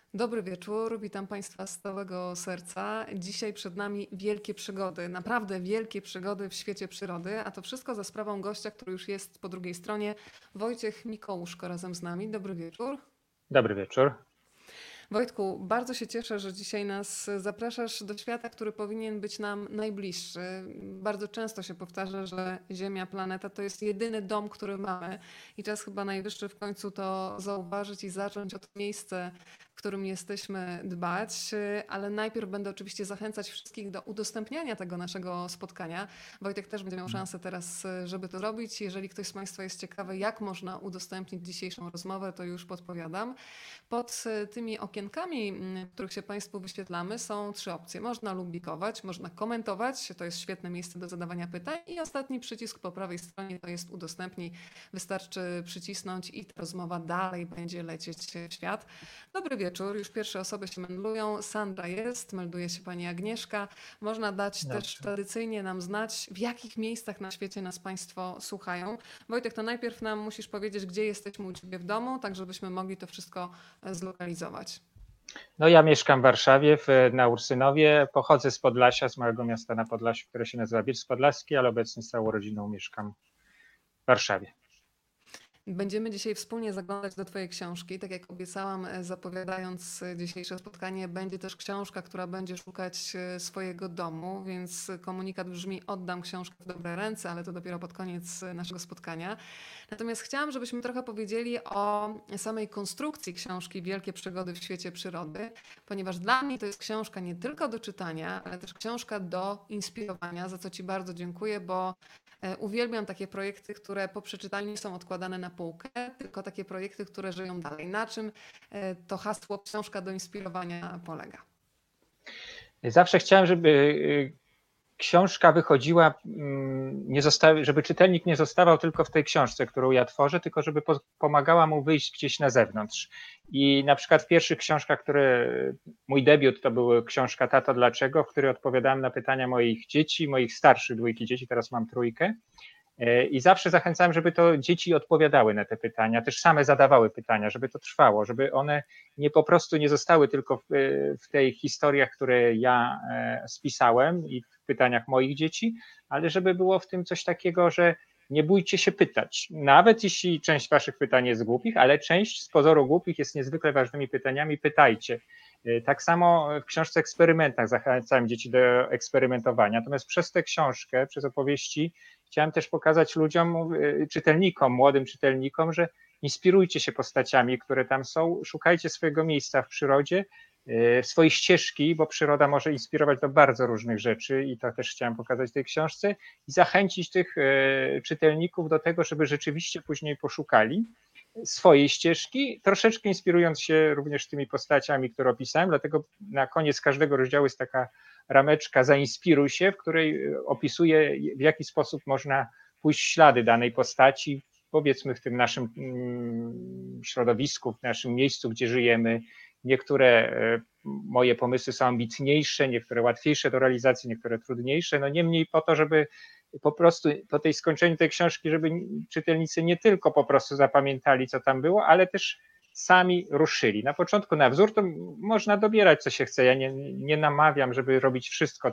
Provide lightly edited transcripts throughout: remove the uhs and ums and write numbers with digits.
Dobry wieczór, witam Państwa z całego serca. Dzisiaj przed nami wielkie przygody, naprawdę wielkie przygody w świecie przyrody, a to wszystko za sprawą gościa, który już jest po drugiej stronie, Wojciech Mikołuszko razem z nami. Dobry wieczór. Dobry wieczór. Wojtku, bardzo się cieszę, że dzisiaj nas zapraszasz do świata, który powinien być nam najbliższy. Bardzo często się powtarza, że Ziemia, planeta to jest jedyny dom, który mamy i czas chyba najwyższy w końcu to zauważyć i zacząć od miejsca, w którym jesteśmy dbać, ale najpierw będę oczywiście zachęcać wszystkich do udostępniania tego naszego spotkania. Wojtek też będzie miał szansę teraz, żeby to zrobić. Jeżeli ktoś z Państwa jest ciekawy, jak można udostępnić dzisiejszą rozmowę, to już podpowiadam. Pod tymi okienkami, w których się Państwu wyświetlamy, są trzy opcje. Można lubikować, można komentować, to jest świetne miejsce do zadawania pytań i ostatni przycisk po prawej stronie to jest udostępnij. Wystarczy przycisnąć i ta rozmowa dalej będzie lecieć w świat. Dobry wieczór, już pierwsze osoby się meldują. Sandra jest, melduje się Pani Agnieszka. Można dać też Dobrze. tradycyjnie nam znać, w jakich miejscach na świecie nas Państwo słuchają. Wojtek, to najpierw nam musisz powiedzieć, gdzie jesteśmy u Ciebie w domu, tak żebyśmy mogli to wszystko zlokalizować. No ja mieszkam w Warszawie, na Ursynowie. Pochodzę z Podlasia, z małego miasta na Podlasiu, które się nazywa Bielsk Podlaski, ale obecnie z całą rodziną mieszkam w Warszawie. Będziemy dzisiaj wspólnie zaglądać do Twojej książki. Tak jak obiecałam, zapowiadając dzisiejsze spotkanie, będzie też książka, która będzie szukać swojego domu, więc komunikat brzmi: oddam książkę w dobre ręce, ale to dopiero pod koniec naszego spotkania. Natomiast chciałam, żebyśmy trochę powiedzieli o samej konstrukcji książki Wielkie Przygody w świecie przyrody, ponieważ dla mnie to jest książka nie tylko do czytania, ale też książka do inspirowania, za co Ci bardzo dziękuję, bo uwielbiam takie projekty, które po przeczytaniu nie są odkładane na półkę, tylko takie projekty, które żyją dalej. Na czym to hasło książka do inspirowania polega? Zawsze chciałem, żeby książka wychodziła, żeby czytelnik nie zostawał tylko w tej książce, którą ja tworzę, tylko żeby pomagała mu wyjść gdzieś na zewnątrz. I na przykład w pierwszych książkach, mój debiut to była książka Tato dlaczego, w której odpowiadałem na pytania moich dzieci, moich starszych dwójki dzieci, teraz mam trójkę. I zawsze zachęcałem, żeby to dzieci odpowiadały na te pytania, też same zadawały pytania, żeby to trwało, żeby one po prostu nie zostały tylko w tych historiach, które ja spisałem i w pytaniach moich dzieci, ale żeby było w tym coś takiego, że nie bójcie się pytać. Nawet jeśli część waszych pytań jest głupich, ale część z pozoru głupich jest niezwykle ważnymi pytaniami, pytajcie. Tak samo w książce Eksperymentach zachęcałem dzieci do eksperymentowania. Natomiast przez tę książkę, przez opowieści chciałem też pokazać ludziom, czytelnikom, młodym czytelnikom, że inspirujcie się postaciami, które tam są, szukajcie swojego miejsca w przyrodzie, swojej ścieżki, bo przyroda może inspirować do bardzo różnych rzeczy i to też chciałem pokazać w tej książce i zachęcić tych czytelników do tego, żeby rzeczywiście później poszukali swojej ścieżki, troszeczkę inspirując się również tymi postaciami, które opisałem, dlatego na koniec każdego rozdziału jest taka rameczka zainspiruj się, w której opisuję, w jaki sposób można pójść w ślady danej postaci, powiedzmy w tym naszym środowisku, w naszym miejscu, gdzie żyjemy. Niektóre moje pomysły są ambitniejsze, niektóre łatwiejsze do realizacji, niektóre trudniejsze, no niemniej po to, żeby po prostu po tej skończeniu tej książki, żeby czytelnicy nie tylko po prostu zapamiętali, co tam było, ale też sami ruszyli. Na początku na wzór to można dobierać, co się chce. Ja nie namawiam, żeby robić wszystko,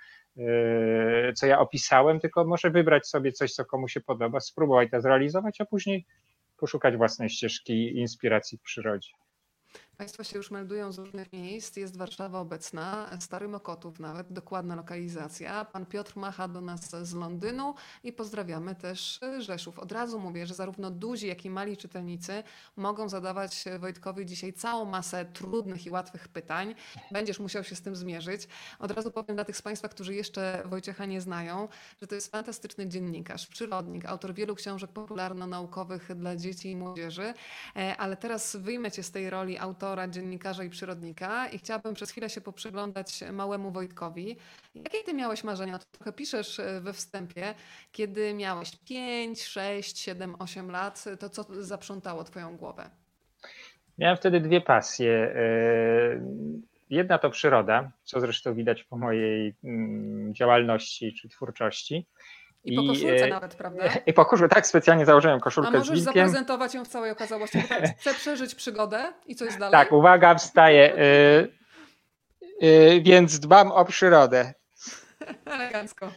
co ja opisałem, tylko może wybrać sobie coś, co komu się podoba, spróbować to zrealizować, a później poszukać własnej ścieżki i inspiracji w przyrodzie. Państwo się już meldują z różnych miejsc. Jest Warszawa obecna, Stary Mokotów nawet, dokładna lokalizacja. Pan Piotr macha do nas z Londynu i pozdrawiamy też Rzeszów. Od razu mówię, że zarówno duzi, jak i mali czytelnicy mogą zadawać Wojtkowi dzisiaj całą masę trudnych i łatwych pytań. Będziesz musiał się z tym zmierzyć. Od razu powiem dla tych z Państwa, którzy jeszcze Wojciecha nie znają, że to jest fantastyczny dziennikarz, przyrodnik, autor wielu książek popularno-naukowych dla dzieci i młodzieży. Ale teraz wyjmę Cię z tej roli autora, dziennikarza i przyrodnika i chciałabym przez chwilę się poprzyglądać małemu Wojtkowi. Jakie Ty miałeś marzenia? To trochę piszesz we wstępie. Kiedy miałeś 5, 6, 7, 8 lat, to co zaprzątało Twoją głowę? Miałem wtedy dwie pasje. Jedna to przyroda, co zresztą widać po mojej działalności czy twórczości. I po koszulce nawet, prawda? I po koszulce, tak, specjalnie założyłem A koszulkę z możesz wilkiem. zaprezentować ją w całej okazałości, bo tam chcę przeżyć przygodę i co jest dalej? Tak, uwaga, wstaję. Więc dbam o przyrodę. Elegancko.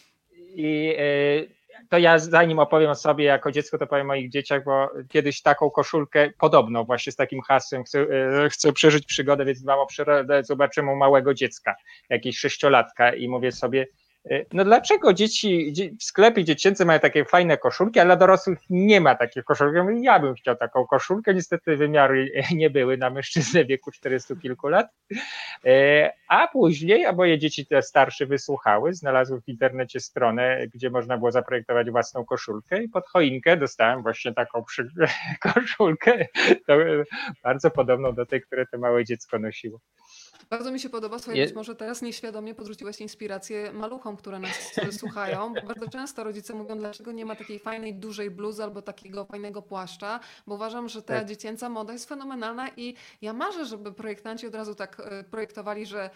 I to ja zanim opowiem o sobie jako dziecko, to powiem o moich dzieciach, bo kiedyś taką koszulkę podobną właśnie z takim hasłem chcę przeżyć przygodę, więc dbam o przyrodę, zobaczymy u małego dziecka, jakiegoś 6-latka i mówię sobie, no dlaczego dzieci w sklepie dziecięce mają takie fajne koszulki, a dla dorosłych nie ma takich koszulek? Ja mówię, ja bym chciał taką koszulkę, niestety wymiary nie były na mężczyznę w wieku 40 kilku lat. A później, a moje dzieci te starsze wysłuchały, znalazły w internecie stronę, gdzie można było zaprojektować własną koszulkę i pod choinkę dostałem właśnie taką koszulkę, bardzo podobną do tej, które to małe dziecko nosiło. Bardzo mi się podoba, słuchaj, być może teraz nieświadomie podrzuciłeś inspirację maluchom, które nas słuchają, bo bardzo często rodzice mówią, dlaczego nie ma takiej fajnej, dużej bluzy albo takiego fajnego płaszcza, bo uważam, że ta dziecięca moda jest fenomenalna i ja marzę, żeby projektanci od razu tak projektowali, że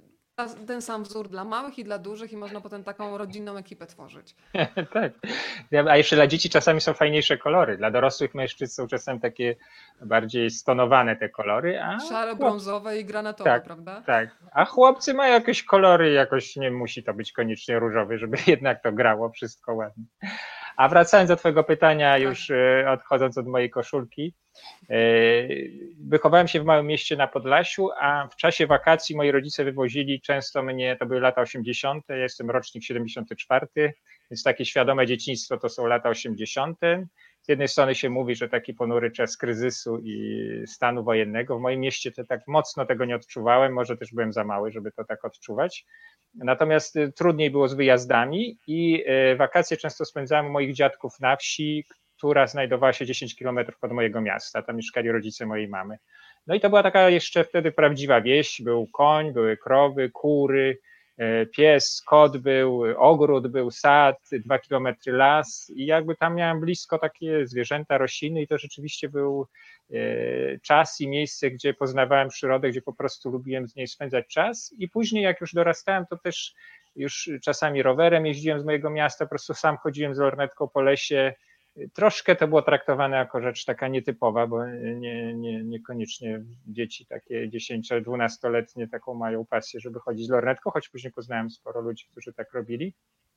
ten sam wzór dla małych i dla dużych i można potem taką rodzinną ekipę tworzyć. Tak. A jeszcze dla dzieci czasami są fajniejsze kolory. Dla dorosłych mężczyzn są czasem takie bardziej stonowane te kolory. Szare, brązowe i granatowe, tak, prawda? Tak. A chłopcy mają jakieś kolory, jakoś nie musi to być koniecznie różowy, żeby jednak to grało wszystko ładnie. A wracając do twojego pytania, już odchodząc od mojej koszulki, wychowałem się w małym mieście na Podlasiu, a w czasie wakacji moi rodzice wywozili często mnie, to były lata 80., ja jestem rocznik 74, więc takie świadome dzieciństwo to są lata 80. Z jednej strony się mówi, że taki ponury czas kryzysu i stanu wojennego. W moim mieście to tak mocno tego nie odczuwałem, może też byłem za mały, żeby to tak odczuwać. Natomiast trudniej było z wyjazdami i wakacje często spędzałem u moich dziadków na wsi, która znajdowała się 10 kilometrów od mojego miasta. Tam mieszkali rodzice mojej mamy. No i to była taka jeszcze wtedy prawdziwa wieś. Był koń, były krowy, kury, pies, kot był, ogród był, sad, 2 kilometry las i jakby tam miałem blisko takie zwierzęta, rośliny i to rzeczywiście był czas i miejsce, gdzie poznawałem przyrodę, gdzie po prostu lubiłem z niej spędzać czas i później jak już dorastałem, to też już czasami rowerem jeździłem z mojego miasta, po prostu sam chodziłem z lornetką po lesie. Troszkę to było traktowane jako rzecz taka nietypowa, bo niekoniecznie dzieci takie 10-12-letnie taką mają pasję, żeby chodzić z lornetką, choć później poznałem sporo ludzi, którzy tak robili,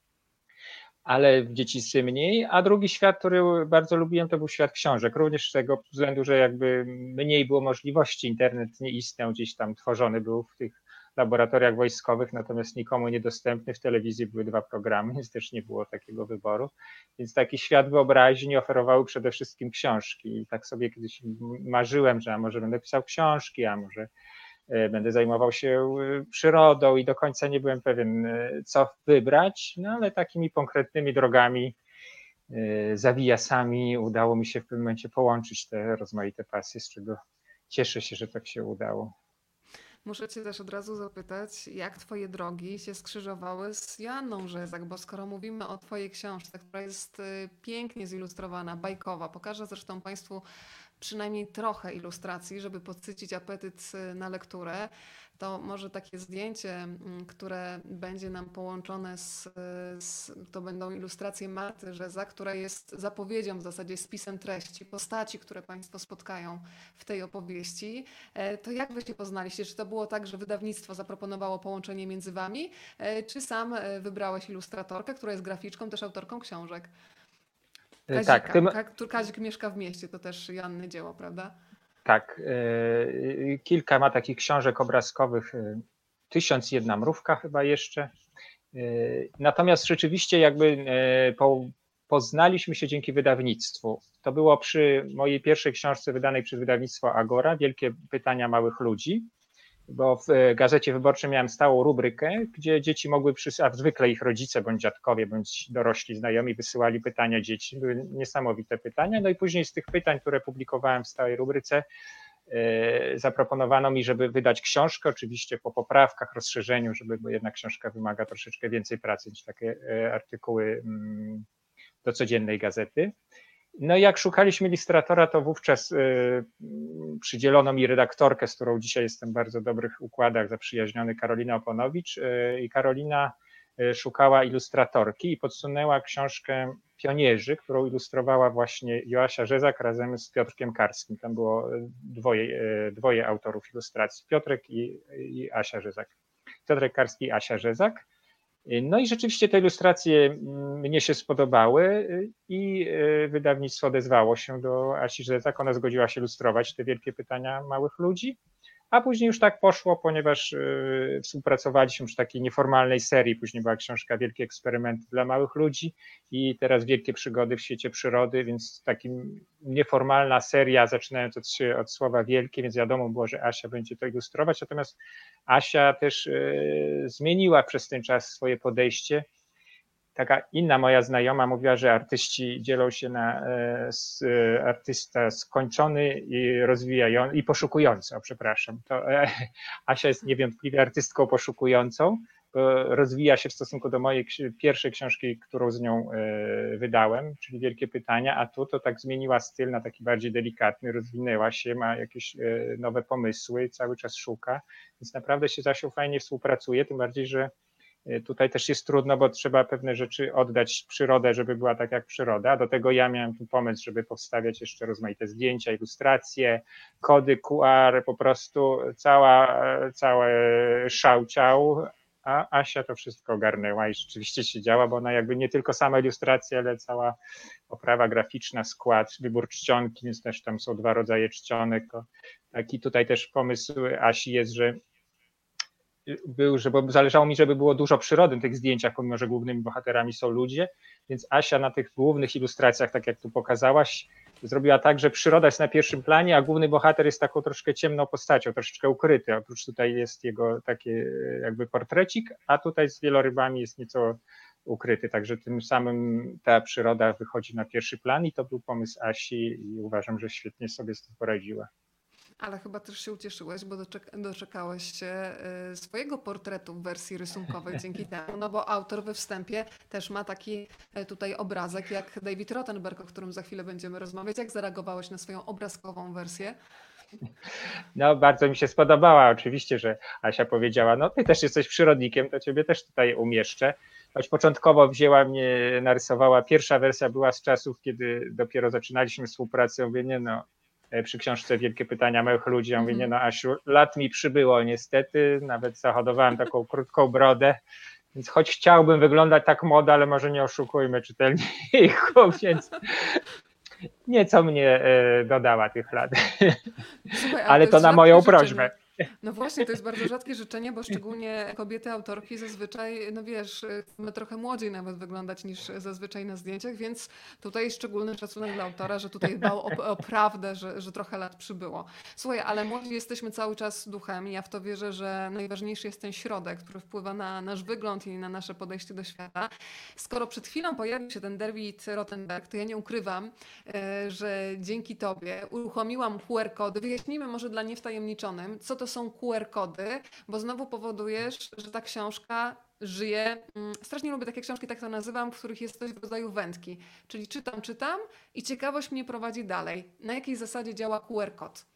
ale w dzieciństwie mniej. A drugi świat, który bardzo lubiłem, to był świat książek, również z tego względu, że jakby mniej było możliwości, internet nie istniał, gdzieś tam tworzony był w tych laboratoriach wojskowych, natomiast nikomu niedostępny. W telewizji były 2 programy, więc też nie było takiego wyboru. Więc taki świat wyobraźni oferowały przede wszystkim książki. I tak sobie kiedyś marzyłem, że a może będę pisał książki, a może będę zajmował się przyrodą i do końca nie byłem pewien, co wybrać, no ale takimi konkretnymi drogami, zawijasami udało mi się w pewnym momencie połączyć te rozmaite pasje, z czego cieszę się, że tak się udało. Muszę cię też od razu zapytać, jak twoje drogi się skrzyżowały z Joanną Rzezak, bo skoro mówimy o twojej książce, która jest pięknie zilustrowana, bajkowa, pokażę zresztą państwu przynajmniej trochę ilustracji, żeby podsycić apetyt na lekturę, to może takie zdjęcie, które będzie nam połączone to będą ilustracje Marty Rzezak, która jest zapowiedzią, w zasadzie spisem treści, postaci, które państwo spotkają w tej opowieści. To jak wy się poznaliście? Czy to było tak, że wydawnictwo zaproponowało połączenie między wami, czy sam wybrałeś ilustratorkę, która jest graficzką, też autorką książek? Kazika. Kazik mieszka w mieście, to też Joanny dzieło, prawda? Tak, kilka ma takich książek obrazkowych, 1001 mrówka chyba jeszcze. Natomiast rzeczywiście jakby poznaliśmy się dzięki wydawnictwu. To było przy mojej pierwszej książce wydanej przez wydawnictwo Agora, Wielkie pytania małych ludzi, bo w Gazecie Wyborczej miałem stałą rubrykę, gdzie dzieci mogły, a zwykle ich rodzice, bądź dziadkowie, bądź dorośli znajomi wysyłali pytania dzieci. Były niesamowite pytania. No i później z tych pytań, które publikowałem w stałej rubryce, zaproponowano mi, żeby wydać książkę, oczywiście po poprawkach, rozszerzeniu, bo jednak książka wymaga troszeczkę więcej pracy niż takie artykuły do codziennej gazety. No i jak szukaliśmy ilustratora, to wówczas przydzielono mi redaktorkę, z którą dzisiaj jestem w bardzo dobrych układach, zaprzyjaźniony, Karolina Oponowicz. I Karolina szukała ilustratorki i podsunęła książkę Pionierzy, którą ilustrowała właśnie Joasia Rzezak razem z Piotrkiem Karskim. Tam było dwoje autorów ilustracji, Piotrek i Asia Rzezak. Piotrek Karski i Asia Rzezak. No i rzeczywiście te ilustracje mnie się spodobały i wydawnictwo odezwało się do Asi Rzezak. Ona zgodziła się ilustrować te wielkie pytania małych ludzi. A później już tak poszło, ponieważ współpracowaliśmy przy takiej nieformalnej serii. Później była książka Wielkie eksperymenty dla małych ludzi i teraz Wielkie przygody w świecie przyrody, więc taka nieformalna seria, zaczynając od słowa wielkie, więc wiadomo było, że Asia będzie to ilustrować. Natomiast Asia też zmieniła przez ten czas swoje podejście. Taka inna moja znajoma mówiła, że artyści dzielą się na artysta skończony i rozwijający i poszukujący. Przepraszam. To Asia jest niewątpliwie artystką poszukującą, bo rozwija się w stosunku do mojej pierwszej książki, którą z nią wydałem, czyli Wielkie pytania, a tu to tak zmieniła styl na taki bardziej delikatny, rozwinęła się, ma jakieś nowe pomysły, cały czas szuka, więc naprawdę się z Asią fajnie współpracuje, tym bardziej, że tutaj też jest trudno, bo trzeba pewne rzeczy oddać przyrodę, żeby była tak jak przyroda. Do tego ja miałem tu pomysł, żeby powstawiać jeszcze rozmaite zdjęcia, ilustracje, kody QR, po prostu cały szałciał, a Asia to wszystko ogarnęła i rzeczywiście siedziała, bo ona jakby nie tylko sama ilustracja, ale cała oprawa graficzna, skład, wybór czcionki, więc też tam są 2 rodzaje czcionek. Taki tutaj też pomysł Asi jest, że bo zależało mi, żeby było dużo przyrody w tych zdjęciach, pomimo że głównymi bohaterami są ludzie, więc Asia na tych głównych ilustracjach, tak jak tu pokazałaś, zrobiła tak, że przyroda jest na pierwszym planie, a główny bohater jest taką troszkę ciemną postacią, troszeczkę ukryty. Oprócz tutaj jest jego taki jakby portrecik, a tutaj z wielorybami jest nieco ukryty, także tym samym ta przyroda wychodzi na pierwszy plan i to był pomysł Asi i uważam, że świetnie sobie z tym poradziła. Ale chyba też się ucieszyłeś, bo doczekałeś się swojego portretu w wersji rysunkowej dzięki temu, no bo autor we wstępie też ma taki tutaj obrazek jak David Rothenberg, o którym za chwilę będziemy rozmawiać. Jak zareagowałeś na swoją obrazkową wersję? No bardzo mi się spodobała, oczywiście, że Asia powiedziała, no ty też jesteś przyrodnikiem, to ciebie też tutaj umieszczę. Choć początkowo wzięła mnie, narysowała, pierwsza wersja była z czasów, kiedy dopiero zaczynaliśmy współpracę, ja mówię, nie no, przy książce Wielkie pytania małych ludzi, ja mówię, nie no Asiu, lat mi przybyło niestety, nawet zahodowałem taką krótką brodę, więc choć chciałbym wyglądać tak młodo, ale może nie oszukujmy czytelników, więc nieco mnie dodała tych lat. Słuchaj, ale to na moją prośbę. No właśnie, to jest bardzo rzadkie życzenie, bo szczególnie kobiety autorki zazwyczaj, no wiesz, chcemy trochę młodziej nawet wyglądać niż zazwyczaj na zdjęciach, więc tutaj szczególny szacunek dla autora, że tutaj dbał o prawdę, że trochę lat przybyło. Słuchaj, ale młodzi jesteśmy cały czas duchem i ja w to wierzę, że najważniejszy jest ten środek, który wpływa na nasz wygląd i na nasze podejście do świata. Skoro przed chwilą pojawił się ten David Rothenberg, to ja nie ukrywam, że dzięki tobie uruchomiłam QR-kody. Wyjaśnijmy może dla niewtajemniczonym, co to są QR-kody, bo znowu powodujesz, że ta książka żyje. Strasznie lubię takie książki, tak to nazywam, w których jest coś w rodzaju wędki. Czyli czytam i ciekawość mnie prowadzi dalej. Na jakiej zasadzie działa QR-kod?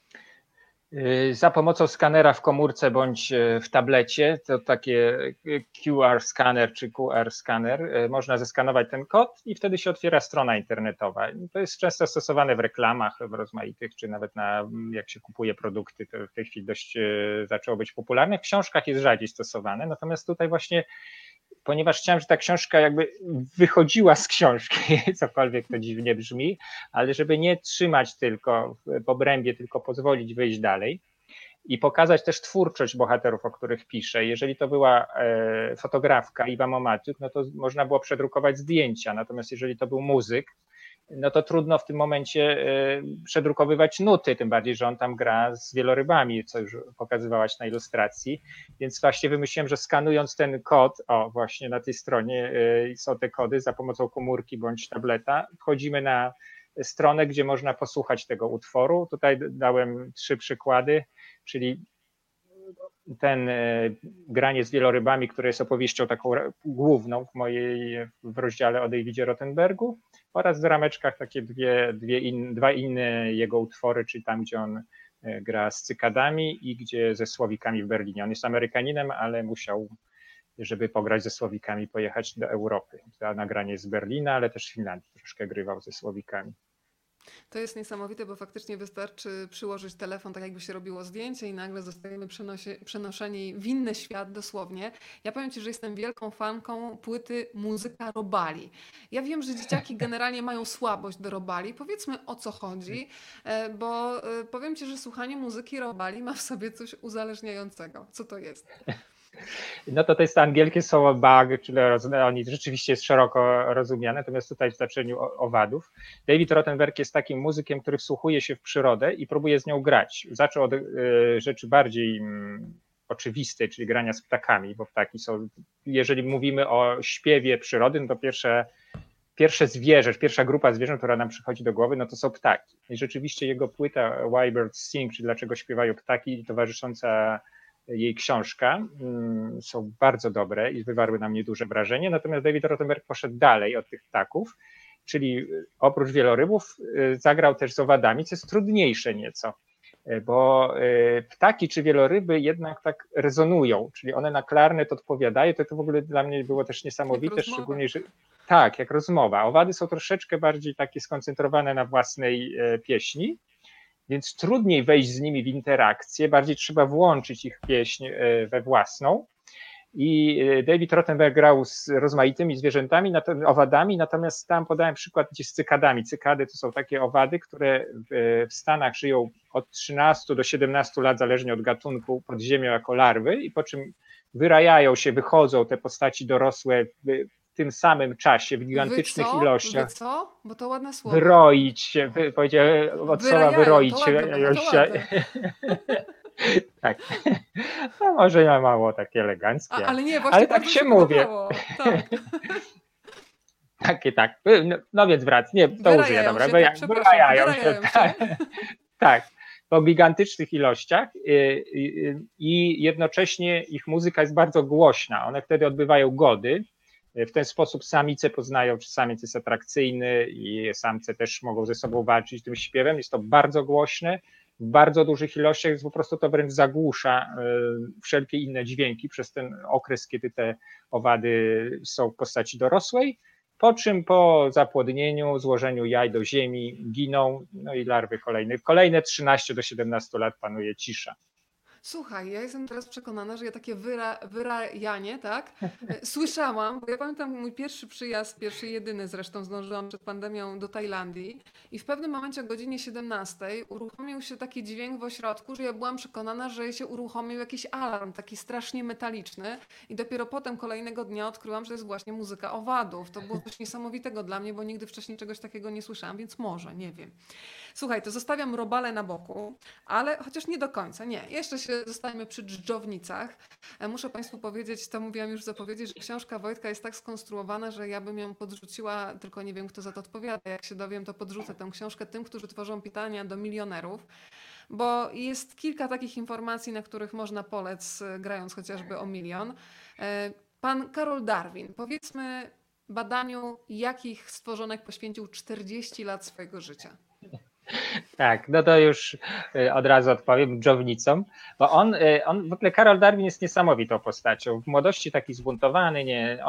Za pomocą skanera w komórce bądź w tablecie, to takie QR scanner czy QR scanner, można zeskanować ten kod i wtedy się otwiera strona internetowa. To jest często stosowane w reklamach w rozmaitych, czy nawet jak się kupuje produkty, to w tej chwili dość zaczęło być popularne. W książkach jest rzadziej stosowane, natomiast tutaj właśnie, ponieważ chciałem, że ta książka jakby wychodziła z książki, cokolwiek to dziwnie brzmi, ale żeby nie trzymać tylko w obrębie, tylko pozwolić wyjść dalej i pokazać też twórczość bohaterów, o których piszę. Jeżeli to była fotografka Iwa Momatyk, no to można było przedrukować zdjęcia, natomiast jeżeli to był muzyk, no to trudno w tym momencie przedrukowywać nuty, tym bardziej, że on tam gra z wielorybami, co już pokazywałaś na ilustracji, więc właśnie wymyśliłem, że skanując ten kod, właśnie na tej stronie są te kody za pomocą komórki bądź tableta, wchodzimy na stronę, gdzie można posłuchać tego utworu. Tutaj dałem 3 przykłady, czyli ten granie z wielorybami, które jest opowieścią taką główną w rozdziale o Davidzie Rothenbergu, oraz w rameczkach takie dwa inne jego utwory, czyli tam, gdzie on gra z cykadami i gdzie ze słowikami w Berlinie. On jest Amerykaninem, ale musiał żeby pograć ze Słowikami, pojechać do Europy. To nagranie jest z Berlina, ale też w Finlandii troszkę grywał ze Słowikami. To jest niesamowite, bo faktycznie wystarczy przyłożyć telefon, tak jakby się robiło zdjęcie i nagle zostajemy przenoszeni w inny świat dosłownie. Ja powiem Ci, że jestem wielką fanką płyty Muzyka Robali. Ja wiem, że dzieciaki generalnie mają słabość do Robali. Powiedzmy, o co chodzi, bo powiem Ci, że słuchanie muzyki Robali ma w sobie coś uzależniającego. Co to jest? No to jest angielskie słowo bug, czyli oni rzeczywiście jest szeroko rozumiane, natomiast tutaj w znaczeniu owadów. David Rothenberg jest takim muzykiem, który wsłuchuje się w przyrodę i próbuje z nią grać. Zaczął od rzeczy bardziej oczywistej, czyli grania z ptakami, bo ptaki są, jeżeli mówimy o śpiewie przyrody, no to pierwsze zwierzę, pierwsza grupa zwierząt, która nam przychodzi do głowy, no to są ptaki. I rzeczywiście jego płyta Why Birds Sing, czyli Dlaczego śpiewają ptaki, i towarzysząca jej książka są bardzo dobre i wywarły na mnie duże wrażenie. Natomiast David Rothenberg poszedł dalej od tych ptaków, czyli oprócz wielorybów zagrał też z owadami, co jest trudniejsze nieco, bo ptaki czy wieloryby jednak tak rezonują, czyli one na klarnet odpowiadają. To w ogóle dla mnie było też niesamowite, szczególnie, że tak, jak rozmowa. Owady są troszeczkę bardziej takie skoncentrowane na własnej pieśni, więc trudniej wejść z nimi w interakcję, bardziej trzeba włączyć ich pieśń we własną. I David Rothenberg grał z rozmaitymi zwierzętami, owadami, natomiast tam podałem przykład gdzieś z cykadami. Cykady to są takie owady, które w Stanach żyją od 13 do 17 lat, zależnie od gatunku, pod ziemią jako larwy, i po czym wyrajają się, wychodzą te postaci dorosłe w tym samym czasie, w gigantycznych ilościach. Wy co? Bo to ładne słowo. Wyroić się, powiedziałem od słowa wyroić się. Tak. No może ja mało takie eleganckie. Ale nie, właśnie tak się mówię. Tak. Tak. No więc wracam. Nie, to użyję, dobra. Wyrajają się. Tak. Po gigantycznych ilościach i jednocześnie ich muzyka jest bardzo głośna. One wtedy odbywają gody. W ten sposób samice poznają, czy samiec jest atrakcyjny, i samce też mogą ze sobą walczyć tym śpiewem. Jest to bardzo głośne, w bardzo dużych ilościach, więc po prostu to wręcz zagłusza wszelkie inne dźwięki przez ten okres, kiedy te owady są w postaci dorosłej, po czym po zapłodnieniu, złożeniu jaj do ziemi giną, no i larwy kolejne 13 do 17 lat panuje cisza. Słuchaj, ja jestem teraz przekonana, że ja takie wyrajanie, tak, słyszałam, bo ja pamiętam mój pierwszy przyjazd, pierwszy i jedyny zresztą, zdążyłam przed pandemią do Tajlandii, i w pewnym momencie o godzinie 17 uruchomił się taki dźwięk w ośrodku, że ja byłam przekonana, że się uruchomił jakiś alarm, taki strasznie metaliczny, i dopiero potem kolejnego dnia odkryłam, że to jest właśnie muzyka owadów. To było coś niesamowitego dla mnie, bo nigdy wcześniej czegoś takiego nie słyszałam, więc może, nie wiem. Słuchaj, to zostawiam robale na boku, ale chociaż nie do końca, nie. Jeszcze się zostańmy przy dżdżownicach. Muszę Państwu powiedzieć, to mówiłam już w zapowiedzi, że książka Wojtka jest tak skonstruowana, że ja bym ją podrzuciła, tylko nie wiem, kto za to odpowiada. Jak się dowiem, to podrzucę tę książkę tym, którzy tworzą pytania do milionerów, bo jest kilka takich informacji, na których można polec, grając chociażby o milion. Pan Karol Darwin, powiedzmy badaniu, jakich stworzonek poświęcił 40 lat swojego życia. Tak, no to już od razu odpowiem, dżdżownicom, bo on w ogóle, Karol Darwin jest niesamowitą postacią. W młodości taki zbuntowany,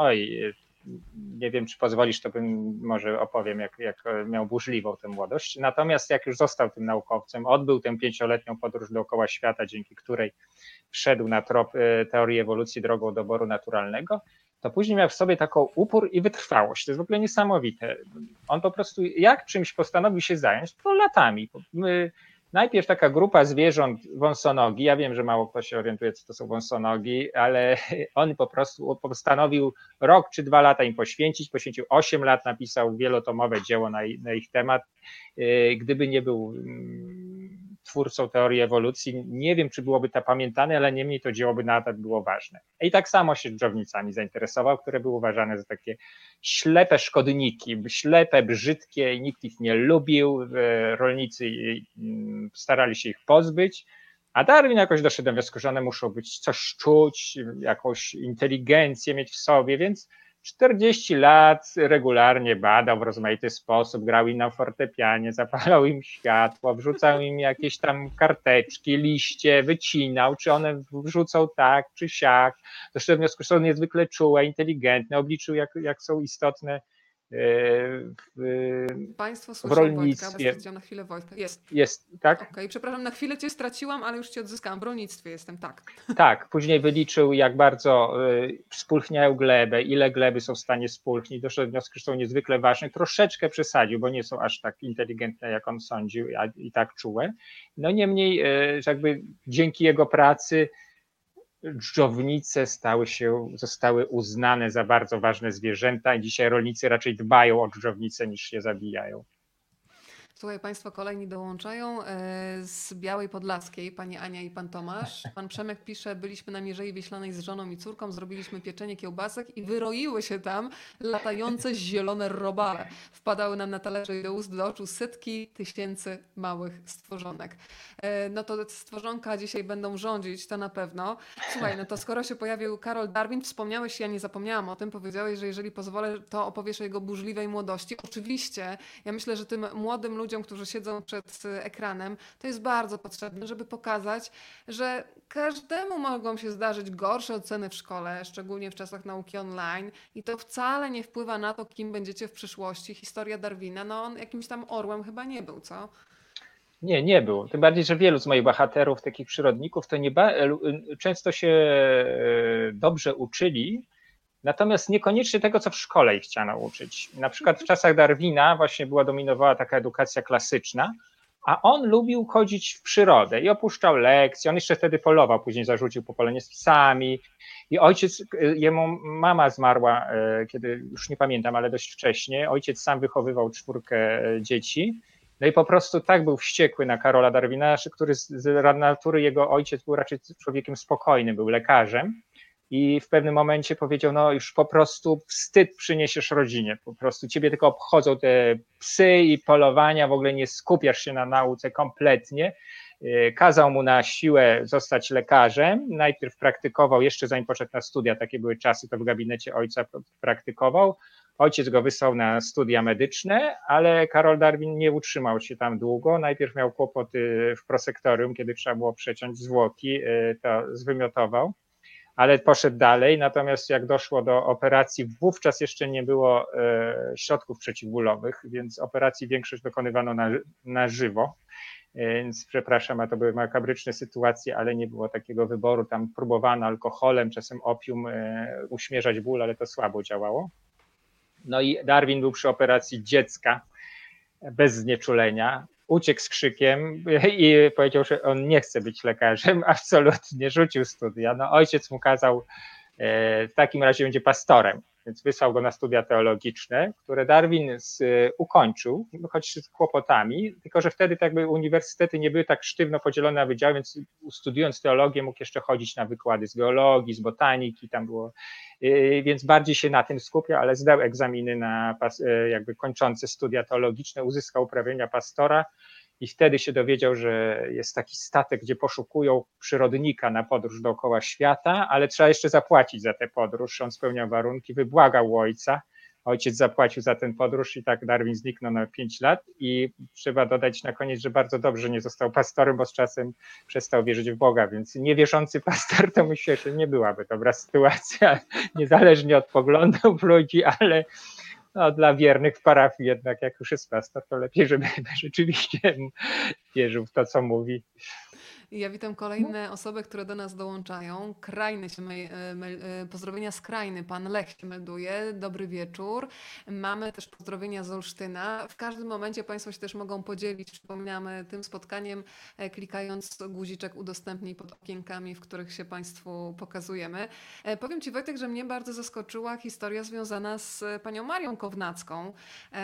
nie wiem, czy pozwolisz, to bym może opowiem, jak miał burzliwą tę młodość. Natomiast jak już został tym naukowcem, odbył tę 5-letnią podróż dookoła świata, dzięki której wszedł na trop teorii ewolucji drogą doboru naturalnego, to później miał w sobie taką upór i wytrwałość. To jest w ogóle niesamowite. On po prostu, jak czymś postanowił się zająć, to latami. Najpierw taka grupa zwierząt, wąsonogi, ja wiem, że mało kto się orientuje, co to są wąsonogi, ale on po prostu postanowił rok czy 2 lata im poświęcił 8 lat, napisał wielotomowe dzieło na ich temat. Gdyby nie był twórcą teorii ewolucji, nie wiem, czy byłoby to pamiętane, ale niemniej to dzieło by nadal było ważne. I tak samo się dżdżownicami zainteresował, które były uważane za takie ślepe szkodniki, ślepe, brzydkie, i nikt ich nie lubił, rolnicy starali się ich pozbyć, a Darwin jakoś doszedł do wniosku, że one muszą być coś czuć, jakąś inteligencję mieć w sobie, więc 40 lat regularnie badał w rozmaity sposób, grał im na fortepianie, zapalał im światło, wrzucał im jakieś tam karteczki, liście, wycinał, czy one wrzucą tak, czy siak. Doszedł do wniosku, że są niezwykle czułe, inteligentne, obliczył jak są istotne w, Państwo w słyszą Wojtka, bo rolnictwie. straciłam na chwilę Wojtka. Jest. Jest, tak? Okej, przepraszam, na chwilę cię straciłam, ale już cię odzyskałam. W rolnictwie jestem, tak. Tak, później wyliczył, jak bardzo spulchniają glebę, ile gleby są w stanie spulchnić. Doszedł do wniosku, że są niezwykle ważne. Troszeczkę przesadził, bo nie są aż tak inteligentne, jak on sądził, a i tak czułe. No niemniej, że jakby dzięki jego pracy dżdżownice zostały uznane za bardzo ważne zwierzęta i dzisiaj rolnicy raczej dbają o dżdżownice niż je zabijają. Słuchaj, Państwo kolejni dołączają z Białej Podlaskiej, pani Ania i pan Tomasz. Pan Przemek pisze, byliśmy na Mierzei Wiślanej z żoną i córką, zrobiliśmy pieczenie kiełbasek i wyroiły się tam latające zielone robale. Wpadały nam na talerze i do ust, do oczu setki tysięcy małych stworzonek. No to stworzonka dzisiaj będą rządzić, to na pewno. Słuchaj, no to skoro się pojawił Karol Darwin, wspomniałeś, ja nie zapomniałam o tym, powiedziałeś, że jeżeli pozwolę, to opowiesz o jego burzliwej młodości. Oczywiście, ja myślę, że tym młodym ludziom, którzy siedzą przed ekranem, to jest bardzo potrzebne, żeby pokazać, że każdemu mogą się zdarzyć gorsze oceny w szkole, szczególnie w czasach nauki online i to wcale nie wpływa na to, kim będziecie w przyszłości. Historia Darwina, no on jakimś tam orłem chyba nie był, co? Nie był. Tym bardziej, że wielu z moich bohaterów, takich przyrodników, to często się dobrze uczyli, natomiast niekoniecznie tego, co w szkole ich chciano uczyć. Na przykład w czasach Darwina właśnie dominowała taka edukacja klasyczna, a on lubił chodzić w przyrodę i opuszczał lekcje. On jeszcze wtedy polował, później zarzucił popolenie z psami. I jemu mama zmarła, kiedy już nie pamiętam, ale dość wcześnie. Ojciec sam wychowywał 4 dzieci. No i po prostu tak był wściekły na Karola Darwina, który z natury jego ojciec był raczej człowiekiem spokojnym, był lekarzem. I w pewnym momencie powiedział, no już po prostu wstyd przyniesiesz rodzinie, po prostu ciebie tylko obchodzą te psy i polowania, w ogóle nie skupiasz się na nauce kompletnie. Kazał mu na siłę zostać lekarzem, najpierw praktykował, jeszcze zanim poszedł na studia, takie były czasy, to w gabinecie ojca praktykował. Ojciec go wysłał na studia medyczne, ale Karol Darwin nie utrzymał się tam długo. Najpierw miał kłopoty w prosektorium, kiedy trzeba było przeciąć zwłoki, to zwymiotował, ale poszedł dalej. Natomiast jak doszło do operacji, wówczas jeszcze nie było środków przeciwbólowych, więc operacji większość dokonywano na żywo. Więc przepraszam, a to były makabryczne sytuacje, ale nie było takiego wyboru. Tam próbowano alkoholem, czasem opium uśmierzać ból, ale to słabo działało. No i Darwin był przy operacji dziecka bez znieczulenia. Uciekł z krzykiem i powiedział, że on nie chce być lekarzem, absolutnie, rzucił studia. No ojciec mu kazał, w takim razie będzie pastorem, więc wysłał go na studia teologiczne, które Darwin ukończył, choć z kłopotami, tylko że wtedy tak jakby uniwersytety nie były tak sztywno podzielone na wydziały, więc studiując teologię mógł jeszcze chodzić na wykłady z geologii, z botaniki, tam było, więc bardziej się na tym skupiał, ale zdał egzaminy na jakby kończące studia teologiczne, uzyskał uprawnienia pastora. I wtedy się dowiedział, że jest taki statek, gdzie poszukują przyrodnika na podróż dookoła świata, ale trzeba jeszcze zapłacić za tę podróż. On spełniał warunki, wybłagał ojca. Ojciec zapłacił za tę podróż i tak Darwin zniknął na 5 lat. I trzeba dodać na koniec, że bardzo dobrze nie został pastorem, bo z czasem przestał wierzyć w Boga, więc niewierzący pastor to myślę, że nie byłaby dobra sytuacja, niezależnie od poglądów ludzi, ale no, dla wiernych w parafii jednak, jak już jest pastor, to lepiej, żeby rzeczywiście wierzył w to, co mówi. Ja witam kolejne osoby, które do nas dołączają. Krajny się pozdrowienia z Krajny. Pan Lech się melduje. Dobry wieczór. Mamy też pozdrowienia z Olsztyna. W każdym momencie Państwo się też mogą podzielić, przypominamy, tym spotkaniem, klikając guziczek udostępnij pod okienkami, w których się Państwu pokazujemy. Powiem Ci, Wojtek, że mnie bardzo zaskoczyła historia związana z panią Marią Kownacką.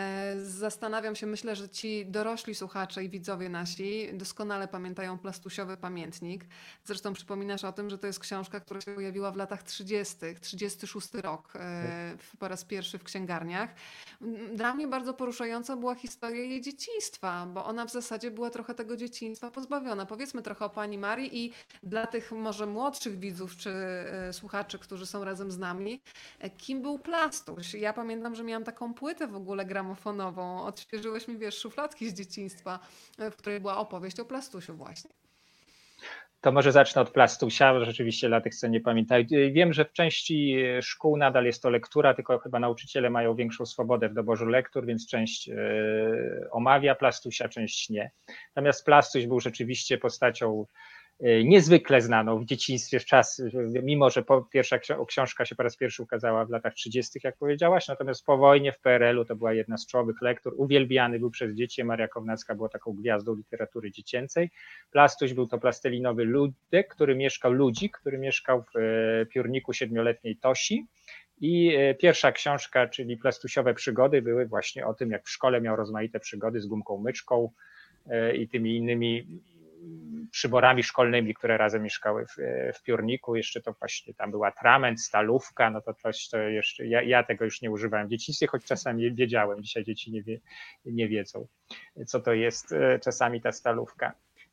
Zastanawiam się, myślę, że ci dorośli słuchacze i widzowie nasi doskonale pamiętają plastusiowy pamiętnik. Zresztą przypominasz o tym, że to jest książka, która się pojawiła w latach 30., 36 rok po raz pierwszy w księgarniach. Dla mnie bardzo poruszająca była historia jej dzieciństwa, bo ona w zasadzie była trochę tego dzieciństwa pozbawiona. Powiedzmy trochę o pani Marii i dla tych może młodszych widzów czy słuchaczy, którzy są razem z nami, kim był Plastuś. Ja pamiętam, że miałam taką płytę w ogóle gramofonową. Odświeżyłeś mi, wiesz, szufladki z dzieciństwa, w której była opowieść o Plastusiu właśnie. To może zacznę od Plastusia, rzeczywiście dla tych, co nie pamiętają. Wiem, że w części szkół nadal jest to lektura, tylko chyba nauczyciele mają większą swobodę w doborze lektur, więc część omawia Plastusia, część nie. Natomiast Plastuś był rzeczywiście postacią niezwykle znaną w dzieciństwie, mimo że pierwsza książka się po raz pierwszy ukazała w latach 30., jak powiedziałaś, natomiast po wojnie w PRL-u to była jedna z czołowych lektur, uwielbiany był przez dzieci, Maria Kownacka była taką gwiazdą literatury dziecięcej. Plastuś był to plastelinowy ludek, który mieszkał w piórniku 7-letniej Tosi. I pierwsza książka, czyli Plastusiowe przygody, były właśnie o tym, jak w szkole miał rozmaite przygody z gumką myczką i tymi innymi przyborami szkolnymi, które razem mieszkały w piórniku. Jeszcze to właśnie tam była atrament, stalówka, no to coś, to jeszcze ja tego już nie używałem w dzieciństwie, choć czasami wiedziałem. Dzisiaj dzieci nie wiedzą, co to jest czasami ta stalówka.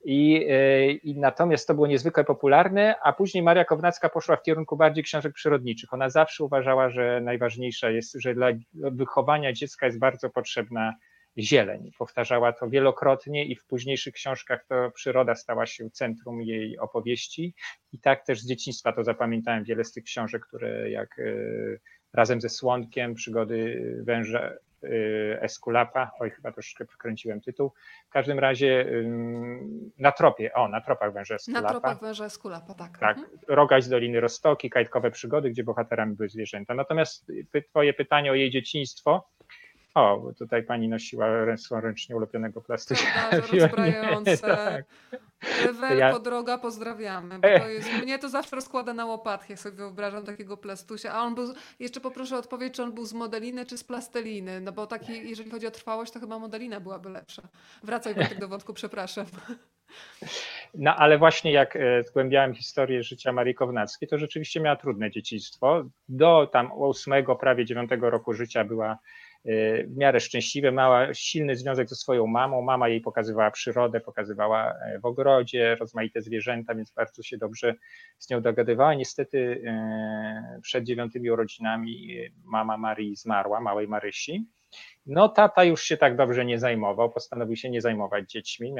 I natomiast to było niezwykle popularne, a później Maria Kownacka poszła w kierunku bardziej książek przyrodniczych. Ona zawsze uważała, że najważniejsza jest, że dla wychowania dziecka jest bardzo potrzebna zieleń. Powtarzała to wielokrotnie i w późniejszych książkach to przyroda stała się centrum jej opowieści. I tak też z dzieciństwa to zapamiętałem wiele z tych książek, które jak Razem ze Słonkiem, Przygody węża Eskulapa, chyba troszkę przekręciłem tytuł. W każdym razie na tropach węża Eskulapa. Na tropach węża Eskulapa, tak. Tak, Rogaś z Doliny Roztoki, Kajtkowe przygody, gdzie bohaterami były zwierzęta. Natomiast twoje pytanie o jej dzieciństwo, bo tutaj pani nosiła ręcznie ulepionego Plastusia. Rozbrajające. Tak. Rewelko, droga, pozdrawiamy. Bo to jest, mnie to zawsze rozkłada na łopatki, jak sobie wyobrażam takiego Plastusia. A on był, jeszcze poproszę o odpowiedź, czy on był z modeliny, czy z plasteliny. No bo taki, jeżeli chodzi o trwałość, to chyba modelina byłaby lepsza. Wracaj Wojtek do wątku, przepraszam. No ale właśnie jak zgłębiałem historię życia Marii Kownackiej, to rzeczywiście miała trudne dzieciństwo. Do tam 8, prawie 9 roku życia była w miarę szczęśliwe, miała silny związek ze swoją mamą. Mama jej pokazywała przyrodę, pokazywała w ogrodzie rozmaite zwierzęta, więc bardzo się dobrze z nią dogadywała. Niestety przed 9 urodzinami mama Marii zmarła, małej Marysi. No tata już się tak dobrze nie zajmował, postanowił się nie zajmować dziećmi.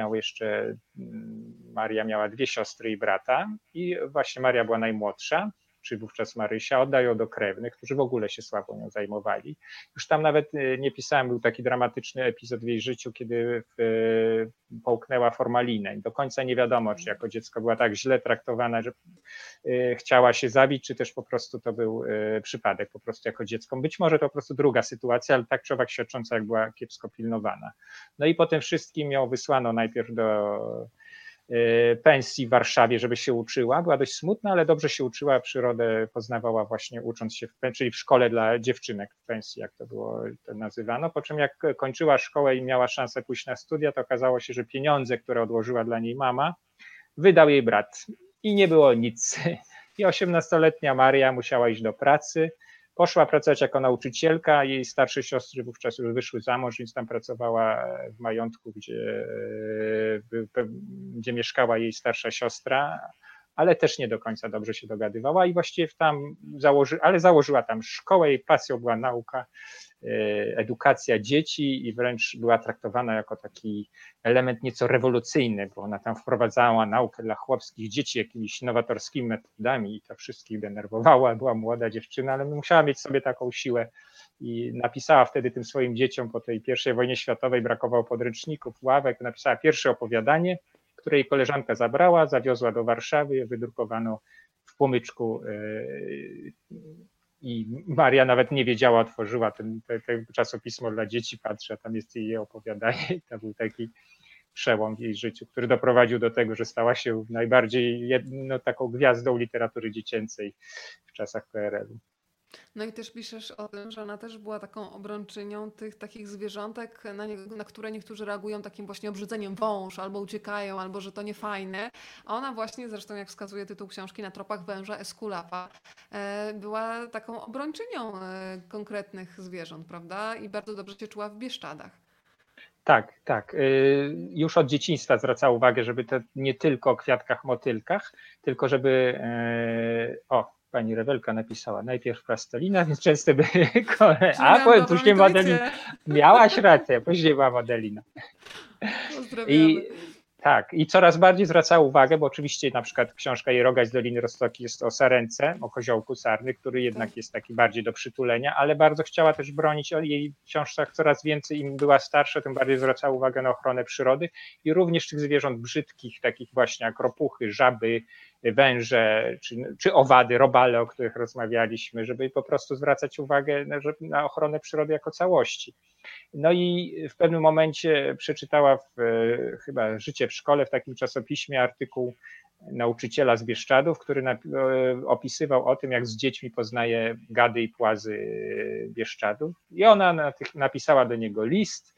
Maria miała 2 siostry i brata i właśnie Maria była najmłodsza, czy wówczas Marysia, oddał ją do krewnych, którzy w ogóle się słabo nią zajmowali. Już tam nawet nie pisałem, był taki dramatyczny epizod w jej życiu, kiedy połknęła formalinę. Do końca nie wiadomo, czy jako dziecko była tak źle traktowana, że chciała się zabić, czy też po prostu to był przypadek, po prostu jako dziecko. Być może to po prostu druga sytuacja, ale tak czy owak świadcząca, jak była kiepsko pilnowana. No i po tym wszystkim ją wysłano najpierw do pensji w Warszawie, żeby się uczyła. Była dość smutna, ale dobrze się uczyła, przyrodę poznawała właśnie ucząc się, czyli w szkole dla dziewczynek w pensji, jak to było to nazywano. Po czym jak kończyła szkołę i miała szansę pójść na studia, to okazało się, że pieniądze, które odłożyła dla niej mama, wydał jej brat i nie było nic. I 18-letnia Maria musiała iść do pracy. Poszła pracować jako nauczycielka, jej starsze siostry wówczas już wyszły za mąż, więc tam pracowała w majątku, gdzie mieszkała jej starsza siostra, ale też nie do końca dobrze się dogadywała i właściwie założyła tam szkołę, jej pasją była nauka, edukacja dzieci i wręcz była traktowana jako taki element nieco rewolucyjny, bo ona tam wprowadzała naukę dla chłopskich dzieci jakimiś nowatorskimi metodami i to wszystkich denerwowała, była młoda dziewczyna, ale musiała mieć sobie taką siłę i napisała wtedy tym swoim dzieciom po tej I wojnie światowej, brakowało podręczników, ławek, napisała pierwsze opowiadanie, które jej koleżanka zabrała, zawiozła do Warszawy, wydrukowano w płomyczku i Maria nawet nie wiedziała, otworzyła ten czasopismo dla dzieci, patrzy, a tam jest jej opowiadanie i to był taki przełom w jej życiu, który doprowadził do tego, że stała się najbardziej taką gwiazdą literatury dziecięcej w czasach PRL-u. No i też piszesz o tym, że ona też była taką obrończynią tych takich zwierzątek, na które niektórzy reagują takim właśnie obrzydzeniem, wąż, albo uciekają, albo że to nie fajne. A ona właśnie, zresztą jak wskazuje tytuł książki, Na tropach węża Esculapa, była taką obrończynią konkretnych zwierząt, prawda? I bardzo dobrze się czuła w Bieszczadach. Tak, tak. Już od dzieciństwa zwracała uwagę, żeby to nie tylko o kwiatkach, motylkach, tylko żeby. O, pani Rewelka napisała najpierw plastelina, więc często by. Czyli A, miałam powiem, dobrą później modelina. intuicję. Miałaś rację, później była modelina. Pozdrawiamy. I tak, i coraz bardziej zwracała uwagę, bo oczywiście na przykład książka Jeroga z Doliny Roztoki jest o sarence, o koziołku sarny, który Tak. jednak jest taki bardziej do przytulenia, ale bardzo chciała też bronić o jej książkach coraz więcej, im była starsza, tym bardziej zwracała uwagę na ochronę przyrody i również tych zwierząt brzydkich, takich właśnie jak ropuchy, żaby, węże, czy owady, robale, o których rozmawialiśmy, żeby po prostu zwracać uwagę na ochronę przyrody jako całości. No i w pewnym momencie przeczytała chyba Życie w szkole, w takim czasopiśmie, artykuł nauczyciela z Bieszczadów, który opisywał o tym, jak z dziećmi poznaje gady i płazy Bieszczadów. I ona napisała do niego list,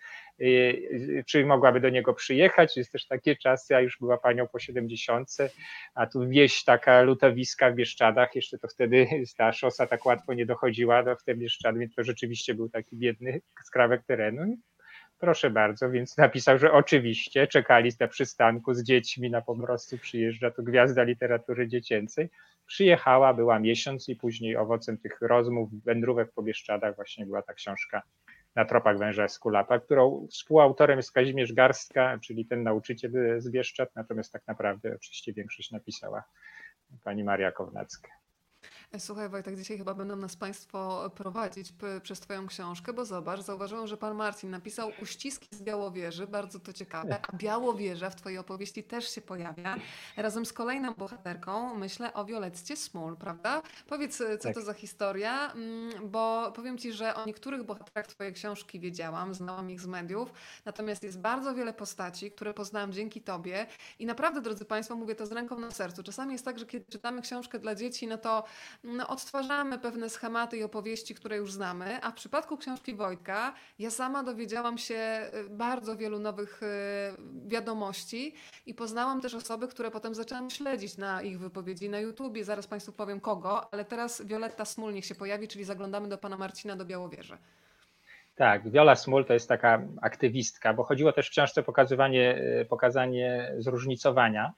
czy mogłaby do niego przyjechać. Jest też takie czasy, a już była panią po 70, a tu wieś taka lutowiska w Bieszczadach, jeszcze to wtedy ta szosa tak łatwo nie dochodziła do te Bieszczady, więc to rzeczywiście był taki biedny skrawek terenu. Proszę bardzo, więc napisał, że oczywiście czekali na przystanku z dziećmi, na po prostu przyjeżdża tu gwiazda literatury dziecięcej. Przyjechała, była miesiąc i później owocem tych rozmów, wędrówek po Bieszczadach właśnie była ta książka Na tropach węża Esculapa, którą współautorem jest Kazimierz Garstka, czyli ten nauczyciel z Bieszczad, natomiast tak naprawdę oczywiście większość napisała pani Maria Kownacka. Słuchaj Wojtek, dzisiaj chyba będą nas Państwo prowadzić przez Twoją książkę, bo zobacz, zauważyłam, że Pan Marcin napisał uściski z Białowieży, bardzo to ciekawe, a Białowieża w Twojej opowieści też się pojawia, razem z kolejną bohaterką, myślę o Violetcie Small, prawda? Powiedz, co Tak. to za historia, bo powiem Ci, że o niektórych bohaterach Twojej książki wiedziałam, znałam ich z mediów, natomiast jest bardzo wiele postaci, które poznałam dzięki Tobie i naprawdę, drodzy Państwo, mówię to z ręką na sercu. Czasami jest tak, że kiedy czytamy książkę dla dzieci, no to odtwarzamy pewne schematy i opowieści, które już znamy, a w przypadku książki Wojtka ja sama dowiedziałam się bardzo wielu nowych wiadomości i poznałam też osoby, które potem zaczęłam śledzić na ich wypowiedzi na YouTubie. Zaraz Państwu powiem kogo, ale teraz Violetta Smul niech się pojawi, czyli zaglądamy do pana Marcina do Białowieży. Tak, Viola Smul to jest taka aktywistka, bo chodziło też w książce pokazanie zróżnicowania.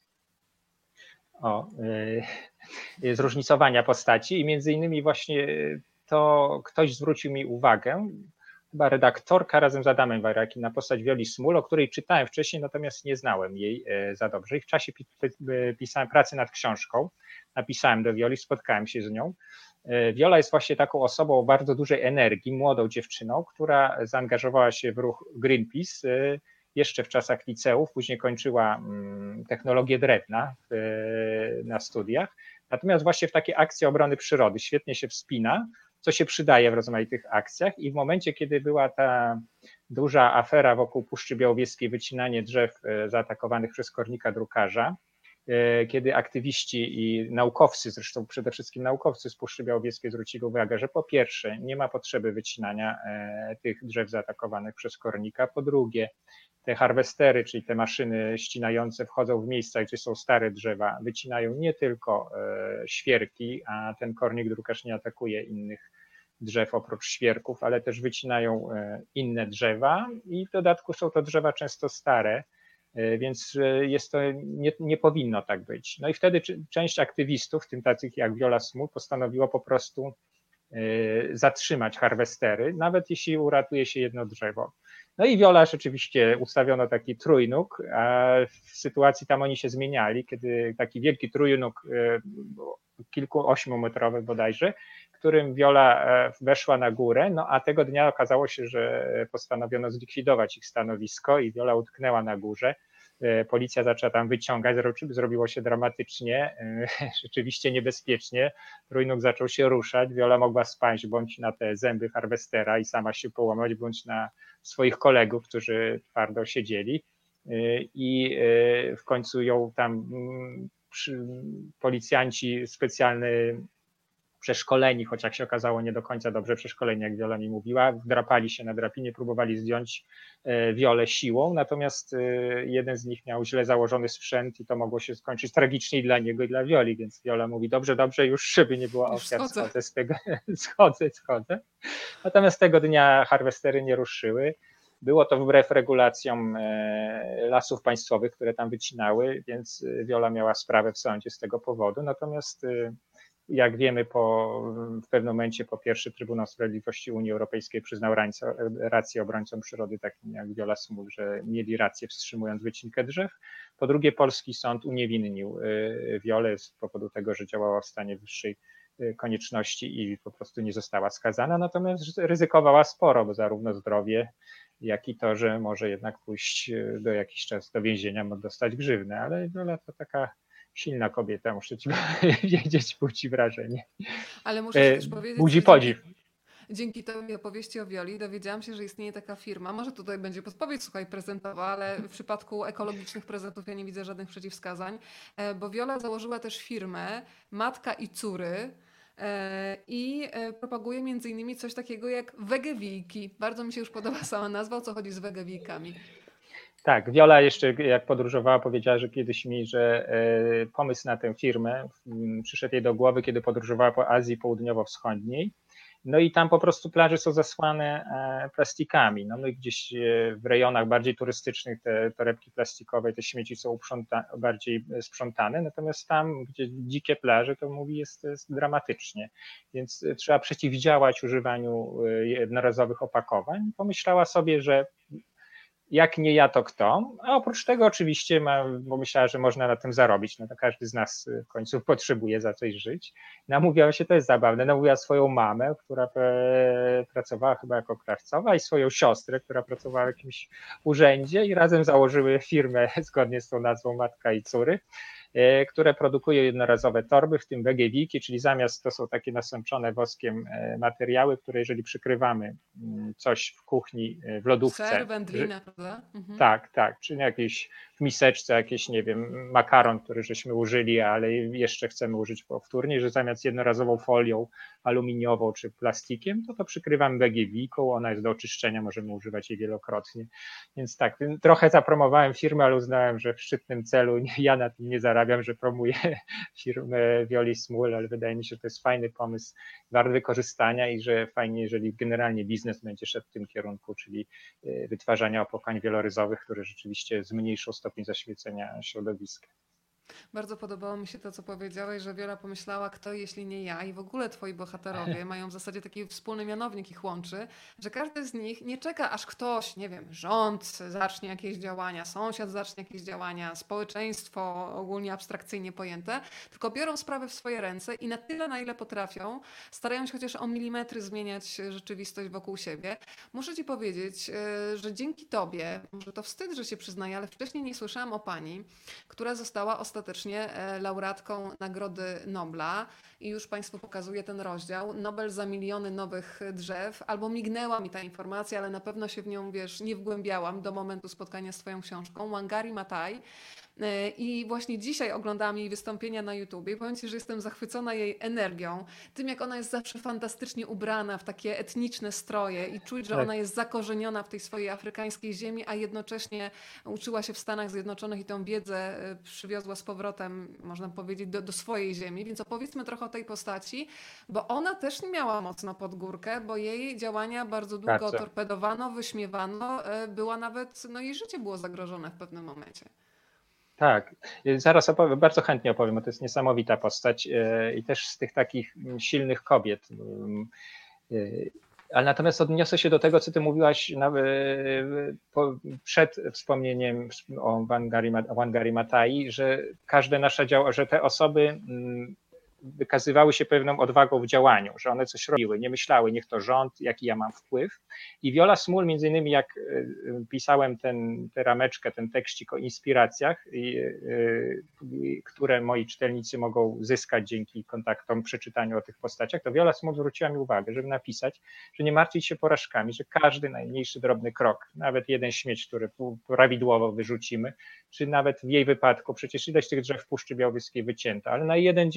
Zróżnicowania postaci i między innymi właśnie to ktoś zwrócił mi uwagę, chyba redaktorka razem z Adamem Wajrakiem, na postać Violi Smul, o której czytałem wcześniej, natomiast nie znałem jej za dobrze. I w czasie pisałem pracy nad książką, napisałem do Violi, spotkałem się z nią. Viola jest właśnie taką osobą o bardzo dużej energii, młodą dziewczyną, która zaangażowała się w ruch Greenpeace jeszcze w czasach liceów, później kończyła technologię drewna na studiach. Natomiast właśnie w takie akcje obrony przyrody świetnie się wspina, co się przydaje w rozmaitych akcjach i w momencie, kiedy była ta duża afera wokół Puszczy Białowieskiej, wycinanie drzew zaatakowanych przez kornika drukarza, kiedy aktywiści i naukowcy, zresztą przede wszystkim naukowcy z Puszczy Białowieskiej zwrócili uwagę, że po pierwsze nie ma potrzeby wycinania tych drzew zaatakowanych przez kornika, po drugie te harwestery, czyli te maszyny ścinające wchodzą w miejsca, gdzie są stare drzewa, wycinają nie tylko świerki, a ten kornik drukarz nie atakuje innych drzew oprócz świerków, ale też wycinają inne drzewa i w dodatku są to drzewa często stare, więc jest to, nie powinno tak być. No i wtedy część aktywistów, w tym takich jak Viola Smul, postanowiło po prostu zatrzymać harwestery, nawet jeśli uratuje się jedno drzewo. No i Viola rzeczywiście ustawiono taki trójnóg, a w sytuacji tam oni się zmieniali, kiedy taki wielki trójnóg, kilku 8-metrowy bodajże, którym Viola weszła na górę, no a tego dnia okazało się, że postanowiono zlikwidować ich stanowisko i Viola utknęła na górze. Policja zaczęła tam wyciągać, zrobiło się dramatycznie, rzeczywiście niebezpiecznie. Trójnóg zaczął się ruszać, Viola mogła spaść bądź na te zęby harwestera i sama się połamać, bądź na swoich kolegów, którzy twardo siedzieli. I w końcu ją tam policjanci specjalny przeszkoleni, choć jak się okazało nie do końca dobrze przeszkoleni, jak Wiola mi mówiła, wdrapali się na drapinie, próbowali zdjąć Wiolę siłą, natomiast jeden z nich miał źle założony sprzęt i to mogło się skończyć tragicznie i dla niego i dla Wioli, więc Wiola mówi, dobrze, już żeby nie było ofiar, schodzę z tego, schodzę. Natomiast tego dnia harwestery nie ruszyły. Było to wbrew regulacjom Lasów Państwowych, które tam wycinały, więc Wiola miała sprawę w sądzie z tego powodu. Natomiast jak wiemy, w pewnym momencie po pierwsze Trybunał Sprawiedliwości Unii Europejskiej przyznał rację obrońcom przyrody, takim jak Wiola Smul, że mieli rację wstrzymując wycinkę drzew. Po drugie polski sąd uniewinnił Wiolę z powodu tego, że działała w stanie wyższej konieczności i po prostu nie została skazana, natomiast ryzykowała sporo, bo zarówno zdrowie, jak i to, że może jednak pójść do jakiś czas do więzienia, dostać grzywnę, ale Wiola to taka silna kobieta, muszę ci wiedzieć, budzi wrażenie. Ale muszę ci też powiedzieć, budzi podziw. Dzięki tej opowieści o Wioli dowiedziałam się, że istnieje taka firma, może tutaj będzie podpowiedź, słuchaj, prezentowa, ale w przypadku ekologicznych prezentów ja nie widzę żadnych przeciwwskazań, bo Wiola założyła też firmę Matka i Córy, i propaguje między innymi coś takiego jak wegewijki. Bardzo mi się już podoba sama nazwa, o co chodzi z wegewijkami. Tak, Wiola jeszcze jak podróżowała powiedziała, że kiedyś mi, że pomysł na tę firmę przyszedł jej do głowy, kiedy podróżowała po Azji Południowo-Wschodniej. No i tam po prostu plaże są zasłane plastikami. No my gdzieś w rejonach bardziej turystycznych te torebki plastikowe, te śmieci są bardziej sprzątane, natomiast tam, gdzie dzikie plaże, to mówi jest dramatycznie. Więc trzeba przeciwdziałać używaniu jednorazowych opakowań. Pomyślała sobie, że jak nie ja, to kto? A oprócz tego oczywiście pomyślała, że można na tym zarobić. No to każdy z nas w końcu potrzebuje za coś żyć. Namówiła się, to jest zabawne, namówiła swoją mamę, która pracowała chyba jako krawcowa i swoją siostrę, która pracowała w jakimś urzędzie i razem założyły firmę zgodnie z tą nazwą Matka i Córy, które produkuje jednorazowe torby, w tym wegewijki, czyli zamiast, to są takie nasączone woskiem materiały, które jeżeli przykrywamy coś w kuchni, w lodówce. Ser, wędlina, prawda? Mhm. Tak, czy jakieś w miseczce, jakieś, nie wiem, makaron, który żeśmy użyli, ale jeszcze chcemy użyć powtórnie, że zamiast jednorazową folią aluminiową czy plastikiem, to przykrywamy wegewijką, ona jest do oczyszczenia, możemy używać jej wielokrotnie. Więc tak, trochę zapromowałem firmę, ale uznałem, że w szczytnym celu ja na tym nie zarabiam, że promuję firmę Wioli Smul, ale wydaje mi się, że to jest fajny pomysł, wart wykorzystania i że fajnie, jeżeli generalnie biznes będzie szedł w tym kierunku, czyli wytwarzania opłakań wieloryzowych, które rzeczywiście zmniejszą stopień zaśmiecenia środowiska. Bardzo podobało mi się to, co powiedziałeś, że Wiola pomyślała, kto jeśli nie ja i w ogóle twoi bohaterowie mają w zasadzie taki wspólny mianownik ich łączy, że każdy z nich nie czeka, aż ktoś, nie wiem, rząd zacznie jakieś działania, sąsiad zacznie jakieś działania, społeczeństwo ogólnie abstrakcyjnie pojęte, tylko biorą sprawę w swoje ręce i na tyle, na ile potrafią, starają się chociaż o milimetry zmieniać rzeczywistość wokół siebie. Muszę ci powiedzieć, że dzięki tobie, może to wstyd, że się przyznaję, ale wcześniej nie słyszałam o pani, która została ostatecznie laureatką Nagrody Nobla i już Państwu pokazuję ten rozdział. Nobel za miliony nowych drzew. Albo mignęła mi ta informacja, ale na pewno się w nią, nie wgłębiałam do momentu spotkania z Twoją książką. Wangari Maathai. I właśnie dzisiaj oglądałam jej wystąpienia na YouTubie. Powiem Ci, że jestem zachwycona jej energią, tym jak ona jest zawsze fantastycznie ubrana w takie etniczne stroje i czuć, że ona jest zakorzeniona w tej swojej afrykańskiej ziemi, a jednocześnie uczyła się w Stanach Zjednoczonych i tę wiedzę przywiozła z powrotem, można powiedzieć, do swojej ziemi. Więc opowiedzmy trochę o tej postaci, bo ona też nie miała mocno pod górkę, bo jej działania bardzo długo torpedowano, wyśmiewano, była nawet, jej życie było zagrożone w pewnym momencie. Tak, zaraz opowiem, bardzo chętnie opowiem, bo to jest niesamowita postać i też z tych takich silnych kobiet. Ale natomiast odniosę się do tego, co ty mówiłaś przed wspomnieniem o Wangari Maathai, że każde nasze że te osoby wykazywały się pewną odwagą w działaniu, że one coś robiły, nie myślały, niech to rząd, jaki ja mam wpływ. I Wiola Smul, między innymi jak pisałem tę rameczkę, ten tekścik o inspiracjach, które moi czytelnicy mogą zyskać dzięki kontaktom, przeczytaniu o tych postaciach, to Wiola Smul zwróciła mi uwagę, żeby napisać, że nie martwić się porażkami, że każdy najmniejszy drobny krok, nawet jeden śmieć, który prawidłowo wyrzucimy, czy nawet w jej wypadku, przecież ileś tych drzew w Puszczy Białowieskiej wycięto, ale na jeden dzień wstrzymała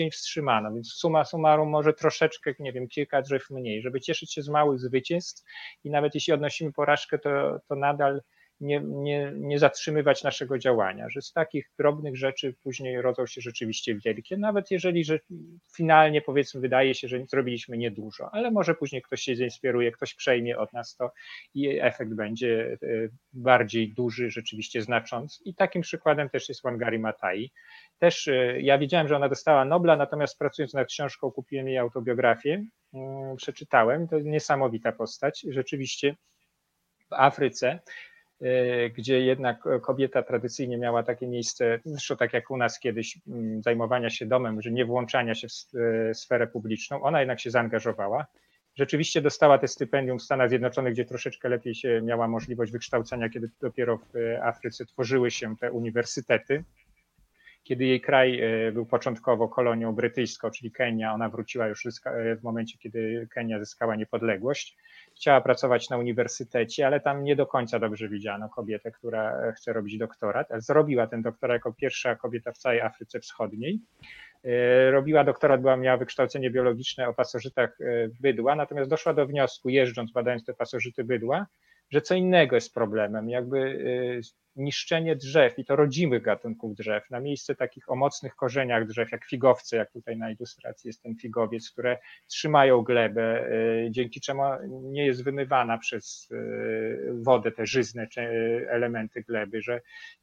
ma. No więc summa summarum może troszeczkę, nie wiem, kilka drzew mniej, żeby cieszyć się z małych zwycięstw i nawet jeśli odnosimy porażkę, to nadal nie zatrzymywać naszego działania, że z takich drobnych rzeczy później rodzą się rzeczywiście wielkie, nawet jeżeli że finalnie powiedzmy wydaje się, że zrobiliśmy niedużo, ale może później ktoś się zainspiruje, ktoś przejmie od nas to i efekt będzie bardziej duży, rzeczywiście znaczący. I takim przykładem też jest Wangari Maathai. Też ja wiedziałem, że ona dostała Nobla, natomiast pracując nad książką kupiłem jej autobiografię, przeczytałem, to niesamowita postać, rzeczywiście w Afryce, gdzie jednak kobieta tradycyjnie miała takie miejsce, zresztą tak jak u nas kiedyś, zajmowania się domem, że nie włączania się w sferę publiczną, ona jednak się zaangażowała. Rzeczywiście dostała te stypendium w Stanach Zjednoczonych, gdzie troszeczkę lepiej się miała możliwość wykształcenia, kiedy dopiero w Afryce tworzyły się te uniwersytety. Kiedy jej kraj był początkowo kolonią brytyjską, czyli Kenia, ona wróciła już w momencie, kiedy Kenia zyskała niepodległość. Chciała pracować na uniwersytecie, ale tam nie do końca dobrze widziano kobietę, która chce robić doktorat. Zrobiła ten doktorat jako pierwsza kobieta w całej Afryce Wschodniej. Robiła doktorat, miała wykształcenie biologiczne o pasożytach bydła, natomiast doszła do wniosku, jeżdżąc, badając te pasożyty bydła, że co innego jest problemem, jakby niszczenie drzew i to rodzimych gatunków drzew na miejsce takich o mocnych korzeniach drzew, jak figowce, jak tutaj na ilustracji jest ten figowiec, które trzymają glebę, dzięki czemu nie jest wymywana przez wodę te żyzne elementy gleby, że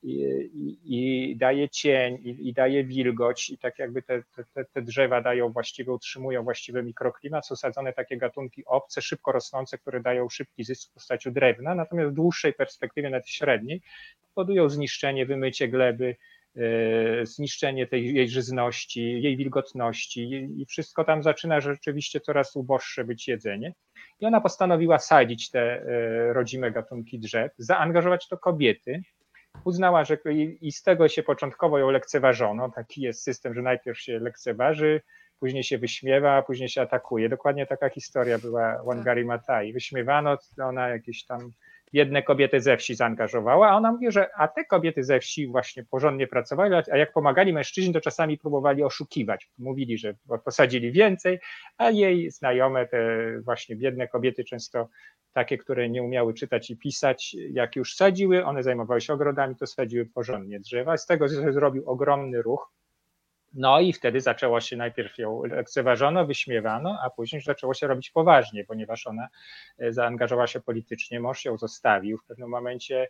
i daje cień, i daje wilgoć i tak jakby te drzewa dają właściwie, utrzymują właściwy mikroklimat, są sadzone takie gatunki obce, szybko rosnące, które dają szybki zysk w postaci drewna, natomiast w dłuższej perspektywie, nawet średniej, powodują zniszczenie, wymycie gleby, zniszczenie tej jej żyzności, jej wilgotności i wszystko tam zaczyna rzeczywiście coraz uboższe być jedzenie. I ona postanowiła sadzić te rodzime gatunki drzew, zaangażować to kobiety. Uznała, że i z tego się początkowo ją lekceważono. Taki jest system, że najpierw się lekceważy, później się wyśmiewa, a później się atakuje. Dokładnie taka historia była Wangari Maathai. Wyśmiewano, ona jakieś tam biedne kobiety ze wsi zaangażowała, a ona mówi, że a te kobiety ze wsi właśnie porządnie pracowały, a jak pomagali mężczyźni, to czasami próbowali oszukiwać. Mówili, że posadzili więcej, a jej znajome, te właśnie biedne kobiety, często takie, które nie umiały czytać i pisać, jak już sadziły, one zajmowały się ogrodami, to sadziły porządnie drzewa. Z tego zrobił ogromny ruch. No i wtedy zaczęło się, najpierw ją lekceważono, wyśmiewano, a później zaczęło się robić poważnie, ponieważ ona zaangażowała się politycznie, mąż ją zostawił. W pewnym momencie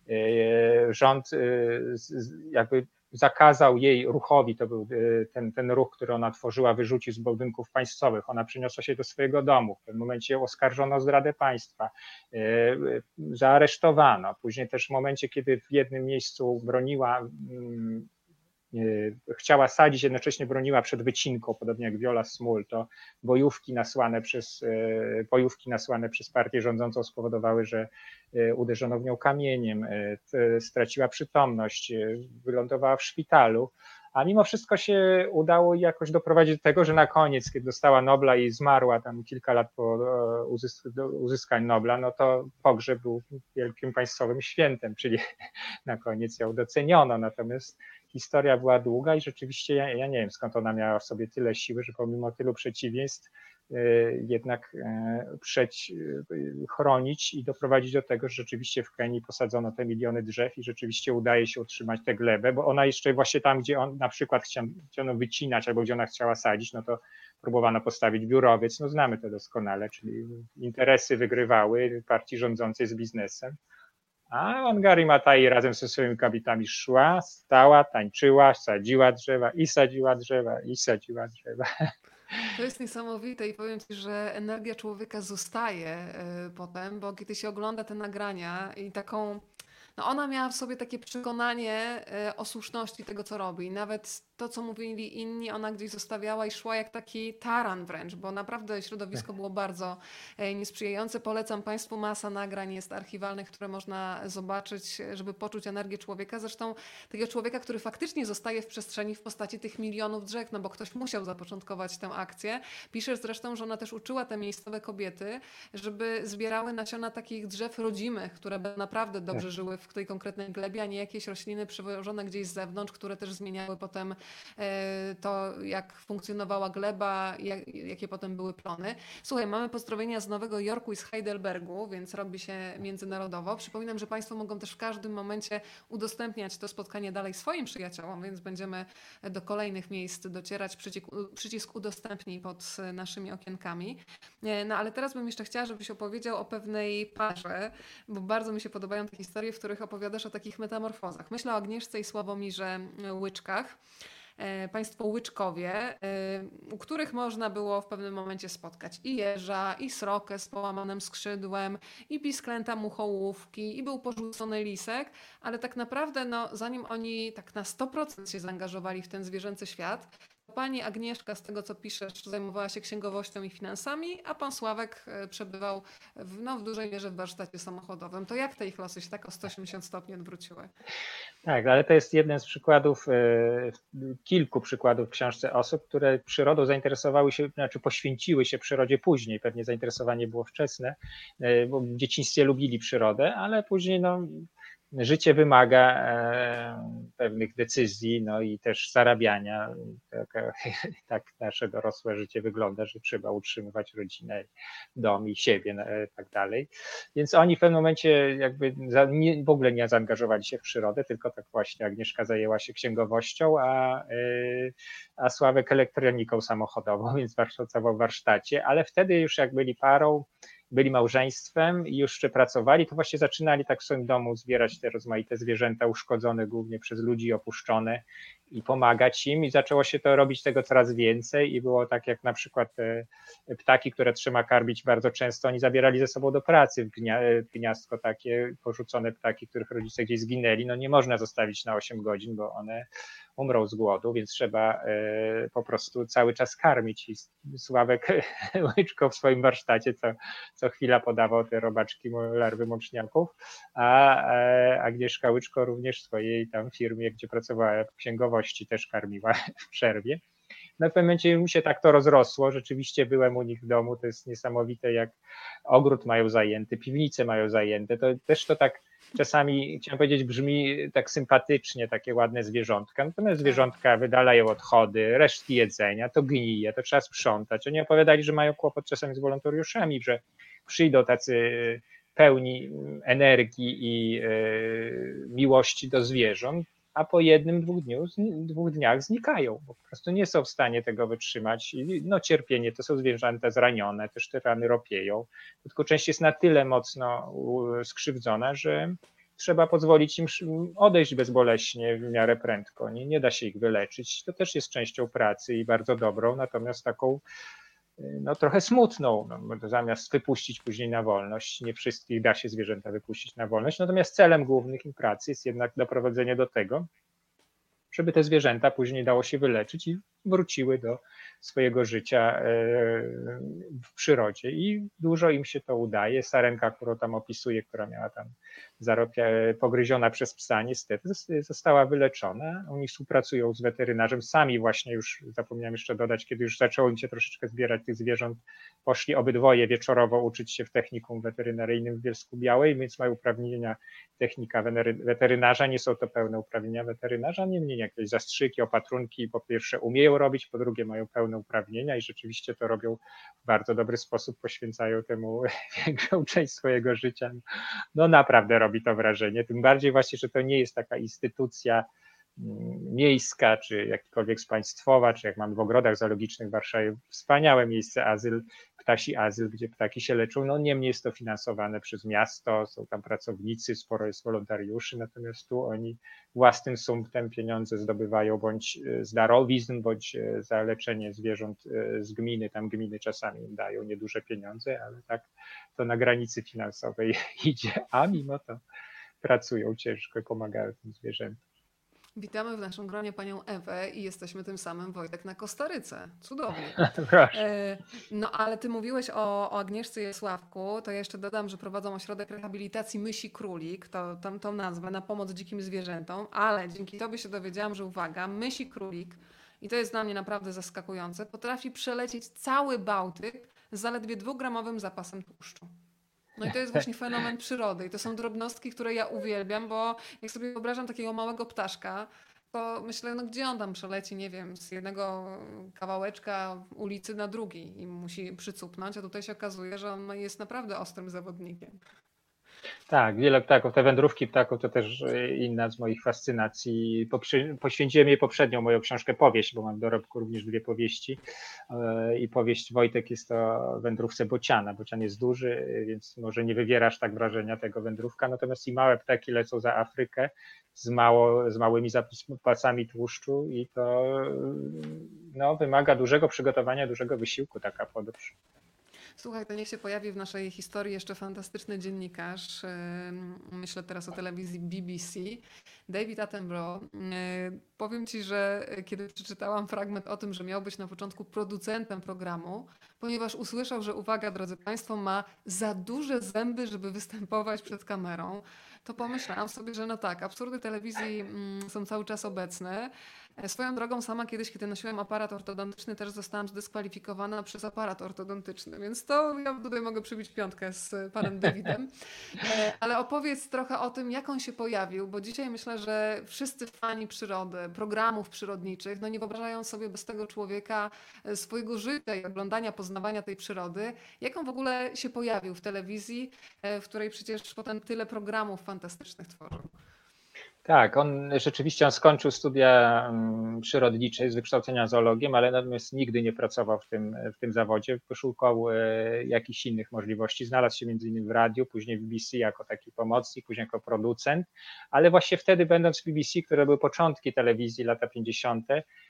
rząd jakby zakazał jej ruchowi, to był ten ruch, który ona tworzyła, wyrzucił z budynków państwowych, ona przyniosła się do swojego domu, w pewnym momencie ją oskarżono o zdradę państwa, zaaresztowano. Później też w momencie, kiedy w jednym miejscu broniła, chciała sadzić, jednocześnie broniła przed wycinką, podobnie jak Viola Small, to bojówki nasłane przez partię rządzącą spowodowały, że uderzono w nią kamieniem, straciła przytomność, wylądowała w szpitalu, a mimo wszystko się udało jakoś doprowadzić do tego, że na koniec, kiedy dostała Nobla i zmarła tam kilka lat po uzyskań Nobla, no to pogrzeb był wielkim państwowym świętem, czyli na koniec ją doceniono, natomiast historia była długa i rzeczywiście ja nie wiem, skąd ona miała w sobie tyle siły, że pomimo tylu przeciwieństw jednak chronić i doprowadzić do tego, że rzeczywiście w Kenii posadzono te miliony drzew i rzeczywiście udaje się utrzymać tę glebę, bo ona jeszcze właśnie tam, gdzie on na przykład chciano wycinać albo gdzie ona chciała sadzić, no to próbowano postawić biurowiec, no znamy to doskonale, czyli interesy wygrywały partii rządzącej z biznesem. A Wangari Maathai razem ze swoimi kobietami szła, stała, tańczyła, sadziła drzewa i sadziła drzewa i sadziła drzewa. To jest niesamowite i powiem Ci, że energia człowieka zostaje potem, bo kiedy się ogląda te nagrania i taką, no ona miała w sobie takie przekonanie o słuszności tego, co robi. Nawet to, co mówili inni, ona gdzieś zostawiała i szła jak taki taran wręcz, bo naprawdę środowisko było bardzo niesprzyjające. Polecam Państwu, masa nagrań jest archiwalnych, które można zobaczyć, żeby poczuć energię człowieka. Zresztą takiego człowieka, który faktycznie zostaje w przestrzeni w postaci tych milionów drzew, no bo ktoś musiał zapoczątkować tę akcję. Piszesz zresztą, że ona też uczyła te miejscowe kobiety, żeby zbierały nasiona takich drzew rodzimych, które naprawdę dobrze żyły w tej konkretnej glebie, a nie jakieś rośliny przywożone gdzieś z zewnątrz, które też zmieniały potem to jak funkcjonowała gleba, jakie potem były plony. Słuchaj, mamy pozdrowienia z Nowego Jorku i z Heidelbergu, więc robi się międzynarodowo. Przypominam, że Państwo mogą też w każdym momencie udostępniać to spotkanie dalej swoim przyjaciołom, więc będziemy do kolejnych miejsc docierać. Przycisk udostępnij pod naszymi okienkami. No ale teraz bym jeszcze chciała, żebyś opowiedział o pewnej parze, bo bardzo mi się podobają te historie, w których opowiadasz o takich metamorfozach. Myślę o Agnieszce i Sławomirze Łyczkach. Państwo Łyczkowie, u których można było w pewnym momencie spotkać i jeża, i srokę z połamanym skrzydłem, i pisklęta muchołówki, i był porzucony lisek, ale tak naprawdę zanim oni tak na 100% się zaangażowali w ten zwierzęcy świat, to pani Agnieszka, z tego co piszesz, zajmowała się księgowością i finansami, a pan Sławek przebywał w dużej mierze w warsztacie samochodowym. To jak te ich losy się tak o 180 stopni odwróciły? Tak, ale to jest jeden z przykładów, kilku przykładów w książce osób, które przyrodą zainteresowały się, znaczy poświęciły się przyrodzie później. Pewnie zainteresowanie było wczesne, bo w dzieciństwie lubili przyrodę, ale później życie wymaga pewnych decyzji, i też zarabiania. Tak nasze dorosłe życie wygląda, że trzeba utrzymywać rodzinę, dom i siebie, tak dalej. Więc oni w pewnym momencie jakby w ogóle nie zaangażowali się w przyrodę, tylko tak właśnie Agnieszka zajęła się księgowością, a Sławek elektroniką samochodową, więc pracował w warsztacie, ale wtedy już jak byli parą, byli małżeństwem i już pracowali, to właśnie zaczynali tak w swoim domu zbierać te rozmaite zwierzęta uszkodzone głównie przez ludzi, opuszczone i pomagać im i zaczęło się to robić tego coraz więcej i było tak jak na przykład te ptaki, które trzeba karmić bardzo często, oni zabierali ze sobą do pracy w gniazdko takie porzucone ptaki, których rodzice gdzieś zginęli, nie można zostawić na 8 godzin, bo one umrą z głodu, więc trzeba po prostu cały czas karmić i Sławek Łyczko w swoim warsztacie co chwila podawał te robaczki, larwy mączniaków, a Agnieszka Łyczko również w swojej tam firmie, gdzie pracowała w księgowości, też karmiła w przerwie. W pewnym momencie mi się tak to rozrosło, rzeczywiście byłem u nich w domu, to jest niesamowite, jak ogród mają zajęty, piwnice mają zajęte, to też to tak czasami, chciałem powiedzieć, brzmi tak sympatycznie, takie ładne zwierzątka, natomiast zwierzątka wydalają odchody, resztki jedzenia, to gnije, to trzeba sprzątać. Oni opowiadali, że mają kłopot czasami z wolontariuszami, że przyjdą tacy pełni energii i miłości do zwierząt, a po jednym, dwóch dniach znikają. Po prostu nie są w stanie tego wytrzymać. Cierpienie, to są zwierzęta zranione, też te rany ropieją. Tylko część jest na tyle mocno skrzywdzona, że trzeba pozwolić im odejść bezboleśnie w miarę prędko. Nie da się ich wyleczyć. To też jest częścią pracy i bardzo dobrą, natomiast taką trochę smutną, zamiast wypuścić później na wolność. Nie wszystkich da się zwierzęta wypuścić na wolność, natomiast celem głównym ich pracy jest jednak doprowadzenie do tego, żeby te zwierzęta później dało się wyleczyć i wróciły do swojego życia w przyrodzie i dużo im się to udaje. Sarenka, którą tam opisuję, która miała tam pogryziona przez psa, niestety została wyleczona. Oni współpracują z weterynarzem, sami właśnie już, zapomniałem jeszcze dodać, kiedy już zaczęło im się troszeczkę zbierać tych zwierząt, poszli obydwoje wieczorowo uczyć się w technikum weterynaryjnym w Bielsku-Białej, więc mają uprawnienia technika weterynarza, nie są to pełne uprawnienia weterynarza, niemniej jakieś zastrzyki, opatrunki po pierwsze umieją robić, po drugie mają pełne uprawnienia i rzeczywiście to robią w bardzo dobry sposób, poświęcają temu większą część swojego życia. Naprawdę robi to wrażenie, tym bardziej właśnie, że to nie jest taka instytucja miejska, czy jakikolwiek państwowa, czy jak mamy w ogrodach zoologicznych w Warszawie, wspaniałe miejsce, ptasi azyl, gdzie ptaki się leczą, niemniej jest to finansowane przez miasto, są tam pracownicy, sporo jest wolontariuszy, natomiast tu oni własnym sumptem pieniądze zdobywają bądź z darowizn, bądź za leczenie zwierząt z gminy, tam gminy czasami im dają nieduże pieniądze, ale tak to na granicy finansowej idzie, a mimo to pracują ciężko i pomagają tym zwierzętom. Witamy w naszym gronie panią Ewę i jesteśmy tym samym, Wojtek, na Kostaryce. Cudownie. Ale ty mówiłeś o Agnieszce i Sławku, to ja jeszcze dodam, że prowadzą ośrodek rehabilitacji Mysi Królik, to tam tą nazwę, na pomoc dzikim zwierzętom, ale dzięki tobie się dowiedziałam, że uwaga, Mysi Królik, i to jest dla mnie naprawdę zaskakujące, potrafi przelecieć cały Bałtyk z zaledwie 2-gramowym zapasem tłuszczu. I to jest właśnie fenomen przyrody. I to są drobnostki, które ja uwielbiam, bo jak sobie wyobrażam takiego małego ptaszka, to myślę, no gdzie on tam przeleci, nie wiem, z jednego kawałeczka ulicy na drugi i musi przycupnąć, a tutaj się okazuje, że on jest naprawdę ostrym zawodnikiem. Tak, wiele ptaków. Te wędrówki ptaków to też inna z moich fascynacji. Poświęciłem jej poprzednią moją książkę Powieść, bo mam w dorobku również dwie powieści. I powieść Wojtek jest to wędrówce bociana. Bocian jest duży, więc może nie wywierasz tak wrażenia tego wędrówka. Natomiast i małe ptaki lecą za Afrykę z małymi zapasami tłuszczu i to no, wymaga dużego przygotowania, dużego wysiłku taka podróż. Słuchaj, to niech się pojawi w naszej historii jeszcze fantastyczny dziennikarz. Myślę teraz o telewizji BBC. David Attenborough. Powiem ci, że kiedy przeczytałam fragment o tym, że miał być na początku producentem programu, ponieważ usłyszał, że uwaga, drodzy Państwo, ma za duże zęby, żeby występować przed kamerą, to pomyślałam sobie, że no tak, absurdy telewizji są cały czas obecne. Swoją drogą sama kiedyś, kiedy nosiłam aparat ortodontyczny, też zostałam zdyskwalifikowana przez aparat ortodontyczny, więc to ja tutaj mogę przybić piątkę z panem Davidem. Ale opowiedz trochę o tym, jak on się pojawił, bo dzisiaj myślę, że wszyscy fani przyrody, programów przyrodniczych, no nie wyobrażają sobie bez tego człowieka swojego życia i oglądania, poznawania tej przyrody. Jak on w ogóle się pojawił w telewizji, w której przecież potem tyle programów fantastycznych tworzył? Tak, on skończył studia przyrodnicze z wykształcenia zoologiem, ale natomiast nigdy nie pracował w tym zawodzie. Poszukał jakichś innych możliwości. Znalazł się między innymi w radiu, później w BBC jako taki pomocnik, później jako producent, ale właśnie wtedy, będąc w BBC, które były początki telewizji, lata 50.,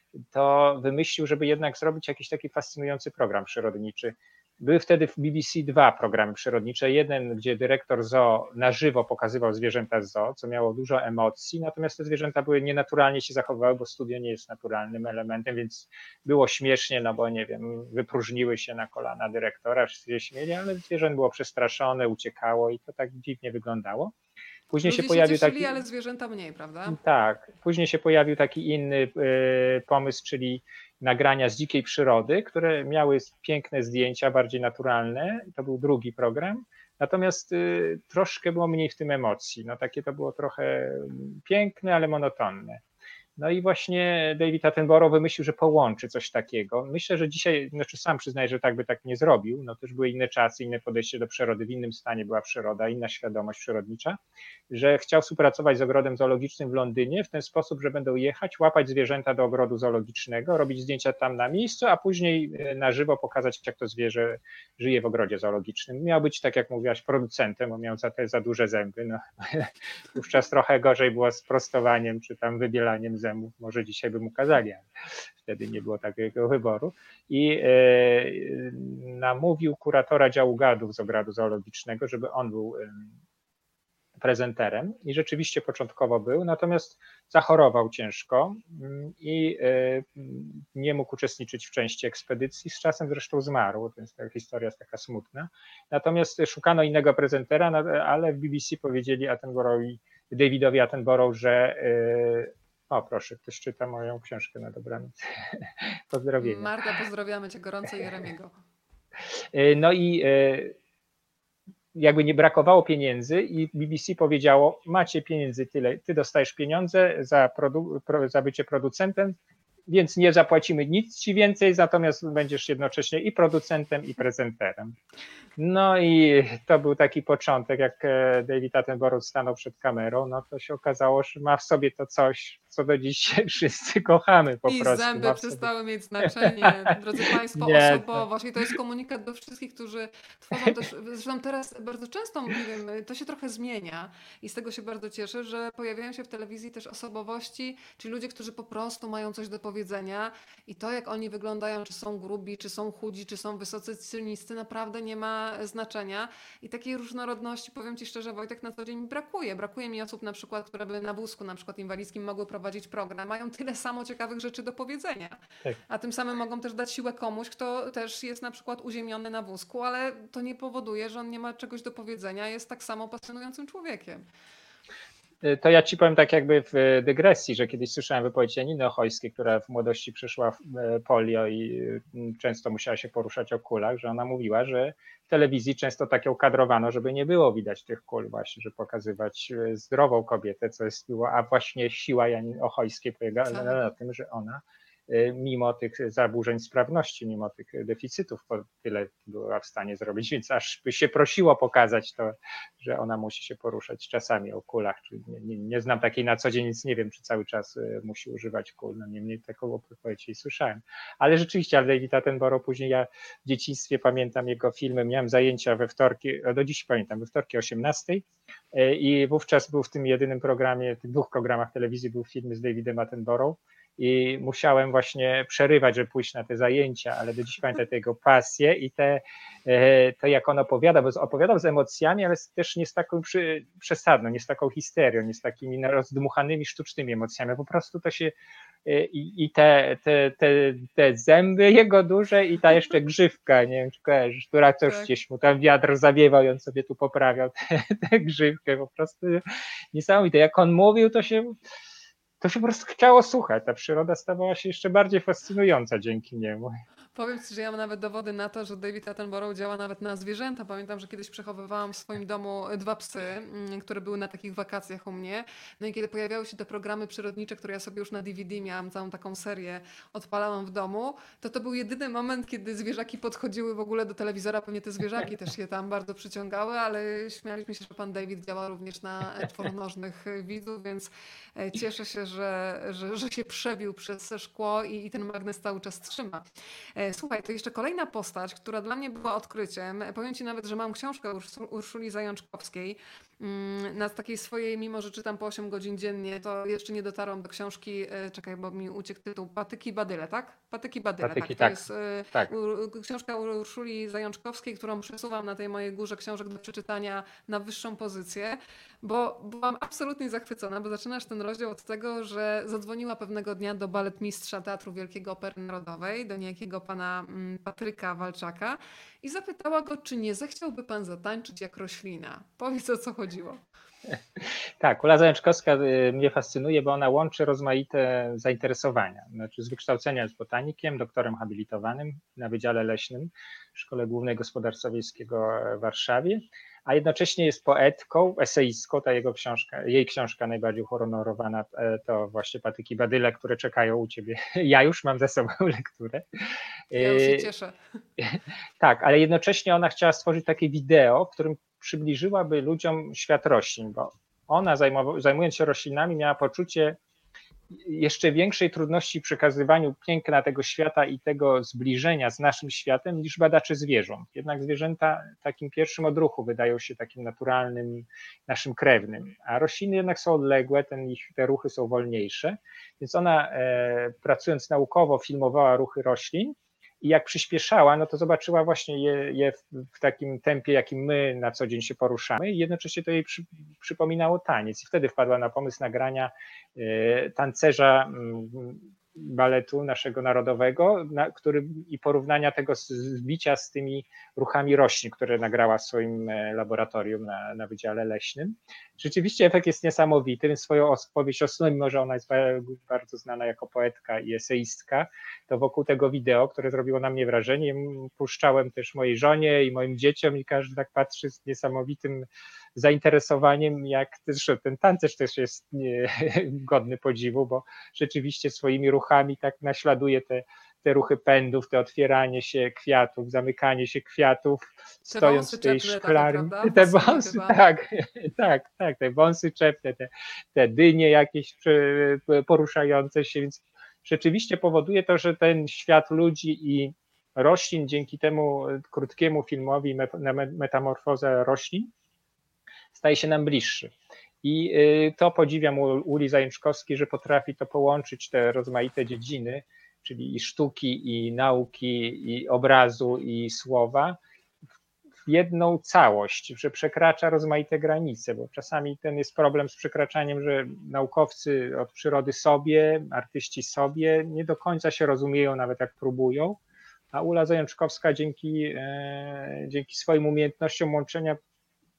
to wymyślił, żeby jednak zrobić jakiś taki fascynujący program przyrodniczy. Były wtedy w BBC dwa programy przyrodnicze. Jeden, gdzie dyrektor zoo na żywo pokazywał zwierzęta z zoo, co miało dużo emocji, natomiast te zwierzęta były nienaturalnie się zachowywały, bo studio nie jest naturalnym elementem, więc było śmiesznie, no bo nie wiem, wypróżniły się na kolana dyrektora, wszyscy się śmieli, ale zwierzę było przestraszone, uciekało i to tak dziwnie wyglądało. Później się Ludzie się pojawił cieszyli, taki. ale zwierzęta mniej, prawda? Tak, później się pojawił taki inny pomysł, czyli nagrania z dzikiej przyrody, które miały piękne zdjęcia, bardziej naturalne. To był drugi program. Natomiast troszkę było mniej w tym emocji. No takie to było trochę piękne, ale monotonne. No i właśnie David Attenborough wymyślił, że połączy coś takiego. Myślę, że dzisiaj, znaczy sam przyznaję, że tak by tak nie zrobił. No też były inne czasy, inne podejście do przyrody, w innym stanie była przyroda, inna świadomość przyrodnicza, że chciał współpracować z ogrodem zoologicznym w Londynie w ten sposób, że będą jechać, łapać zwierzęta do ogrodu zoologicznego, robić zdjęcia tam na miejscu, a później na żywo pokazać, jak to zwierzę żyje w ogrodzie zoologicznym. Miał być, tak jak mówiłaś, producentem, bo miał za duże zęby. No, wówczas trochę gorzej było z prostowaniem czy tam wybielaniem zębów. Może dzisiaj by mu kazali, ale wtedy nie było takiego wyboru. I namówił kuratora działu gadów z ogrodu zoologicznego, żeby on był prezenterem i rzeczywiście początkowo był, natomiast zachorował ciężko i nie mógł uczestniczyć w części ekspedycji, z czasem zresztą zmarł, więc ta historia jest taka smutna. Natomiast szukano innego prezentera, ale w BBC powiedzieli Davidowi Attenborough, że o proszę, ktoś czyta moją książkę na dobranoc. Pozdrowienia. Marta, pozdrawiamy cię gorąco, Jeremiego. No i jakby nie brakowało pieniędzy i BBC powiedziało, macie pieniędzy tyle, ty dostajesz pieniądze za bycie producentem, więc nie zapłacimy nic ci więcej, natomiast będziesz jednocześnie i producentem, i prezenterem. No i to był taki początek, jak David Attenborough stanął przed kamerą, no to się okazało, że ma w sobie to coś, co do dziś wszyscy kochamy po I prostu. zęby przestały mieć znaczenie, drodzy Państwo, osobowość. I to jest komunikat do wszystkich, którzy tworzą też, zresztą teraz bardzo często, nie wiem, to się trochę zmienia i z tego się bardzo cieszę, że pojawiają się w telewizji też osobowości, czyli ludzie, którzy po prostu mają coś do powiedzenia i to, jak oni wyglądają, czy są grubi, czy są chudzi, czy są wysocy, czy niscy, naprawdę nie ma znaczenia. I takiej różnorodności, powiem Ci szczerze, Wojtek, na co dzień mi brakuje. Brakuje mi osób na przykład, które by na wózku na przykład inwalidzkim mogły prowadzić program. Mają tyle samo ciekawych rzeczy do powiedzenia. Tak. A tym samym mogą też dać siłę komuś, kto też jest na przykład uziemiony na wózku, ale to nie powoduje, że on nie ma czegoś do powiedzenia, jest tak samo pasjonującym człowiekiem. To ja ci powiem tak jakby w dygresji, że kiedyś słyszałem wypowiedź Janiny Ochojskiej, która w młodości przeszła polio i często musiała się poruszać o kulach, że ona mówiła, że w telewizji często tak ją kadrowano, żeby nie było widać tych kul właśnie, żeby pokazywać zdrową kobietę, co jest było, a właśnie siła Janiny Ochojskiej polegała na tym, że ona mimo tych zaburzeń sprawności, mimo tych deficytów, tyle była w stanie zrobić, więc aż by się prosiło pokazać to, że ona musi się poruszać czasami o kulach. Nie znam takiej na co dzień, nic nie wiem, czy cały czas musi używać kul. No niemniej taką wypowiedź słyszałem. Ale rzeczywiście, ale David Attenborough później, ja w dzieciństwie pamiętam jego filmy, miałem zajęcia we wtorki, do dziś pamiętam, we wtorki o 18 i wówczas był w tym jedynym programie, w tych 2 programach telewizji był film z Davidem Attenborough i musiałem właśnie przerywać, żeby pójść na te zajęcia, ale do dziś pamiętam tego pasję i to jak on opowiada, bo opowiadał z emocjami, ale też nie z taką przesadną, nie z taką histerią, nie z takimi rozdmuchanymi, sztucznymi emocjami, po prostu to się i te zęby jego duże i ta jeszcze grzywka, nie wiem czy kojarzysz, która coś gdzieś mu tam wiatr zawiewał i on sobie tu poprawiał tę grzywkę, po prostu niesamowite. Jak on mówił, to się po prostu chciało słuchać. Ta przyroda stawała się jeszcze bardziej fascynująca dzięki niemu. Powiem Ci, że ja mam nawet dowody na to, że David Attenborough działa nawet na zwierzęta. Pamiętam, że kiedyś przechowywałam w swoim domu 2 psy, które były na takich wakacjach u mnie. No i kiedy pojawiały się te programy przyrodnicze, które ja sobie już na DVD miałam, całą taką serię odpalałam w domu, to był jedyny moment, kiedy zwierzaki podchodziły w ogóle do telewizora. Pewnie te zwierzaki też je tam bardzo przyciągały, ale śmialiśmy się, że pan David działa również na czworonożnych widzów, więc cieszę się, że się przebił przez szkło i ten magnes cały czas trzyma. Słuchaj, to jeszcze kolejna postać, która dla mnie była odkryciem. Powiem Ci nawet, że mam książkę Urszuli Zajączkowskiej. Na takiej swojej, mimo że czytam po 8 godzin dziennie, to jeszcze nie dotarłam do książki, czekaj, bo mi uciekł tytuł, Patyki Badyle, tak? Patyki Badyle, Patyki, tak. To tak, jest tak. książka Urszuli Zajączkowskiej, którą przesuwam na tej mojej górze książek do przeczytania na wyższą pozycję, bo byłam absolutnie zachwycona, bo zaczynasz ten rozdział od tego, że zadzwoniła pewnego dnia do baletmistrza Teatru Wielkiego Opery Narodowej, do niejakiego pana Patryka Walczaka i zapytała go, czy nie zechciałby pan zatańczyć jak roślina. Powiedz, o co chodziło. Tak, Ula Zajączkowska mnie fascynuje, bo ona łączy rozmaite zainteresowania. Znaczy z wykształcenia jest botanikiem, doktorem habilitowanym na Wydziale Leśnym w Szkole Głównej Gospodarstwa Wiejskiego w Warszawie, a jednocześnie jest poetką, eseistką. Ta jej książka najbardziej uhonorowana to właśnie Patyki Badyle, które czekają u ciebie. Ja już mam ze sobą lekturę. Ja już się cieszę. Tak, ale jednocześnie ona chciała stworzyć takie wideo, w którym przybliżyłaby ludziom świat roślin, bo ona zajmując się roślinami miała poczucie jeszcze większej trudności w przekazywaniu piękna tego świata i tego zbliżenia z naszym światem niż badacze zwierząt. Jednak zwierzęta takim pierwszym odruchu wydają się takim naturalnym, naszym krewnym, a rośliny jednak są odległe, te ruchy są wolniejsze, więc ona pracując naukowo filmowała ruchy roślin i jak przyspieszała, no to zobaczyła właśnie je w takim tempie, jakim my na co dzień się poruszamy i jednocześnie to jej przypominało taniec. I wtedy wpadła na pomysł nagrania tancerza baletu naszego narodowego, i porównania tego zbicia z tymi ruchami roślin, które nagrała w swoim laboratorium na Wydziale Leśnym. Rzeczywiście efekt jest niesamowity, więc swoją opowieść o snu, mimo że ona jest bardzo znana jako poetka i eseistka, to wokół tego wideo, które zrobiło na mnie wrażenie, puszczałem też mojej żonie i moim dzieciom i każdy tak patrzy z niesamowitym zainteresowaniem, jak zresztą ten tancerz też jest godny podziwu, bo rzeczywiście swoimi ruchami tak naśladuje te ruchy pędów, te otwieranie się kwiatów, zamykanie się kwiatów, stojąc w tej szklarni. Te wąsy, tak, te wąsy czepne, te dynie jakieś poruszające się, więc rzeczywiście powoduje to, że ten świat ludzi i roślin dzięki temu krótkiemu filmowi Metamorfoza roślin staje się nam bliższy. I to podziwiam u Uli Zajączkowskiej, że potrafi to połączyć, te rozmaite dziedziny, czyli i sztuki, i nauki, i obrazu, i słowa w jedną całość, że przekracza rozmaite granice, bo czasami ten jest problem z przekraczaniem, że naukowcy od przyrody sobie, artyści sobie nie do końca się rozumieją, nawet jak próbują, a Ula Zajączkowska dzięki swoim umiejętnościom łączenia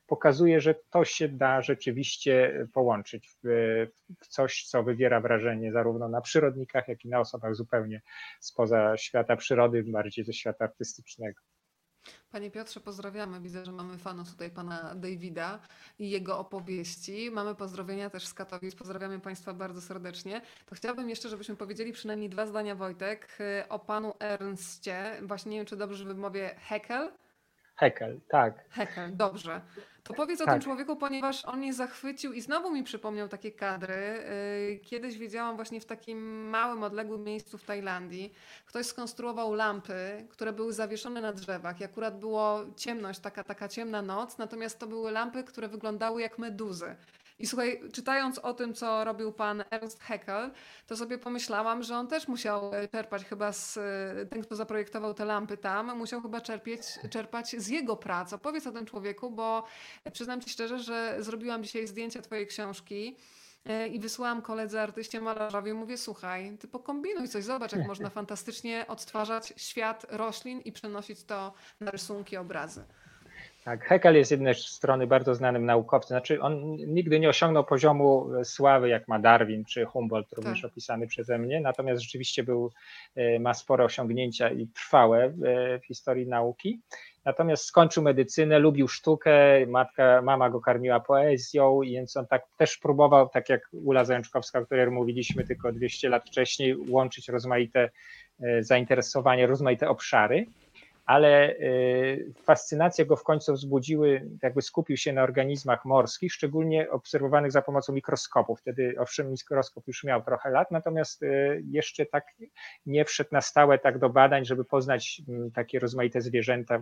pokazuje, że to się da rzeczywiście połączyć w coś, co wywiera wrażenie zarówno na przyrodnikach, jak i na osobach zupełnie spoza świata przyrody, bardziej ze świata artystycznego. Panie Piotrze, pozdrawiamy. Widzę, że mamy fanów tutaj pana Davida i jego opowieści. Mamy pozdrowienia też z Katowic. Pozdrawiamy Państwa bardzo serdecznie. To chciałabym jeszcze, żebyśmy powiedzieli przynajmniej 2 zdania, Wojtek, o panu Ernstie. Właśnie nie wiem, czy dobrze wymówię Haeckel. Haeckel, tak, Haeckel, dobrze. To powiedz o tym tak. człowieku, ponieważ on mnie zachwycił i znowu mi przypomniał takie kadry. Kiedyś wiedziałam właśnie w takim małym, odległym miejscu w Tajlandii. Ktoś skonstruował lampy, które były zawieszone na drzewach i akurat było ciemność, taka ciemna noc, natomiast to były lampy, które wyglądały jak meduzy. I słuchaj, czytając o tym, co robił pan Ernst Haeckel, to sobie pomyślałam, że on też musiał czerpać chyba ten, kto zaprojektował te lampy tam, musiał chyba czerpać z jego prac. Opowiedz o tym człowieku, bo przyznam ci szczerze, że zrobiłam dzisiaj zdjęcia twojej książki i wysłałam koledze artyście malarzowi. Mówię, słuchaj, ty pokombinuj coś, zobacz jak można fantastycznie odtwarzać świat roślin i przenosić to na rysunki, obrazy. Tak, Haeckel jest z jednej strony bardzo znanym naukowcem, znaczy on nigdy nie osiągnął poziomu sławy jak ma Darwin czy Humboldt, również Tak. opisany przeze mnie, natomiast rzeczywiście ma spore osiągnięcia i trwałe w historii nauki. Natomiast skończył medycynę, lubił sztukę, mama go karmiła poezją, więc on tak też próbował, tak jak Ula Zajączkowska, o której mówiliśmy tylko 200 lat wcześniej, łączyć rozmaite zainteresowania, rozmaite obszary. Ale fascynacje go w końcu wzbudziły, jakby skupił się na organizmach morskich, szczególnie obserwowanych za pomocą mikroskopu. Wtedy owszem mikroskop już miał trochę lat, natomiast jeszcze tak nie wszedł na stałe tak do badań, żeby poznać takie rozmaite zwierzęta,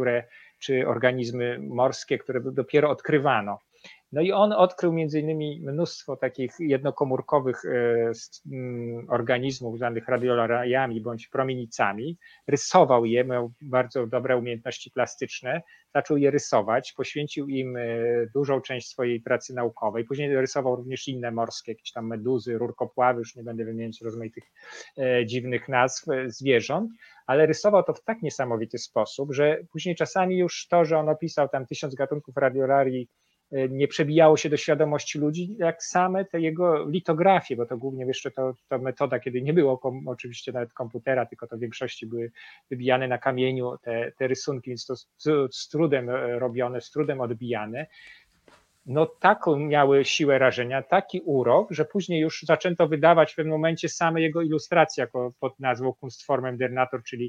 czy organizmy morskie, które dopiero odkrywano. No i on odkrył między innymi mnóstwo takich jednokomórkowych organizmów zwanych radiolarjami bądź promienicami. Rysował je, miał bardzo dobre umiejętności plastyczne, zaczął je rysować, poświęcił im dużą część swojej pracy naukowej. Później rysował również inne morskie, jakieś tam meduzy, rurkopławy, już nie będę wymieniać rozmaitych dziwnych nazw zwierząt, ale rysował to w tak niesamowity sposób, że później czasami już to, że on opisał tam 1000 gatunków radiolarii, nie przebijało się do świadomości ludzi, jak same te jego litografie, bo to głównie jeszcze to metoda, kiedy nie było oczywiście nawet komputera, tylko to w większości były wybijane na kamieniu te rysunki, więc to z trudem robione, z trudem odbijane. No taką miały siłę rażenia, taki urok, że później już zaczęto wydawać w pewnym momencie same jego ilustracje jako pod nazwą Kunstformen der Natur, czyli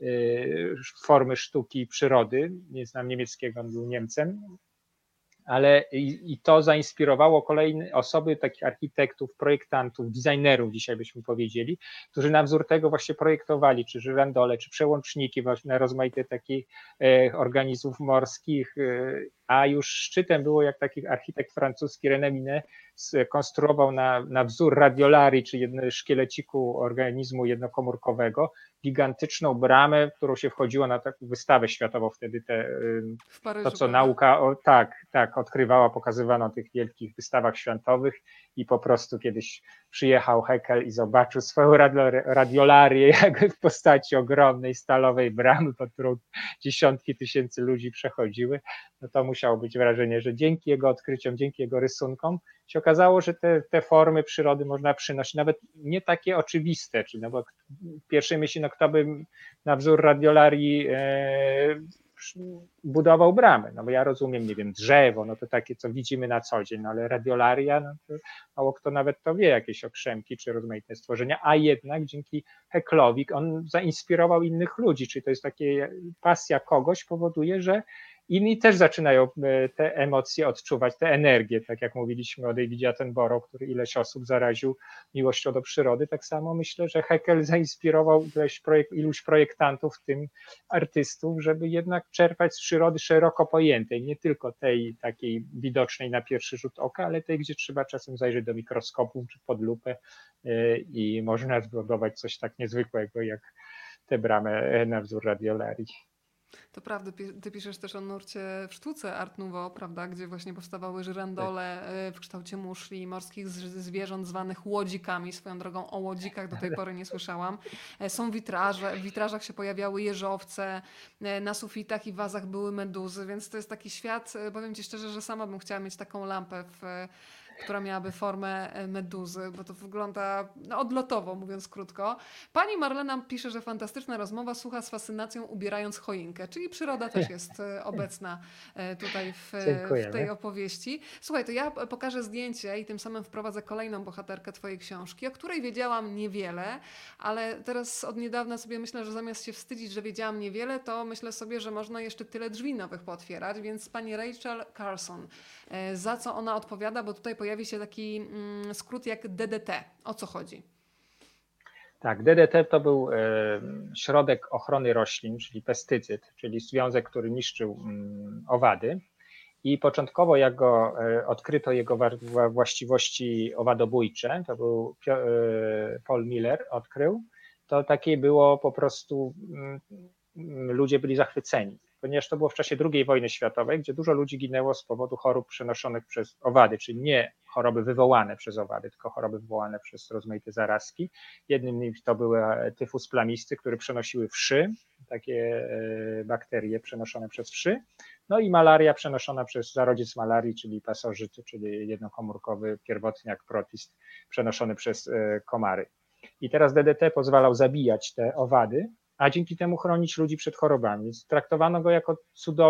formy sztuki przyrody. Nie znam niemieckiego, on był Niemcem. Ale i to zainspirowało kolejne osoby, takich architektów, projektantów, designerów, dzisiaj byśmy powiedzieli, którzy na wzór tego właśnie projektowali, czy żyrandole, czy przełączniki właśnie na rozmaite takich organizmów morskich, a już szczytem było, jak taki architekt francuski René Minet skonstruował na wzór radiolarii, czy szkieleciku organizmu jednokomórkowego, gigantyczną bramę, w którą się wchodziło na taką wystawę światową wtedy, W Paryżu, to co prawda? nauka tak odkrywała, pokazywano na tych wielkich wystawach światowych i po prostu kiedyś przyjechał Haeckel i zobaczył swoją radiolarię jakby w postaci ogromnej stalowej bramy, pod którą dziesiątki tysięcy ludzi przechodziły. No to musiało być wrażenie, że dzięki jego odkryciom, dzięki jego rysunkom się okazało, że te formy przyrody można przynosić, nawet nie takie oczywiste, czyli no bo w pierwszej myśli, no kto by na wzór radiolarii budował bramę, no bo ja rozumiem, nie wiem, drzewo, no to takie, co widzimy na co dzień, no ale radiolaria, no to mało kto nawet to wie, jakieś okrzemki czy rozmaite stworzenia, a jednak dzięki Haeckelowi on zainspirował innych ludzi, czyli to jest takie pasja kogoś powoduje, że inni też zaczynają te emocje odczuwać, te energię, tak jak mówiliśmy o Davidzie Attenborough, który ileś osób zaraził miłością do przyrody, tak samo myślę, że Haeckel zainspirował iluś projektantów, w tym artystów, żeby jednak czerpać z przyrody szeroko pojętej, nie tylko tej takiej widocznej na pierwszy rzut oka, ale tej, gdzie trzeba czasem zajrzeć do mikroskopu czy pod lupę i można zbudować coś tak niezwykłego jak tę bramę na wzór radiolarii. To prawda, ty piszesz też o nurcie w sztuce Art Nouveau, prawda, gdzie właśnie powstawały żyrandole w kształcie muszli, morskich zwierząt zwanych łodzikami. Swoją drogą o łodzikach do tej pory nie słyszałam. Są witraże, w witrażach się pojawiały jeżowce, na sufitach i wazach były meduzy, więc to jest taki świat, powiem ci szczerze, że sama bym chciała mieć taką lampę która miałaby formę meduzy, bo to wygląda no, odlotowo, mówiąc krótko. Pani Marlena pisze, że fantastyczna rozmowa, słucha z fascynacją ubierając choinkę, czyli przyroda też jest obecna tutaj w tej Dziękujemy. opowieści. Słuchaj, to ja pokażę zdjęcie i tym samym wprowadzę kolejną bohaterkę twojej książki, o której wiedziałam niewiele, ale teraz od niedawna sobie myślę, że zamiast się wstydzić, że wiedziałam niewiele, to myślę sobie, że można jeszcze tyle drzwi nowych pootwierać, więc pani Rachel Carson, za co ona odpowiada, bo tutaj pojawi się taki skrót jak DDT. O co chodzi? Tak, DDT to był środek ochrony roślin, czyli pestycyd, czyli związek, który niszczył owady. I początkowo, jak go odkryto jego właściwości owadobójcze, to był Paul Miller odkrył, to takie było po prostu, ludzie byli zachwyceni, ponieważ to było w czasie II wojny światowej, gdzie dużo ludzi ginęło z powodu chorób przenoszonych przez owady, czyli nie choroby wywołane przez owady, tylko choroby wywołane przez rozmaite zarazki. Jednym z nich to był tyfus plamisty, który przenosiły wszy, takie bakterie przenoszone przez wszy, no i malaria przenoszona przez zarodziec malarii, czyli pasożyt, czyli jednokomórkowy pierwotniak protist przenoszony przez komary. I teraz DDT pozwalał zabijać te owady, a dzięki temu chronić ludzi przed chorobami. Więc traktowano go jako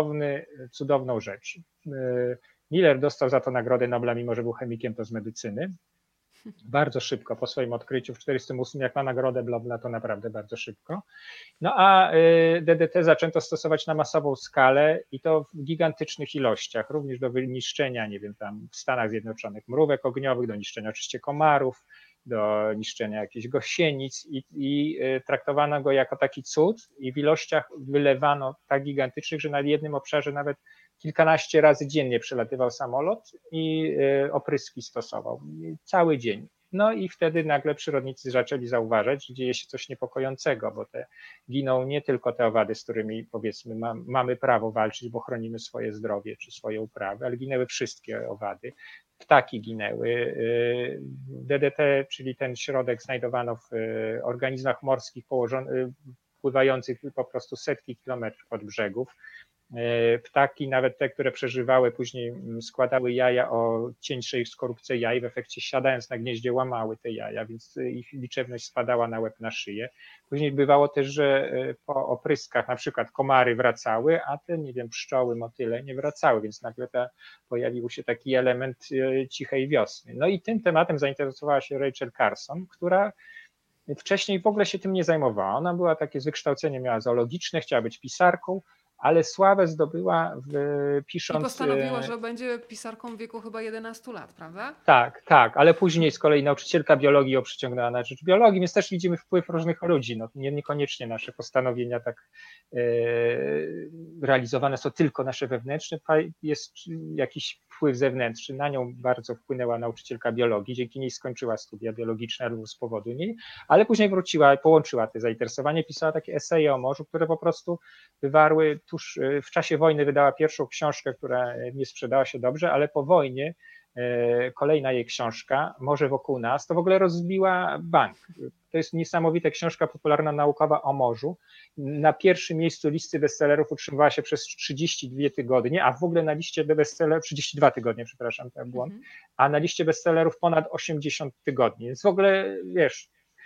cudowną rzecz. Miller dostał za to Nagrodę Nobla, mimo że był chemikiem, to z medycyny. Bardzo szybko po swoim odkryciu w 1948, jak ma Nagrodę Nobla, to naprawdę bardzo szybko. No a DDT zaczęto stosować na masową skalę i to w gigantycznych ilościach, również do wyniszczenia, nie wiem, tam w Stanach Zjednoczonych mrówek ogniowych, do niszczenia oczywiście komarów, do niszczenia jakichś gąsienic i traktowano go jako taki cud i w ilościach wylewano tak gigantycznych, że na jednym obszarze nawet kilkanaście razy dziennie przelatywał samolot i opryski stosował cały dzień. No i wtedy nagle przyrodnicy zaczęli zauważać, że dzieje się coś niepokojącego, bo giną nie tylko te owady, z którymi powiedzmy mamy prawo walczyć, bo chronimy swoje zdrowie czy swoje uprawy, ale ginęły wszystkie owady. Ptaki ginęły. DDT, czyli ten środek, znajdowano w organizmach morskich pływających po prostu setki kilometrów od brzegów. Ptaki, nawet te, które przeżywały, później składały jaja o cieńszej skorupce jaj, w efekcie siadając na gnieździe łamały te jaja, więc ich liczebność spadała na łeb, na szyję. Później bywało też, że po opryskach na przykład komary wracały, a te, nie wiem, pszczoły, motyle nie wracały, więc nagle pojawił się taki element cichej wiosny. No i tym tematem zainteresowała się Rachel Carson, która wcześniej w ogóle się tym nie zajmowała. Ona była takie z wykształcenia, miała zoologiczne, chciała być pisarką, ale sławę zdobyła I pisząc. postanowiła, że będzie pisarką w wieku chyba 11 lat, prawda? Tak, ale później z kolei nauczycielka biologii ją przyciągnęła na rzecz biologii, więc też widzimy wpływ różnych ludzi. No, niekoniecznie nasze postanowienia tak realizowane są tylko nasze wewnętrzne, jest jakiś wpływ zewnętrzny. Na nią bardzo wpłynęła nauczycielka biologii, dzięki niej skończyła studia biologiczne albo z powodu niej, ale później wróciła i połączyła te zainteresowania, pisała takie eseje o morzu, które po prostu wywarły tuż w czasie wojny, wydała pierwszą książkę, która nie sprzedała się dobrze, ale po wojnie kolejna jej książka, Morze wokół nas, to w ogóle rozbiła bank. To jest niesamowita książka popularna naukowa o morzu. Na pierwszym miejscu listy bestsellerów utrzymywała się przez 32 tygodnie, a w ogóle na liście bestsellerów, 32 tygodnie, przepraszam, ten błąd, a na liście bestsellerów ponad 80 tygodni. Więc w ogóle, wiesz,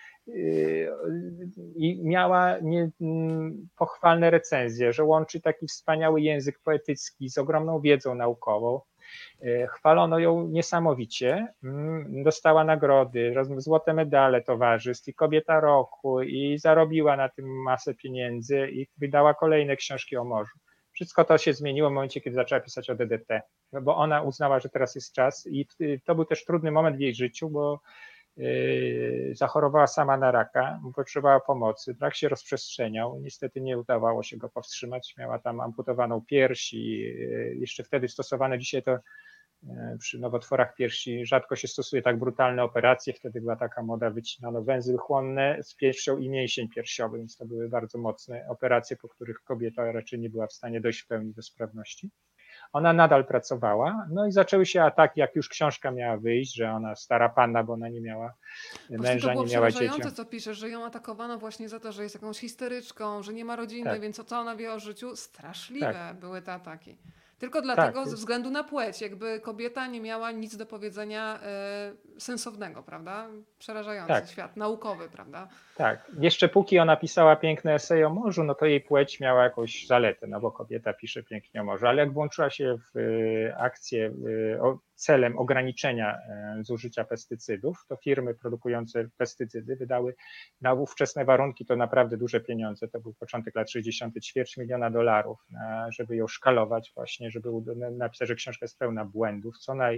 i miała pochwalne recenzje, że łączy taki wspaniały język poetycki z ogromną wiedzą naukową. Chwalono ją niesamowicie, dostała nagrody, złote medale towarzystw i Kobieta Roku i zarobiła na tym masę pieniędzy i wydała kolejne książki o morzu. Wszystko to się zmieniło w momencie, kiedy zaczęła pisać o DDT, bo ona uznała, że teraz jest czas i to był też trudny moment w jej życiu, bo zachorowała sama na raka, potrzebowała pomocy, rak się rozprzestrzeniał, niestety nie udawało się go powstrzymać, miała tam amputowaną pierś i jeszcze wtedy stosowane, dzisiaj to Przy nowotworach piersi rzadko się stosuje tak brutalne operacje, wtedy była taka moda, wycinano węzły chłonne z piersią i mięsień piersiowy, więc to były bardzo mocne operacje, po których kobieta raczej nie była w stanie dojść w pełni do sprawności. Ona nadal pracowała, no i zaczęły się ataki, jak już książka miała wyjść, że ona stara panna, bo ona nie miała Właśnie to męża, było nie miała dzieci. przerażające, co piszesz, że ją atakowano właśnie za to, że jest jakąś histeryczką, że nie ma rodziny, Tak, więc co ona wie o życiu? tak, Straszliwe były te ataki. Tylko tak, dlatego, ze względu na płeć, jakby kobieta nie miała nic do powiedzenia sensownego, prawda? Przerażający tak. świat, naukowy, prawda? Tak, jeszcze póki ona pisała piękne eseje o morzu, no to jej płeć miała jakąś zaletę, no bo kobieta pisze pięknie o morzu, ale jak włączyła się w akcję celem ograniczenia zużycia pestycydów, to firmy produkujące pestycydy wydały na ówczesne warunki to naprawdę duże pieniądze, to był początek lat 60., $250 000, żeby ją szkalować właśnie, żeby napisać, że książka jest pełna błędów,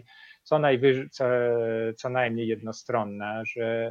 co najmniej jednostronna, że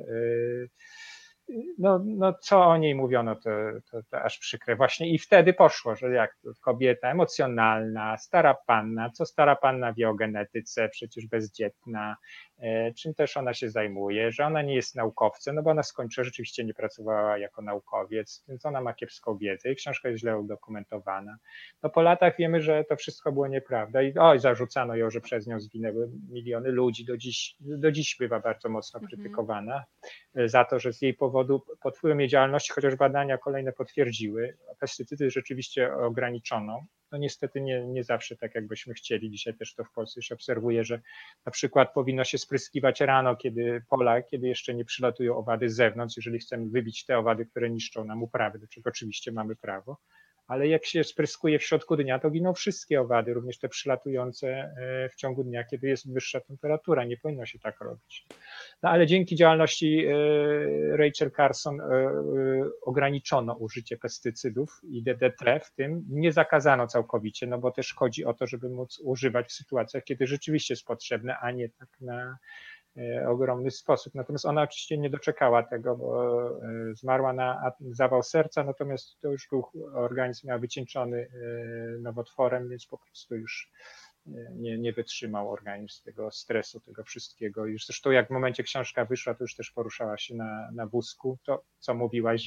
no co o niej mówiono, to aż przykre właśnie i wtedy poszło, że jak kobieta emocjonalna, stara panna, co stara panna wie o genetyce, przecież bezdzietna, czym też ona się zajmuje, że ona nie jest naukowcem, no bo ona skończyła, rzeczywiście nie pracowała jako naukowiec, więc ona ma kiepską wiedzę i książka jest źle udokumentowana. No po latach wiemy, że to wszystko było nieprawda i zarzucano ją, że przez nią zginęły miliony ludzi, do dziś bywa bardzo mocno krytykowana za to, że z jej powodu, pod wpływem jej działalności, chociaż badania kolejne potwierdziły, pestycydy rzeczywiście ograniczono. No niestety nie zawsze tak, jakbyśmy chcieli. Dzisiaj też to w Polsce się obserwuje, że na przykład powinno się spryskiwać rano, kiedy jeszcze nie przylatują owady z zewnątrz, jeżeli chcemy wybić te owady, które niszczą nam uprawy, do czego oczywiście mamy prawo. Ale jak się spryskuje w środku dnia, to giną wszystkie owady, również te przylatujące w ciągu dnia, kiedy jest wyższa temperatura. Nie powinno się tak robić. No ale dzięki działalności Rachel Carson ograniczono użycie pestycydów i DDT, w tym nie zakazano całkowicie, no bo też chodzi o to, żeby móc używać w sytuacjach, kiedy rzeczywiście jest potrzebne, a nie tak na ogromny sposób. Natomiast ona oczywiście nie doczekała tego, bo zmarła na zawał serca, natomiast to już był organizm miał wycieńczony nowotworem, więc po prostu już nie wytrzymał organizm tego stresu, tego wszystkiego. Już zresztą jak w momencie książka wyszła, to już też poruszała się na wózku. To, co mówiłaś,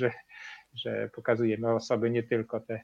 że pokazujemy osoby nie tylko te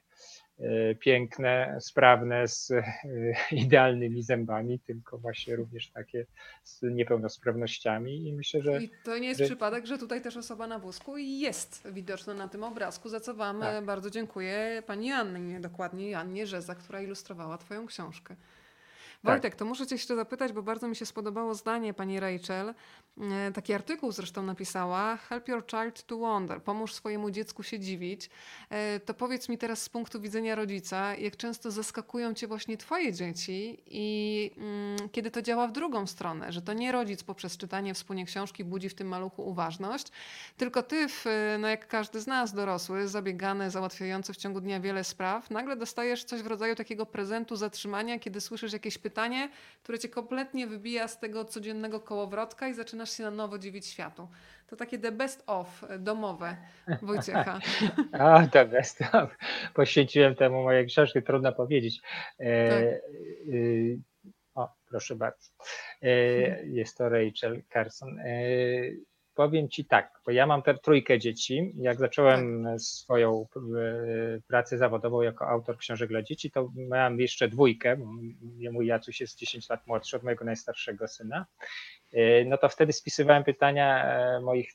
piękne, sprawne, z idealnymi zębami, tylko właśnie również takie z niepełnosprawnościami i myślę, I to nie jest przypadek, że tutaj też osoba na wózku jest widoczna na tym obrazku, za co Wam bardzo dziękuję pani Annie, dokładnie Jannie Rzeza, która ilustrowała Twoją książkę. Wojtek, to muszę Cię jeszcze zapytać, bo bardzo mi się spodobało zdanie pani Rachel. Taki artykuł zresztą napisała: Help your child to wonder. Pomóż swojemu dziecku się dziwić. To powiedz mi teraz z punktu widzenia rodzica, jak często zaskakują Cię właśnie Twoje dzieci i kiedy to działa w drugą stronę, że to nie rodzic poprzez czytanie wspólnie książki budzi w tym maluchu uważność, tylko Ty, no jak każdy z nas dorosły, zabiegany, załatwiający w ciągu dnia wiele spraw, nagle dostajesz coś w rodzaju takiego prezentu zatrzymania, kiedy słyszysz jakieś pytanie, które Cię kompletnie wybija z tego codziennego kołowrotka i zaczynasz się na nowo dziwić światu. To takie the best of domowe Wojciecha. The best of. Poświęciłem temu moją książkę, trudno powiedzieć. Tak. O, proszę bardzo. Jest to Rachel Carson. Powiem Ci tak, bo ja mam trójkę dzieci. Jak zacząłem swoją pracę zawodową jako autor książek dla dzieci, to miałem jeszcze dwójkę, bo mój Jacuś jest 10 lat młodszy od mojego najstarszego syna. No to wtedy spisywałem pytania moich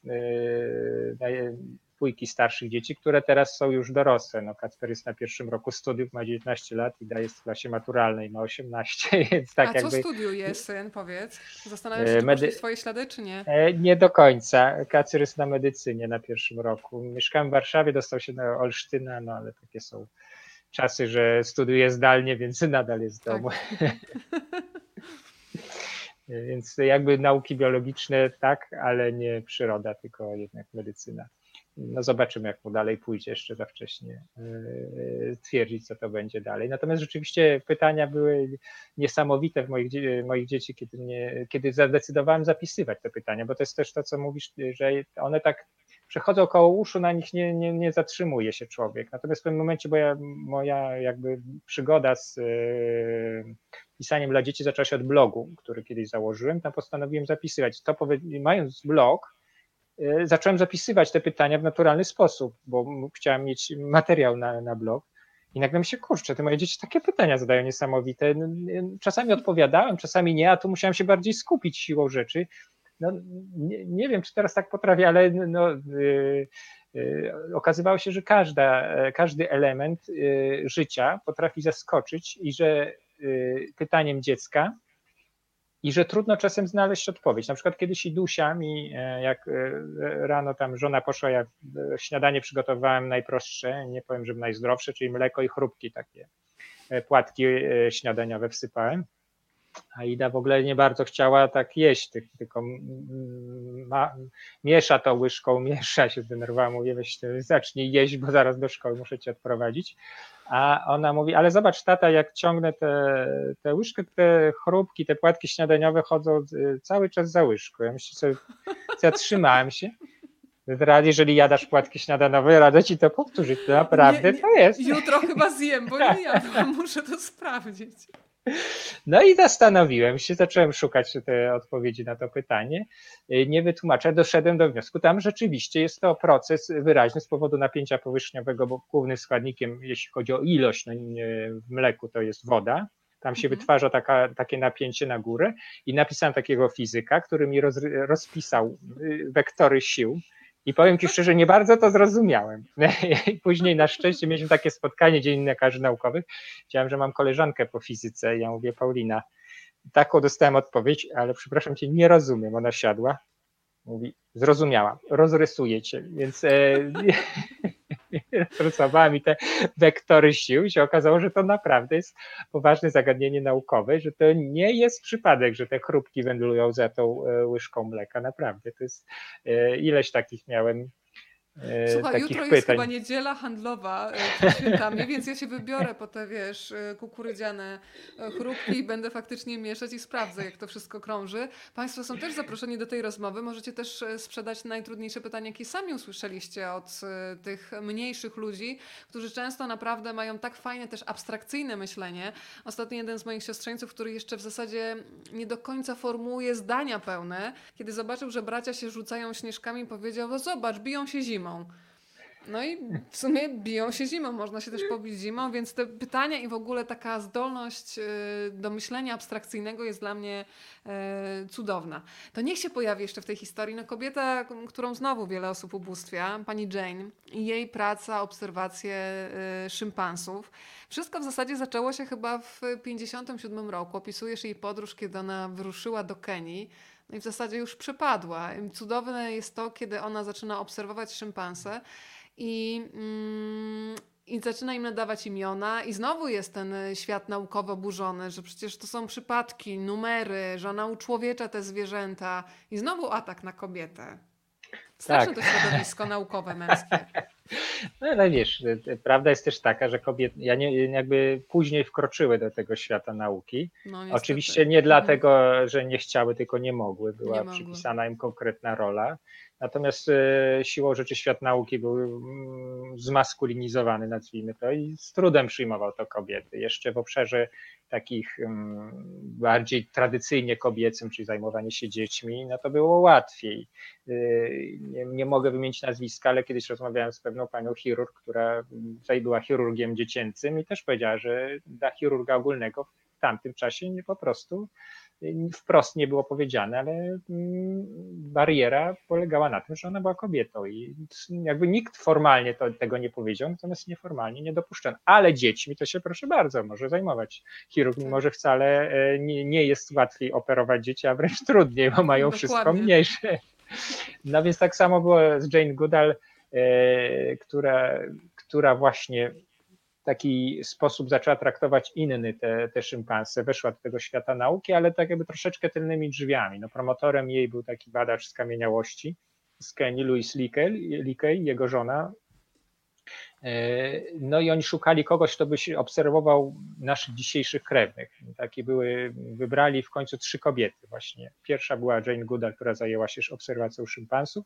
dwójki starszych dzieci, które teraz są już dorosłe. No Kacper jest na pierwszym roku studiów, ma 19 lat i daje w klasie maturalnej, ma 18, więc tak jakby... co studiuje syn, powiedz? Zastanawiasz się, czy poszli w swoje ślady, czy nie? Nie do końca. Kacper jest na medycynie na pierwszym roku. Mieszkałem w Warszawie, dostał się do Olsztyna, no ale takie są czasy, że studiuje zdalnie, więc nadal jest w domu. Więc jakby nauki biologiczne tak, ale nie przyroda, tylko jednak medycyna. No zobaczymy, jak mu dalej pójdzie, jeszcze za wcześnie twierdzić, co to będzie dalej. Natomiast rzeczywiście pytania były niesamowite w moich dzieci, kiedy zadecydowałem zapisywać te pytania, bo to jest też to, co mówisz, że one tak przechodzą koło uszu, na nich nie zatrzymuje się człowiek. Natomiast w pewnym momencie, moja jakby przygoda z pisaniem dla dzieci zaczęła się od blogu, który kiedyś założyłem. Tam postanowiłem zapisywać. Mając blog, zacząłem zapisywać te pytania w naturalny sposób, bo chciałem mieć materiał na blog. I nagle mi się, kurczę, te moje dzieci takie pytania zadają niesamowite. Czasami odpowiadałem, czasami nie, a tu musiałem się bardziej skupić siłą rzeczy. No, nie wiem, czy teraz tak potrafię, ale okazywało się, że każdy element życia potrafi zaskoczyć i że pytaniem dziecka i że trudno czasem znaleźć odpowiedź. Na przykład kiedyś Idusia mi, jak rano tam żona poszła, ja śniadanie przygotowałem najprostsze, nie powiem, że najzdrowsze, czyli mleko i chrupki, takie płatki śniadaniowe wsypałem. A Ida w ogóle nie bardzo chciała tak jeść, tylko miesza to łyżką, miesza, się zdenerwowała, mówię, weź zacznij jeść, bo zaraz do szkoły muszę cię odprowadzić. A ona mówi, ale zobacz tata, jak ciągnę tę łyżkę, te chrupki, te płatki śniadaniowe chodzą cały czas za łyżką. Ja myślę sobie, zatrzymałem się. Jeżeli jadasz płatki śniadanowe, radzę ci to powtórzyć, to naprawdę to jest. Jutro chyba zjem, bo nie jadłam, muszę to sprawdzić. No i zastanowiłem się, zacząłem szukać te odpowiedzi na to pytanie. Nie wytłumaczę, doszedłem do wniosku, tam rzeczywiście jest to proces wyraźny z powodu napięcia powierzchniowego, bo głównym składnikiem, jeśli chodzi o ilość w mleku, to jest woda. Tam się wytwarza takie napięcie na górę i napisałem takiego fizyka, który mi rozpisał wektory sił. I powiem ci szczerze, nie bardzo to zrozumiałem. I później na szczęście mieliśmy takie spotkanie dziennikarzy naukowych. Chciałem, że mam koleżankę po fizyce. Ja mówię, Paulina, taką dostałem odpowiedź, ale przepraszam cię, nie rozumiem. Ona siadła, mówi, zrozumiałam, rozrysuję cię. Więc rysowała mi te wektory sił i się okazało, że to naprawdę jest poważne zagadnienie naukowe, że to nie jest przypadek, że te chrupki wędrują za tą łyżką mleka. Naprawdę, to jest ileś takich miałem. Słuchaj, jutro jest chyba niedziela handlowa przed świętami, więc ja się wybiorę po te, kukurydziane chrupki i będę faktycznie mieszać i sprawdzę, jak to wszystko krąży. Państwo są też zaproszeni do tej rozmowy. Możecie też sprzedać najtrudniejsze pytania, jakie sami usłyszeliście od tych mniejszych ludzi, którzy często naprawdę mają tak fajne, też abstrakcyjne myślenie. Ostatnio jeden z moich siostrzeńców, który jeszcze w zasadzie nie do końca formułuje zdania pełne, kiedy zobaczył, że bracia się rzucają śnieżkami, powiedział, no zobacz, biją się zimą. No i w sumie biją się zimą, można się też pobić zimą, więc te pytania i w ogóle taka zdolność do myślenia abstrakcyjnego jest dla mnie cudowna. To niech się pojawi jeszcze w tej historii kobieta, którą znowu wiele osób ubóstwia, pani Jane i jej praca, obserwacje szympansów. Wszystko w zasadzie zaczęło się chyba w 1957 roku. Opisujesz jej podróż, kiedy ona wyruszyła do Kenii. No i w zasadzie już przepadła. Cudowne jest to, kiedy ona zaczyna obserwować szympanse i zaczyna im nadawać imiona i znowu jest ten świat naukowo burzony, że przecież to są przypadki, numery, że ona uczłowiecza te zwierzęta i znowu atak na kobietę. Straszne to środowisko naukowe męskie. No ale wiesz, prawda jest też taka, że kobiety jakby później wkroczyły do tego świata nauki. No, oczywiście nie dlatego, że nie chciały, tylko nie mogły. Była przypisana im konkretna rola. Natomiast siłą rzeczy świat nauki był zmaskulinizowany, nazwijmy to, i z trudem przyjmował to kobiety. Jeszcze w obszarze takich bardziej tradycyjnie kobiecym, czyli zajmowanie się dziećmi, no to było łatwiej. Nie mogę wymienić nazwiska, ale kiedyś rozmawiałem z pewną panią chirurg, która tutaj była chirurgiem dziecięcym i też powiedziała, że dla chirurga ogólnego w tamtym czasie po prostu wprost nie było powiedziane, ale bariera polegała na tym, że ona była kobietą i jakby nikt formalnie tego nie powiedział, natomiast nieformalnie nie dopuszczono. Ale dziećmi to się proszę bardzo może zajmować chirurg, mimo że wcale nie jest łatwiej operować dzieci, a wręcz trudniej, bo mają wszystko mniejsze. No więc tak samo było z Jane Goodall, która właśnie w taki sposób zaczęła traktować inny te szympanse, weszła do tego świata nauki, ale tak jakby troszeczkę tylnymi drzwiami. No, promotorem jej był taki badacz skamieniałości z Kenii, Louis Leakey, jego żona. No i oni szukali kogoś, kto by się obserwował naszych dzisiejszych krewnych. Wybrali w końcu 3 kobiety właśnie. Pierwsza była Jane Goodall, która zajęła się obserwacją szympansów.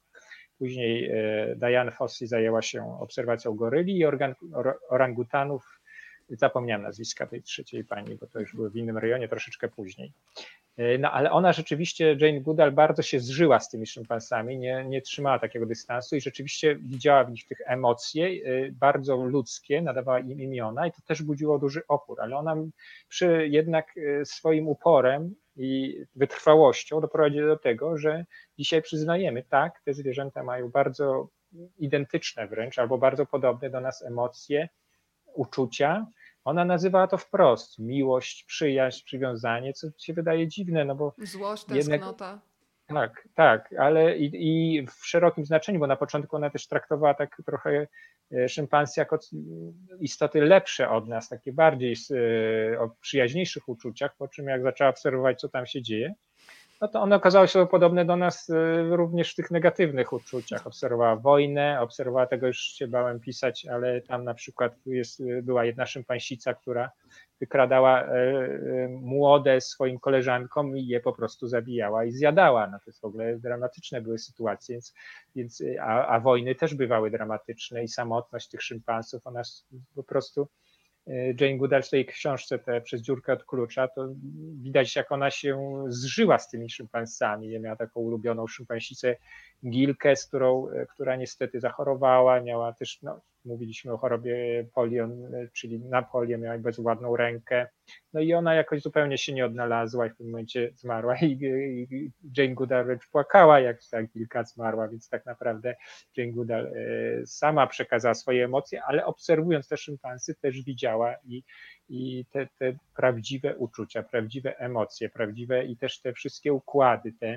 Później Diane Fossey zajęła się obserwacją goryli i orangutanów Zapomniałem nazwiska tej trzeciej pani, bo to już było w innym rejonie, troszeczkę później. No ale ona rzeczywiście, Jane Goodall, bardzo się zżyła z tymi szympansami, nie trzymała takiego dystansu i rzeczywiście widziała w nich tych emocje bardzo ludzkie, nadawała im imiona i to też budziło duży opór, ale ona jednak swoim uporem i wytrwałością doprowadziła do tego, że dzisiaj przyznajemy, tak, te zwierzęta mają bardzo identyczne wręcz albo bardzo podobne do nas emocje, uczucia. Ona nazywała to wprost miłość, przyjaźń, przywiązanie, co się wydaje dziwne, no bo Złość, jednak tęsknota. tak, ale i w szerokim znaczeniu, bo na początku ona też traktowała tak trochę szympansy jako istoty lepsze od nas, takie bardziej o przyjaźniejszych uczuciach, po czym jak zaczęła obserwować, co tam się dzieje, no to one okazały się podobne do nas również w tych negatywnych uczuciach. Obserwowała wojnę, obserwowała, tego już się bałem pisać, ale tam na przykład była jedna szympansica, która wykradała młode swoim koleżankom i je po prostu zabijała i zjadała. No to jest w ogóle dramatyczne były sytuacje, a wojny też bywały dramatyczne i samotność tych szympansów, ona po prostu Jane Goodall w tej książce Przez dziurkę od klucza, to widać, jak ona się zżyła z tymi szympansami. Ja miała taką ulubioną szympansicę Gilkę, która niestety zachorowała, miała też, no, mówiliśmy o chorobie polion, czyli na polię, miała bezwładną rękę. No i ona jakoś zupełnie się nie odnalazła i w pewnym momencie zmarła i Jane Goodall wręcz płakała, jak ta Gilka zmarła, więc tak naprawdę Jane Goodall sama przekazała swoje emocje, ale obserwując te szympansy też widziała i te prawdziwe uczucia, prawdziwe emocje, prawdziwe i też te wszystkie układy, te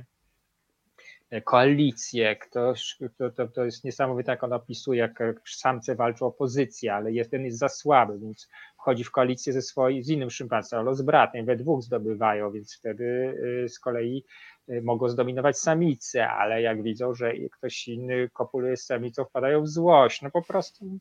koalicje, to jest niesamowite, jak on opisuje, jak samce walczą o pozycję, ale jeden jest za słaby, więc wchodzi w koalicję z innym szympansem, albo z bratem, we dwóch zdobywają, więc wtedy z kolei mogą zdominować samice, ale jak widzą, że ktoś inny kopuluje z samicą, wpadają w złość. No po prostu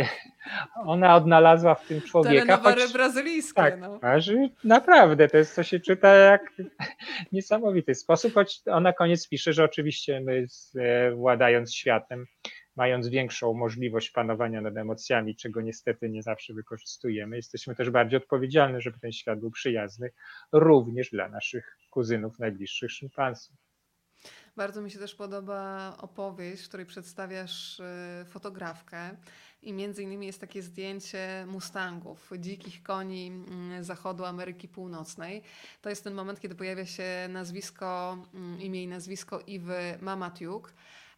ona odnalazła w tym człowieka, Telenowery choć brazylijskie, tak, no. naprawdę, to jest, co się czyta jak niesamowity sposób, choć ona na koniec pisze, że oczywiście my władając światem, mając większą możliwość panowania nad emocjami, czego niestety nie zawsze wykorzystujemy, jesteśmy też bardziej odpowiedzialni, żeby ten świat był przyjazny również dla naszych kuzynów najbliższych szympansów. Bardzo mi się też podoba opowieść, w której przedstawiasz fotografkę i między innymi jest takie zdjęcie mustangów, dzikich koni zachodu Ameryki Północnej. To jest ten moment, kiedy pojawia się imię i nazwisko Ewy Mamatiuk.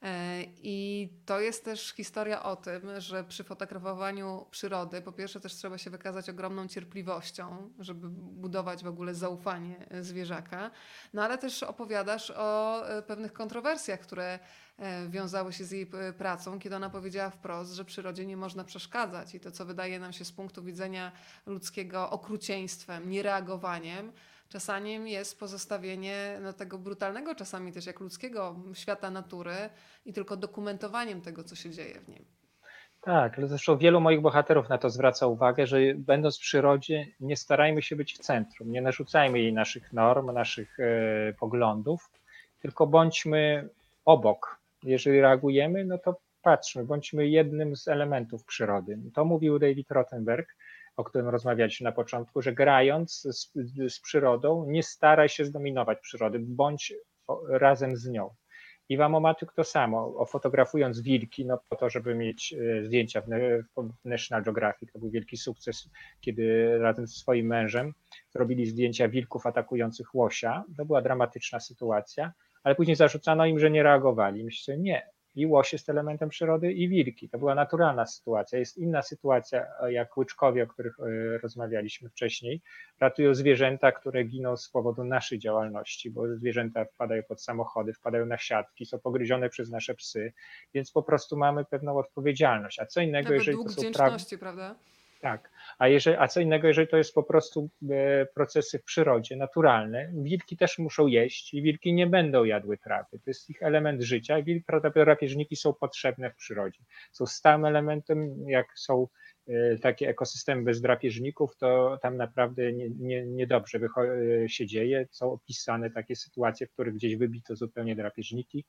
I to jest też historia o tym, że przy fotografowaniu przyrody po pierwsze też trzeba się wykazać ogromną cierpliwością, żeby budować w ogóle zaufanie zwierzaka, no ale też opowiadasz o pewnych kontrowersjach, które wiązały się z jej pracą, kiedy ona powiedziała wprost, że przyrodzie nie można przeszkadzać i to, co wydaje nam się z punktu widzenia ludzkiego okrucieństwem, niereagowaniem, czasami jest pozostawienie tego brutalnego, czasami też jak ludzkiego świata natury i tylko dokumentowaniem tego, co się dzieje w nim. Tak, ale zresztą wielu moich bohaterów na to zwraca uwagę, że będąc w przyrodzie, nie starajmy się być w centrum, nie narzucajmy jej naszych norm, naszych poglądów, tylko bądźmy obok. Jeżeli reagujemy, no to patrzmy, bądźmy jednym z elementów przyrody. To mówił David Rothenberg, o którym rozmawialiśmy na początku, że grając z przyrodą, nie staraj się zdominować przyrody, bądź razem z nią. I w Mamatiuk to samo, fotografując wilki, no po to, żeby mieć zdjęcia w National Geographic, to był wielki sukces, kiedy razem ze swoim mężem zrobili zdjęcia wilków atakujących łosia. To była dramatyczna sytuacja, ale później zarzucano im, że nie reagowali. Myślę, nie. I łoś jest elementem przyrody i wilki. To była naturalna sytuacja. Jest inna sytuacja, jak łyczkowie, o których rozmawialiśmy wcześniej. Ratują zwierzęta, które giną z powodu naszej działalności, bo zwierzęta wpadają pod samochody, wpadają na siatki, są pogryzione przez nasze psy, więc po prostu mamy pewną odpowiedzialność. A co innego, Nawet jeżeli dług to są wdzięczności, prawda? tak, a co innego, jeżeli to jest po prostu procesy w przyrodzie naturalne, wilki też muszą jeść i wilki nie będą jadły trawy. To jest ich element życia i drapieżniki są potrzebne w przyrodzie. Są stałym elementem, jak są takie ekosystemy bez drapieżników, to tam naprawdę niedobrze się dzieje. Są opisane takie sytuacje, w których gdzieś wybito zupełnie drapieżniki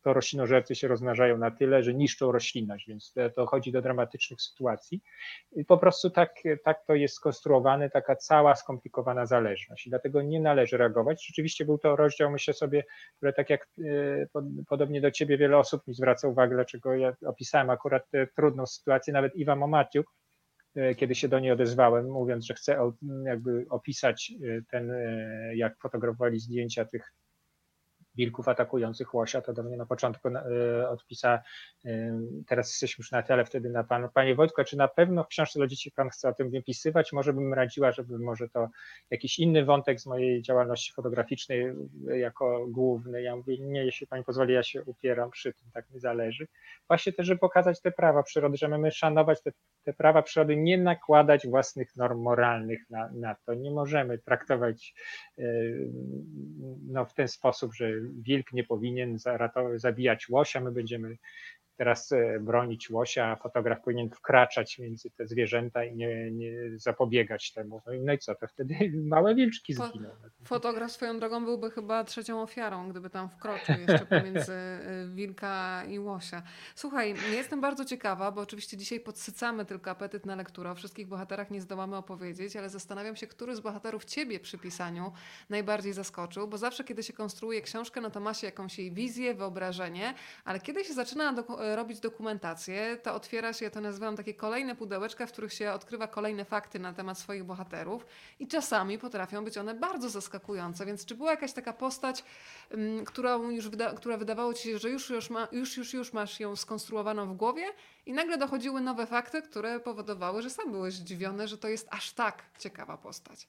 to roślinożercy się rozmnażają na tyle, że niszczą roślinność, więc dochodzi do dramatycznych sytuacji. I po prostu tak to jest skonstruowane, taka cała skomplikowana zależność i dlatego nie należy reagować. Rzeczywiście był to rozdział, myślę sobie, które tak jak podobnie do ciebie wiele osób mi zwraca uwagę, dlaczego ja opisałem akurat tę trudną sytuację, nawet Iwa Momatiuk, kiedy się do niej odezwałem, mówiąc, że chcę jakby opisać jak fotografowali zdjęcia tych wilków atakujących łosia, to do mnie na początku odpisała, teraz jesteśmy już na tele, wtedy na panu, panie Wojtku, czy na pewno w książce dla dzieci pan chce o tym wypisywać? Może bym radziła, żeby może to jakiś inny wątek z mojej działalności fotograficznej jako główny. Ja mówię, nie, jeśli pani pozwoli, ja się upieram przy tym, tak mi zależy. Właśnie też, żeby pokazać te prawa przyrody, że mamy szanować te prawa przyrody, nie nakładać własnych norm moralnych na to. Nie możemy traktować w ten sposób, że wilk nie powinien zabijać łosia, my będziemy teraz bronić łosia, a fotograf powinien wkraczać między te zwierzęta i nie zapobiegać temu. No i co, to wtedy małe wilczki zginą. Fotograf swoją drogą byłby chyba trzecią ofiarą, gdyby tam wkroczył jeszcze pomiędzy wilka i łosia. Słuchaj, jestem bardzo ciekawa, bo oczywiście dzisiaj podsycamy tylko apetyt na lekturę. O wszystkich bohaterach nie zdołamy opowiedzieć, ale zastanawiam się, który z bohaterów ciebie przy pisaniu najbardziej zaskoczył, bo zawsze, kiedy się konstruuje książkę, no to ma się jakąś jej wizję, wyobrażenie, ale kiedy się zaczyna robić dokumentację, to otwiera się, ja to nazywam takie kolejne pudełeczka, w których się odkrywa kolejne fakty na temat swoich bohaterów i czasami potrafią być one bardzo zaskakujące, więc czy była jakaś taka postać, która wydawało ci się, że już masz ją skonstruowaną w głowie i nagle dochodziły nowe fakty, które powodowały, że sam byłeś zdziwiony, że to jest aż tak ciekawa postać.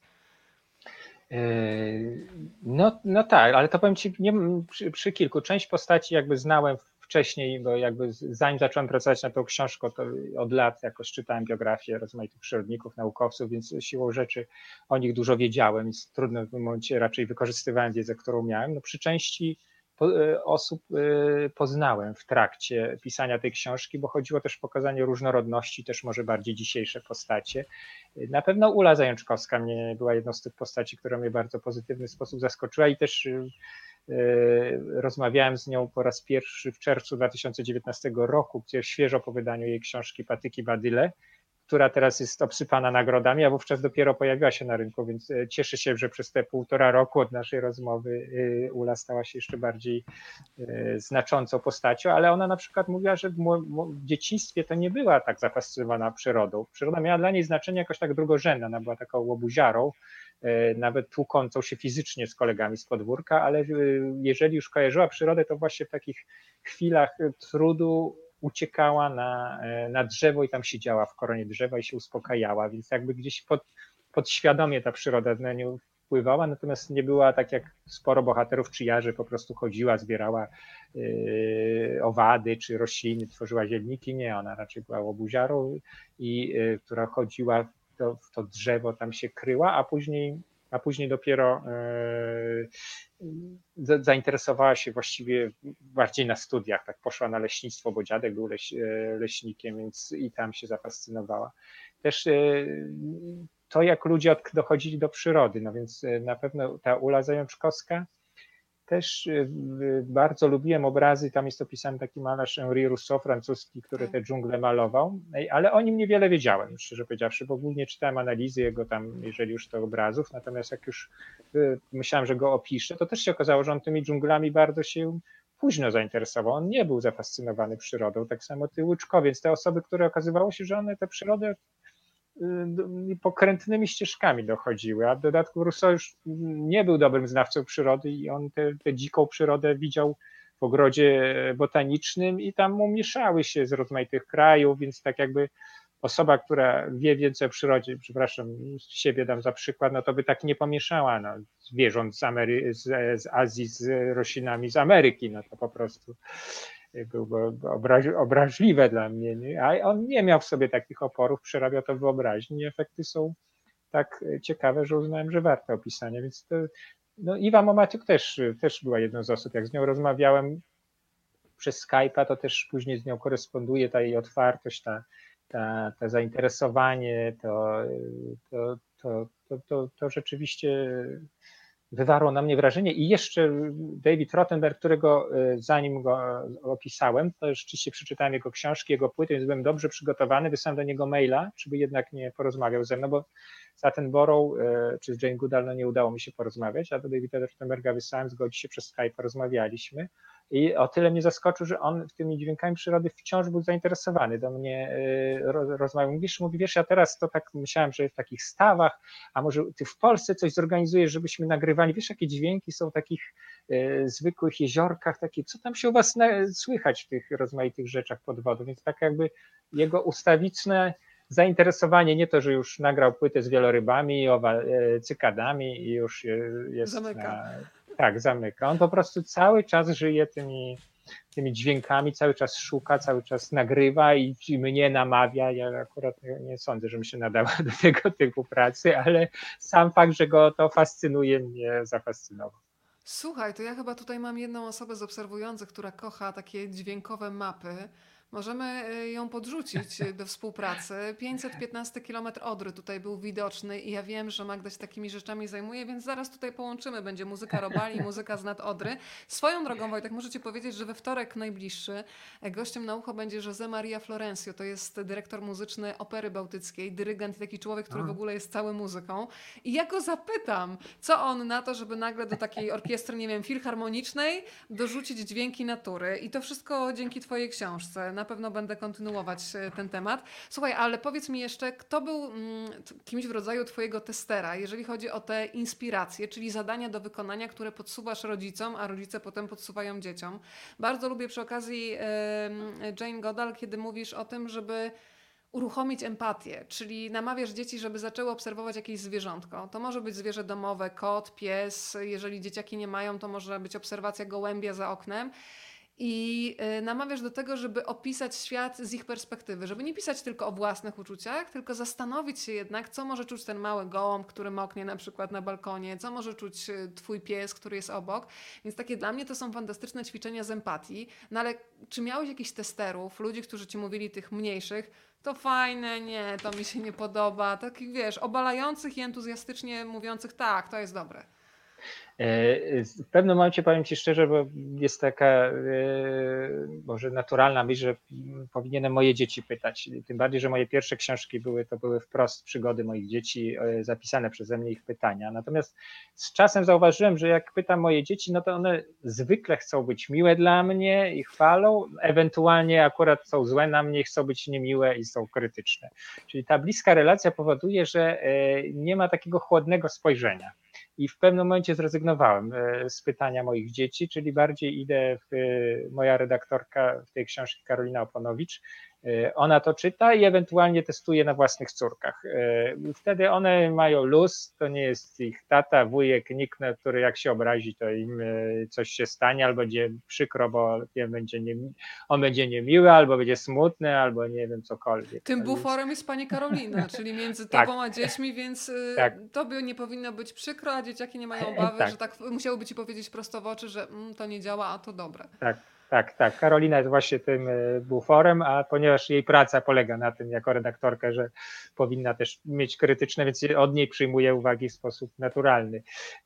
No tak, ale to powiem ci przy kilku. Część postaci jakby znałem wcześniej, bo jakby zanim zacząłem pracować nad tą książką, to od lat jakoś czytałem biografię rozmaitych przyrodników, naukowców, więc siłą rzeczy o nich dużo wiedziałem i trudno w tym momencie raczej wykorzystywałem wiedzę, którą miałem. No przy części osób poznałem w trakcie pisania tej książki, bo chodziło też o pokazanie różnorodności, też może bardziej dzisiejsze postacie. Na pewno Ula Zajączkowska była jedną z tych postaci, która mnie w bardzo pozytywny sposób zaskoczyła i też rozmawiałem z nią po raz pierwszy w czerwcu 2019 roku, gdzie w świeżo po wydaniu jej książki Patyki Badyle, która teraz jest obsypana nagrodami, a wówczas dopiero pojawiła się na rynku, więc cieszę się, że przez te 1,5 roku od naszej rozmowy Ula stała się jeszcze bardziej znaczącą postacią, ale ona na przykład mówiła, że w dzieciństwie to nie była tak zafascynowana przyrodą. Przyroda miała dla niej znaczenie jakoś tak drugorzędne, ona była taką łobuziarą, nawet tłukącą się fizycznie z kolegami z podwórka, ale jeżeli już kojarzyła przyrodę, to właśnie w takich chwilach trudu uciekała na drzewo i tam siedziała w koronie drzewa i się uspokajała, więc jakby gdzieś podświadomie ta przyroda na nią wpływała, natomiast nie była tak jak sporo bohaterów czy jarzy, po prostu chodziła, zbierała owady czy rośliny, tworzyła zielniki. Nie, ona raczej była łobuziarą, która chodziła w to drzewo, tam się kryła, a później dopiero zainteresowała się właściwie bardziej na studiach, tak poszła na leśnictwo, bo dziadek był leśnikiem, więc i tam się zafascynowała. Też to, jak ludzie dochodzili do przyrody, no więc na pewno ta Ula Zajączkowska. Też bardzo lubiłem obrazy, tam jest opisany taki malarz Henri Rousseau, francuski, który te dżungle malował, ale o nim niewiele wiedziałem, szczerze powiedziawszy, bo głównie czytałem analizy jego tam, jeżeli już to obrazów, natomiast jak już myślałem, że go opiszę, to też się okazało, że on tymi dżunglami bardzo się późno zainteresował, on nie był zafascynowany przyrodą, tak samo ty Łyczkowiec, te osoby, które okazywało się, że one tę przyrodę pokrętnymi ścieżkami dochodziły, a w dodatku Rousseau już nie był dobrym znawcą przyrody i on tę dziką przyrodę widział w ogrodzie botanicznym i tam mu mieszały się z rozmaitych krajów, więc tak jakby osoba, która wie więcej o przyrodzie, przepraszam, siebie dam za przykład, no to by tak nie pomieszała zwierząt z Azji z roślinami z Ameryki, no to po prostu byłoby obraźliwe dla mnie, nie? A on nie miał w sobie takich oporów, przerabia to wyobraźnię i efekty są tak ciekawe, że uznałem, że warte opisania, więc to, no Iwa Momatiuk też była jedną z osób, jak z nią rozmawiałem przez Skype'a, to też później z nią koresponduje ta jej otwartość, to zainteresowanie, to rzeczywiście wywarło na mnie wrażenie i jeszcze David Rothenberg, którego zanim go opisałem, to rzeczywiście przeczytałem jego książki, jego płyty, więc byłem dobrze przygotowany, wysłałem do niego maila, czy by jednak nie porozmawiał ze mną, bo z Attenborough czy z Jane Goodall nie udało mi się porozmawiać, a do Davida Rothenberga wysłałem, zgodził się przez Skype, porozmawialiśmy i o tyle mnie zaskoczył, że on tymi dźwiękami przyrody wciąż był zainteresowany. Do mnie rozmawiał, mówi, wiesz, ja teraz to tak myślałem, że w takich stawach, a może ty w Polsce coś zorganizujesz, żebyśmy nagrywali, wiesz, jakie dźwięki są w takich zwykłych jeziorkach, takie, co tam się u was słychać w tych rozmaitych rzeczach pod wodą, więc tak jakby jego ustawiczne zainteresowanie, nie to, że już nagrał płytę z wielorybami, cykadami i już jest Zamyka. tak, zamyka. On po prostu cały czas żyje tymi dźwiękami, cały czas szuka, cały czas nagrywa i mnie namawia. Ja akurat nie sądzę, że mi się nadała do tego typu pracy, ale sam fakt, że go to fascynuje, mnie zafascynował. Słuchaj, to ja chyba tutaj mam jedną osobę z obserwujących, która kocha takie dźwiękowe mapy. Możemy ją podrzucić do współpracy. 515 km Odry tutaj był widoczny i ja wiem, że Magda się takimi rzeczami zajmuje, więc zaraz tutaj połączymy. Będzie muzyka Robali i muzyka z nad Odry. Swoją drogą, Wojtek, muszę Ci powiedzieć, że we wtorek najbliższy gościem na ucho będzie José Maria Florencio. To jest dyrektor muzyczny Opery Bałtyckiej, dyrygent, taki człowiek, który w ogóle jest cały muzyką. I ja go zapytam, co on na to, żeby nagle do takiej orkiestry, nie wiem, filharmonicznej dorzucić dźwięki natury. I to wszystko dzięki Twojej książce. Na pewno będę kontynuować ten temat. Słuchaj, ale powiedz mi jeszcze, kto był kimś w rodzaju twojego testera, jeżeli chodzi o te inspiracje, czyli zadania do wykonania, które podsuwasz rodzicom, a rodzice potem podsuwają dzieciom. Bardzo lubię przy okazji Jane Goodall, kiedy mówisz o tym, żeby uruchomić empatię, czyli namawiasz dzieci, żeby zaczęły obserwować jakieś zwierzątko. To może być zwierzę domowe, kot, pies. Jeżeli dzieciaki nie mają, to może być obserwacja gołębia za oknem. I namawiasz do tego, żeby opisać świat z ich perspektywy, żeby nie pisać tylko o własnych uczuciach, tylko zastanowić się jednak, co może czuć ten mały gołąb, który moknie na przykład na balkonie, co może czuć twój pies, który jest obok. Więc takie dla mnie to są fantastyczne ćwiczenia z empatii. No ale czy miałeś jakichś testerów, ludzi, którzy ci mówili tych mniejszych, to fajne, nie, to mi się nie podoba, takich wiesz, obalających i entuzjastycznie mówiących, tak, to jest dobre. W pewnym momencie powiem Ci szczerze, bo jest taka może naturalna myśl, że powinienem moje dzieci pytać. Tym bardziej, że moje pierwsze książki były wprost przygody moich dzieci, zapisane przeze mnie ich pytania. Natomiast z czasem zauważyłem, że jak pytam moje dzieci, no to one zwykle chcą być miłe dla mnie i chwalą, ewentualnie akurat są złe na mnie, chcą być niemiłe i są krytyczne. Czyli ta bliska relacja powoduje, że nie ma takiego chłodnego spojrzenia. I w pewnym momencie zrezygnowałem z pytania moich dzieci, czyli bardziej idę moja redaktorka w tej książce Karolina Oponowicz, ona to czyta i ewentualnie testuje na własnych córkach. Wtedy one mają luz, to nie jest ich tata, wujek, nikt, który jak się obrazi, to im coś się stanie, albo będzie przykro, bo on będzie niemiły, albo będzie smutny, albo nie wiem, cokolwiek. Tym buforem jest pani Karolina, czyli między tak, tobą a dziećmi, więc tak, tobie nie powinno być przykro, a dzieciaki nie mają obawy, tak. że tak musiałyby ci powiedzieć prosto w oczy, że to nie działa, a to dobre. Tak. Karolina jest właśnie tym buforem, a ponieważ jej praca polega na tym jako redaktorka, że powinna też mieć krytyczne, więc od niej przyjmuje uwagi w sposób naturalny.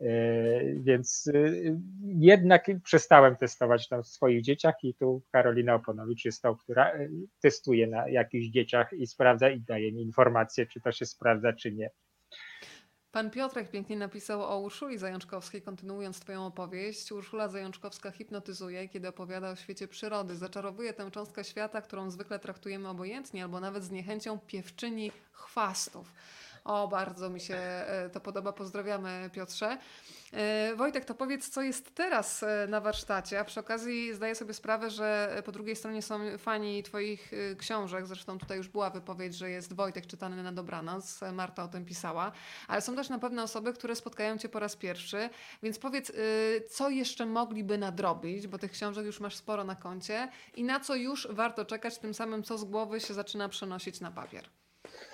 Więc jednak przestałem testować na swoich dzieciach i tu Karolina Oponowicz jest tą, która testuje na jakichś dzieciach i sprawdza i daje mi informacje, czy to się sprawdza, czy nie. Pan Piotrek pięknie napisał o Urszuli Zajączkowskiej, kontynuując twoją opowieść. Urszula Zajączkowska hipnotyzuje, kiedy opowiada o świecie przyrody. Zaczarowuje tę cząstkę świata, którą zwykle traktujemy obojętnie albo nawet z niechęcią piewczyni chwastów. O, bardzo mi się to podoba. Pozdrawiamy, Piotrze. Wojtek, to powiedz, co jest teraz na warsztacie, a przy okazji zdaję sobie sprawę, że po drugiej stronie są fani twoich książek, zresztą tutaj już była wypowiedź, że jest Wojtek czytany na dobranoc, Marta o tym pisała, ale są też na pewno osoby, które spotkają cię po raz pierwszy, więc powiedz, co jeszcze mogliby nadrobić, bo tych książek już masz sporo na koncie i na co już warto czekać, tym samym co z głowy się zaczyna przenosić na papier.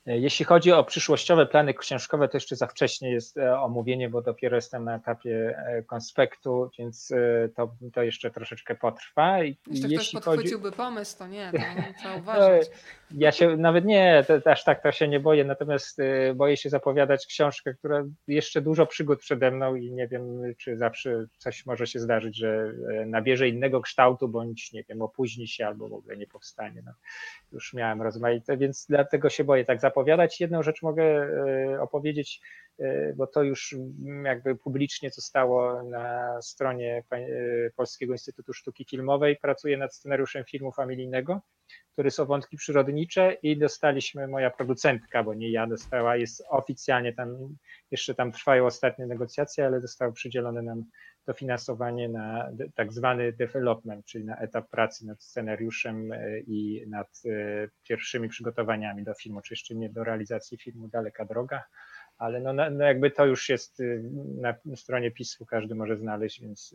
Jeśli chodzi o przyszłościowe plany książkowe, to jeszcze za wcześnie jest omówienie, bo dopiero jestem na etapie konspektu, więc to jeszcze troszeczkę potrwa. Jeśli ktoś Jeśli chodzi... podchwyciłby pomysł, to nie, to trzeba No, uważać. ja się nawet nie, aż tak to się nie boję, natomiast boję się zapowiadać książkę, która jeszcze dużo przygód przede mną i nie wiem, czy zawsze coś może się zdarzyć, że nabierze innego kształtu, bądź nie wiem, opóźni się albo w ogóle nie powstanie. No, już miałem rozmaite, więc dlatego się boję tak zapowiadać. Jedną rzecz mogę opowiedzieć, bo to już jakby publicznie zostało na stronie Polskiego Instytutu Sztuki Filmowej. Pracuję nad scenariuszem filmu familijnego, który są wątki przyrodnicze i dostaliśmy, moja producentka, bo nie ja, dostała, jest oficjalnie tam, jeszcze tam trwają ostatnie negocjacje, ale zostało przydzielone nam dofinansowanie na tak zwany development, czyli na etap pracy nad scenariuszem i nad pierwszymi przygotowaniami do filmu, czy jeszcze nie do realizacji filmu, daleka droga, ale no jakby to już jest na stronie PiS-u, każdy może znaleźć, więc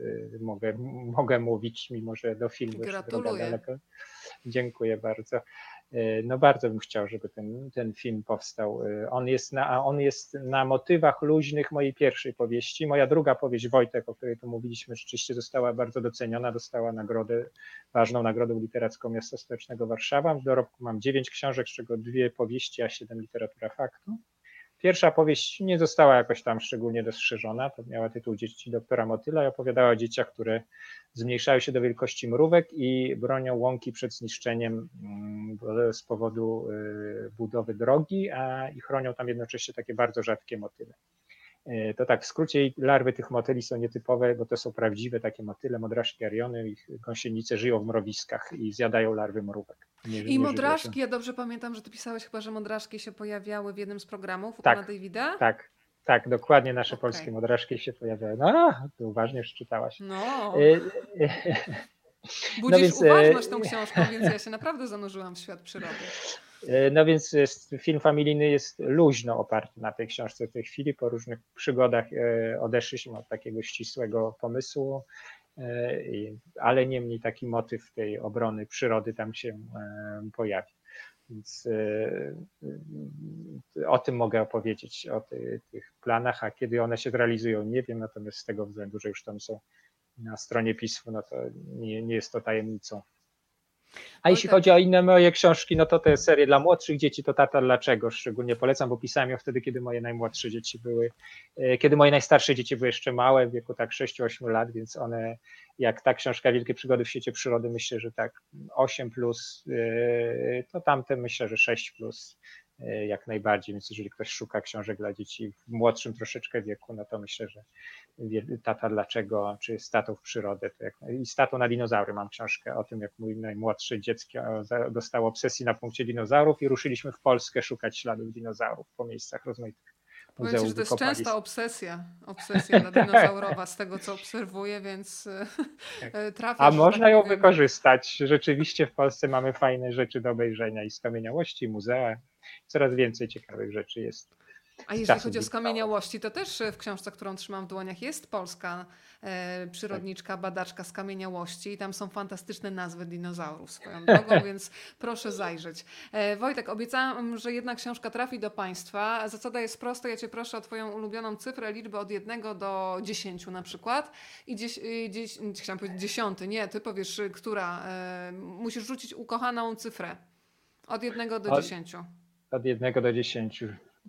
mogę mówić, mimo że do filmu jeszcze droga daleka. Dziękuję bardzo. No bardzo bym chciał, żeby ten film powstał. On jest na motywach luźnych mojej pierwszej powieści. Moja druga powieść, Wojtek, o której tu mówiliśmy, rzeczywiście została bardzo doceniona, dostała nagrodę, ważną nagrodę literacką Miasta Stołecznego Warszawa. W dorobku mam 9 książek, z czego 2 powieści, a 7 literatura faktu. Pierwsza powieść nie została jakoś tam szczególnie dostrzeżona, to miała tytuł Dzieci doktora Motyla i opowiadała o dzieciach, które zmniejszają się do wielkości mrówek i bronią łąki przed zniszczeniem z powodu budowy drogi, i chronią tam jednocześnie takie bardzo rzadkie motyle. To tak w skrócie, larwy tych motyli są nietypowe, bo to są prawdziwe takie motyle, modraszki ariony, ich gąsienice żyją w mrowiskach i zjadają larwy mrówek. I modraszki, ja dobrze pamiętam, że ty pisałeś chyba, że modraszki się pojawiały w jednym z programów u pana Davida? Tak, dokładnie nasze polskie modraszki się pojawiają. No, to uważnie już czytałaś. No. Budzisz uważność tą książką, więc ja się naprawdę zanurzyłam w świat przyrody. No więc film familijny jest luźno oparty na tej książce w tej chwili. Po różnych przygodach odeszliśmy od takiego ścisłego pomysłu, ale niemniej taki motyw tej obrony przyrody tam się pojawi. Więc o tym mogę opowiedzieć, o tych planach, a kiedy one się zrealizują, nie wiem, natomiast z tego względu, że już tam są na stronie PiS-u, no to nie jest to tajemnicą. A jeśli chodzi o inne moje książki, no to te serie dla młodszych dzieci, to Tata Dlaczego szczególnie polecam, bo pisałem ją wtedy, kiedy moje najmłodsze dzieci były, kiedy moje najstarsze dzieci były jeszcze małe, w wieku tak 6-8 lat, więc one, jak ta książka Wielkie Przygody w świecie przyrody, myślę, że tak 8+, to tamte myślę, że 6+. Jak najbardziej, więc jeżeli ktoś szuka książek dla dzieci w młodszym troszeczkę wieku, no to myślę, że Tata Dlaczego, czy z Tatą w przyrodę, i z Tatą na dinozaury mam książkę o tym, jak mój najmłodszy dziecko dostał obsesji na punkcie dinozaurów i ruszyliśmy w Polskę szukać śladów dinozaurów po miejscach rozmaitych. Powiem ci, że to jest częsta obsesja na dinozaurowa z tego, co obserwuję, więc trafiasz. A można ją wykorzystać. Rzeczywiście w Polsce mamy fajne rzeczy do obejrzenia i skamieniałości, muzea. Coraz więcej ciekawych rzeczy jest. A jeżeli chodzi o skamieniałości, to też w książce, którą trzymam w dłoniach, jest polska przyrodniczka, badaczka skamieniałości i tam są fantastyczne nazwy dinozaurów swoją drogą, więc proszę zajrzeć. Wojtek, obiecałam, że jedna książka trafi do Państwa. Zasada jest prosta, ja Cię proszę o Twoją ulubioną cyfrę, liczbę od 1 do 10 na przykład. I chciałam powiedzieć 10, nie, Ty powiesz, która. Musisz rzucić ukochaną cyfrę. Od 1 do 10. Od 1 do 10.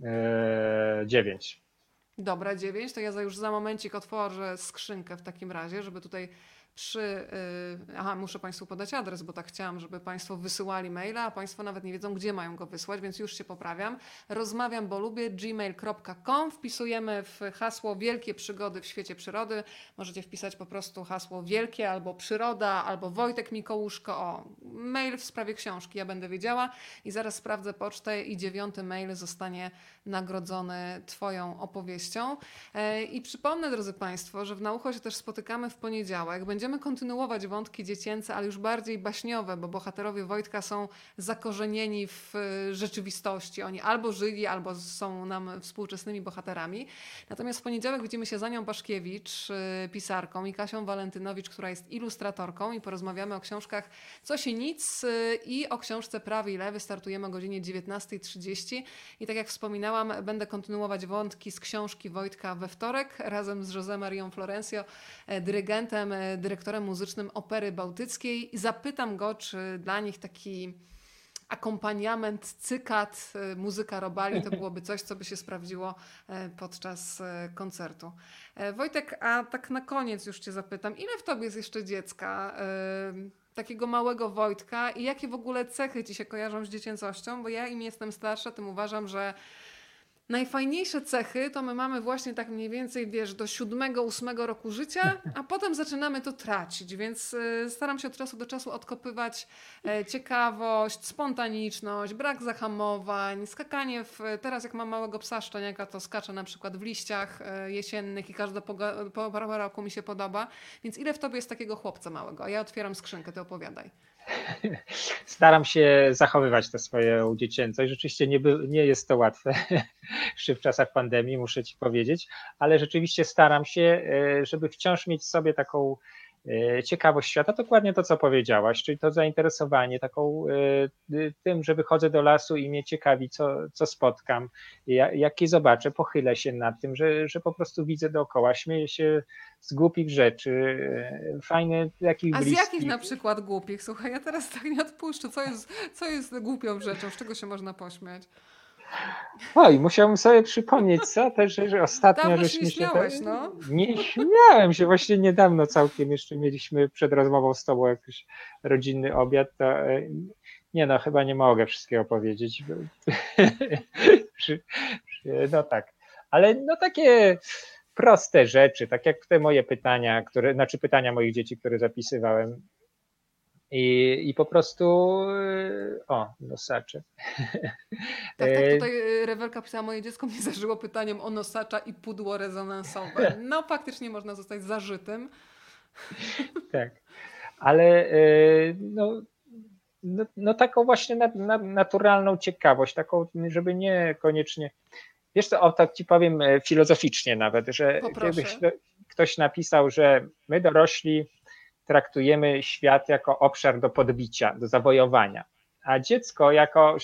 9. Dobra, 9. To ja już za momencik otworzę skrzynkę w takim razie, żeby tutaj muszę Państwu podać adres, bo tak chciałam, żeby Państwo wysyłali maila, a Państwo nawet nie wiedzą, gdzie mają go wysłać, więc już się poprawiam. Rozmawiam, bo lubię, gmail.com. Wpisujemy w hasło Wielkie Przygody w świecie przyrody. Możecie wpisać po prostu hasło Wielkie albo Przyroda, albo Wojtek Mikołuszko. Mail w sprawie książki, ja będę wiedziała i zaraz sprawdzę pocztę i 9. mail zostanie nagrodzony Twoją opowieścią. I przypomnę, drodzy Państwo, że w Na Ucho się też spotykamy w poniedziałek. Będziemy będziemy kontynuować wątki dziecięce, ale już bardziej baśniowe, bo bohaterowie Wojtka są zakorzenieni w rzeczywistości. Oni albo żyli, albo są nam współczesnymi bohaterami. Natomiast w poniedziałek widzimy się z Anią Baszkiewicz, pisarką, i Kasią Walentynowicz, która jest ilustratorką, i porozmawiamy o książkach Co się nic i o książce Prawy i Lewy. Startujemy o godzinie 19:30 i tak jak wspominałam, będę kontynuować wątki z książki Wojtka we wtorek razem z José Marią Florencio, dyrygentem, dyrektorem muzycznym Opery Bałtyckiej. I zapytam go, czy dla nich taki akompaniament, cykat, muzyka robali to byłoby coś, co by się sprawdziło podczas koncertu. Wojtek, a tak na koniec już cię zapytam, ile w tobie jest jeszcze dziecka? Takiego małego Wojtka, i jakie w ogóle cechy ci się kojarzą z dziecięcością? Bo ja im jestem starsza, tym uważam, że najfajniejsze cechy to my mamy właśnie tak mniej więcej, wiesz, do 7-8 roku życia, a potem zaczynamy to tracić, więc staram się od czasu do czasu odkopywać ciekawość, spontaniczność, brak zahamowań, skakanie teraz jak mam małego psa szczeniaka, to skaczę na przykład w liściach jesiennych i każda pora roku mi się podoba, więc ile w tobie jest takiego chłopca małego? A ja otwieram skrzynkę, ty opowiadaj. Staram się zachowywać tę swoją dziecięcość. Rzeczywiście nie jest to łatwe, jeszcze w czasach pandemii, muszę ci powiedzieć, ale rzeczywiście staram się, żeby wciąż mieć w sobie taką ciekawość świata, dokładnie to, co powiedziałaś, czyli to zainteresowanie taką tym, że wychodzę do lasu i mnie ciekawi, co spotkam, jakie zobaczę, pochylę się nad tym, że po prostu widzę dookoła, śmieję się z głupich rzeczy, fajne takich bliskich. A z jakich na przykład głupich? Słuchaj, ja teraz tak nie odpuszczę. Co jest głupią rzeczą? Z czego się można pośmiać? Oj, musiałbym sobie przypomnieć, co też, że ostatnio Dawno się żeśmy nie się... śmiałeś, no. Nie śmiałem się, właśnie niedawno całkiem jeszcze mieliśmy przed rozmową z tobą jakiś rodzinny obiad, to nie no, chyba nie mogę wszystkiego powiedzieć. No tak, ale no takie proste rzeczy, tak jak te moje pytania, pytania moich dzieci, które zapisywałem. I po prostu, nosacze. Tak, tutaj Rewelka pisała, moje dziecko mnie zażyło pytaniem o nosacza i pudło rezonansowe. No faktycznie można zostać zażytym. Tak, ale no taką właśnie naturalną ciekawość, taką, żeby nie koniecznie, wiesz co, tak ci powiem filozoficznie nawet, że kiedyś ktoś napisał, że my dorośli traktujemy świat jako obszar do podbicia, do zawojowania, a dziecko jako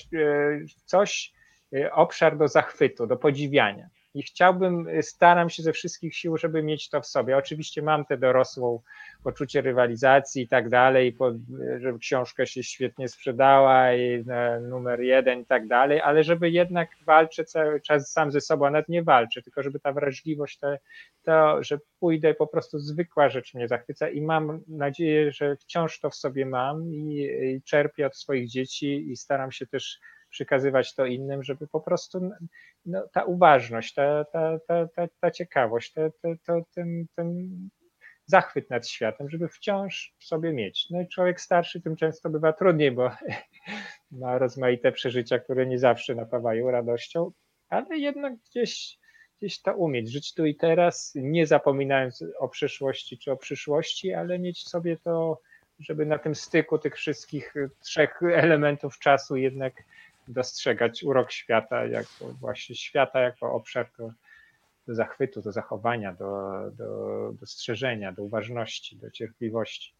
obszar do zachwytu, do podziwiania. I staram się ze wszystkich sił, żeby mieć to w sobie. Oczywiście mam tę dorosłą poczucie rywalizacji i tak dalej, żeby książka się świetnie sprzedała i numer 1 i tak dalej, ale żeby jednak walczę cały czas sam ze sobą, a nawet nie walczę, tylko żeby ta wrażliwość, to, że pójdę, po prostu zwykła rzecz mnie zachwyca i mam nadzieję, że wciąż to w sobie mam i czerpię od swoich dzieci i staram się też przekazywać to innym, żeby po prostu ta uważność, ta ciekawość, ten zachwyt nad światem, żeby wciąż w sobie mieć. No i człowiek starszy tym często bywa trudniej, bo ma rozmaite przeżycia, które nie zawsze napawają radością, ale jednak gdzieś to umieć, żyć tu i teraz, nie zapominając o przeszłości czy o przyszłości, ale mieć sobie to, żeby na tym styku tych wszystkich 3 elementów czasu jednak dostrzegać urok świata, jako obszar do zachwytu, do zachowania, do dostrzeżenia, do uważności, do cierpliwości,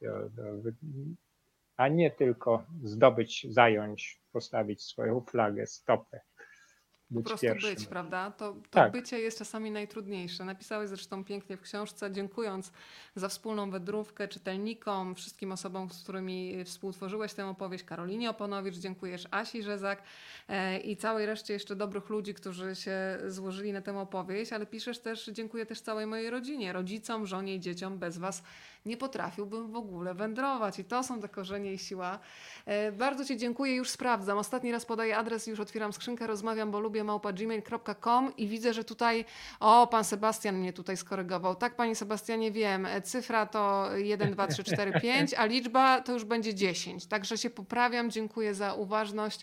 a nie tylko zdobyć, zająć, postawić swoją flagę, stopę. Po prostu pierwszym. być, prawda? To tak. Bycie jest czasami najtrudniejsze. Napisałeś zresztą pięknie w książce, dziękując za wspólną wędrówkę czytelnikom, wszystkim osobom, z którymi współtworzyłeś tę opowieść, Karolinie Oponowicz, dziękujesz Asi Rzezak i całej reszcie jeszcze dobrych ludzi, którzy się złożyli na tę opowieść, ale piszesz też, dziękuję też całej mojej rodzinie, rodzicom, żonie i dzieciom. Bez was nie potrafiłbym w ogóle wędrować i to są te korzenie i siła. Bardzo ci dziękuję, już sprawdzam. Ostatni raz podaję adres, już otwieram skrzynkę, rozmawiam, bo lubię @gmail.com i widzę, że tutaj, pan Sebastian mnie tutaj skorygował. Tak, panie Sebastianie, wiem, cyfra to 1, 2, 3, 4, 5, a liczba to już będzie 10. Także się poprawiam, dziękuję za uważność.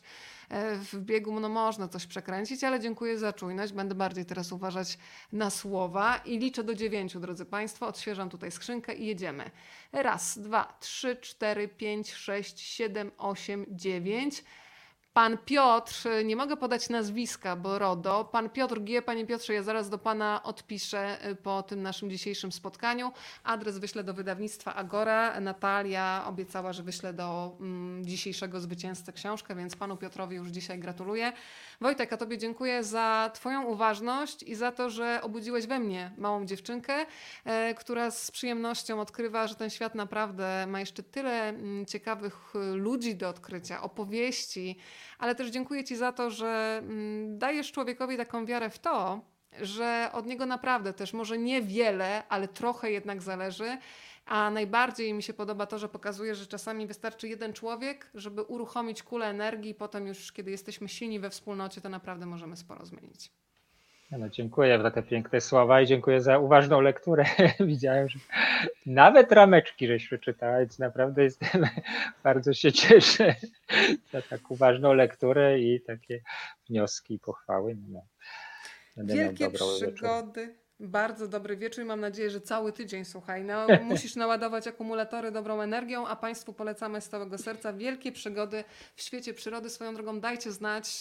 w biegu no można coś przekręcić, ale dziękuję za czujność. Będę bardziej teraz uważać na słowa i liczę do 9, drodzy Państwo. Odświeżam tutaj skrzynkę i jedziemy. Raz, dwa, trzy, cztery, pięć, sześć, 7, 8, 9. Pan Piotr, nie mogę podać nazwiska, bo RODO. Pan Piotr G. Panie Piotrze, ja zaraz do Pana odpiszę po tym naszym dzisiejszym spotkaniu. Adres wyślę do wydawnictwa Agora. Natalia obiecała, że wyślę do dzisiejszego zwycięzcy książkę, więc Panu Piotrowi już dzisiaj gratuluję. Wojtek, a Tobie dziękuję za Twoją uważność i za to, że obudziłeś we mnie małą dziewczynkę, która z przyjemnością odkrywa, że ten świat naprawdę ma jeszcze tyle ciekawych ludzi do odkrycia, opowieści, ale też dziękuję Ci za to, że dajesz człowiekowi taką wiarę w to, że od niego naprawdę też może niewiele, ale trochę jednak zależy. A najbardziej mi się podoba to, że pokazuje, że czasami wystarczy jeden człowiek, żeby uruchomić kulę energii i potem już, kiedy jesteśmy silni we wspólnocie, to naprawdę możemy sporo zmienić. No, dziękuję za te piękne słowa i dziękuję za uważną lekturę. Widziałem, że nawet rameczki żeś przeczytała, więc naprawdę jestem, bardzo się cieszę za tak uważną lekturę i takie wnioski i pochwały. No, będę miał Wielkie dobrą wieczór. przygody. Bardzo dobry wieczór i mam nadzieję, że cały tydzień, słuchaj, no, musisz naładować akumulatory dobrą energią, a Państwu polecamy z całego serca wielkie przygody w świecie przyrody. Swoją drogą dajcie znać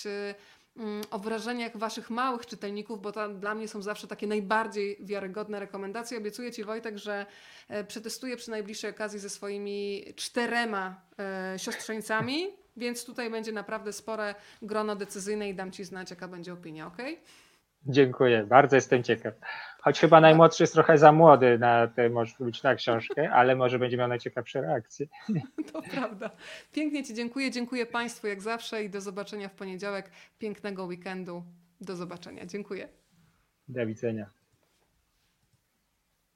o wrażeniach Waszych małych czytelników, bo to dla mnie są zawsze takie najbardziej wiarygodne rekomendacje. Obiecuję Ci, Wojtek, że przetestuję przy najbliższej okazji ze swoimi 4 siostrzeńcami, więc tutaj będzie naprawdę spore grono decyzyjne i dam Ci znać, jaka będzie opinia, ok? Dziękuję, bardzo jestem ciekaw. Choć chyba najmłodszy jest trochę za młody na tę, może być na książkę, ale może będzie miał najciekawsze reakcje. To prawda. Pięknie Ci dziękuję. Dziękuję Państwu jak zawsze i do zobaczenia w poniedziałek. Pięknego weekendu. Do zobaczenia. Dziękuję. Do widzenia.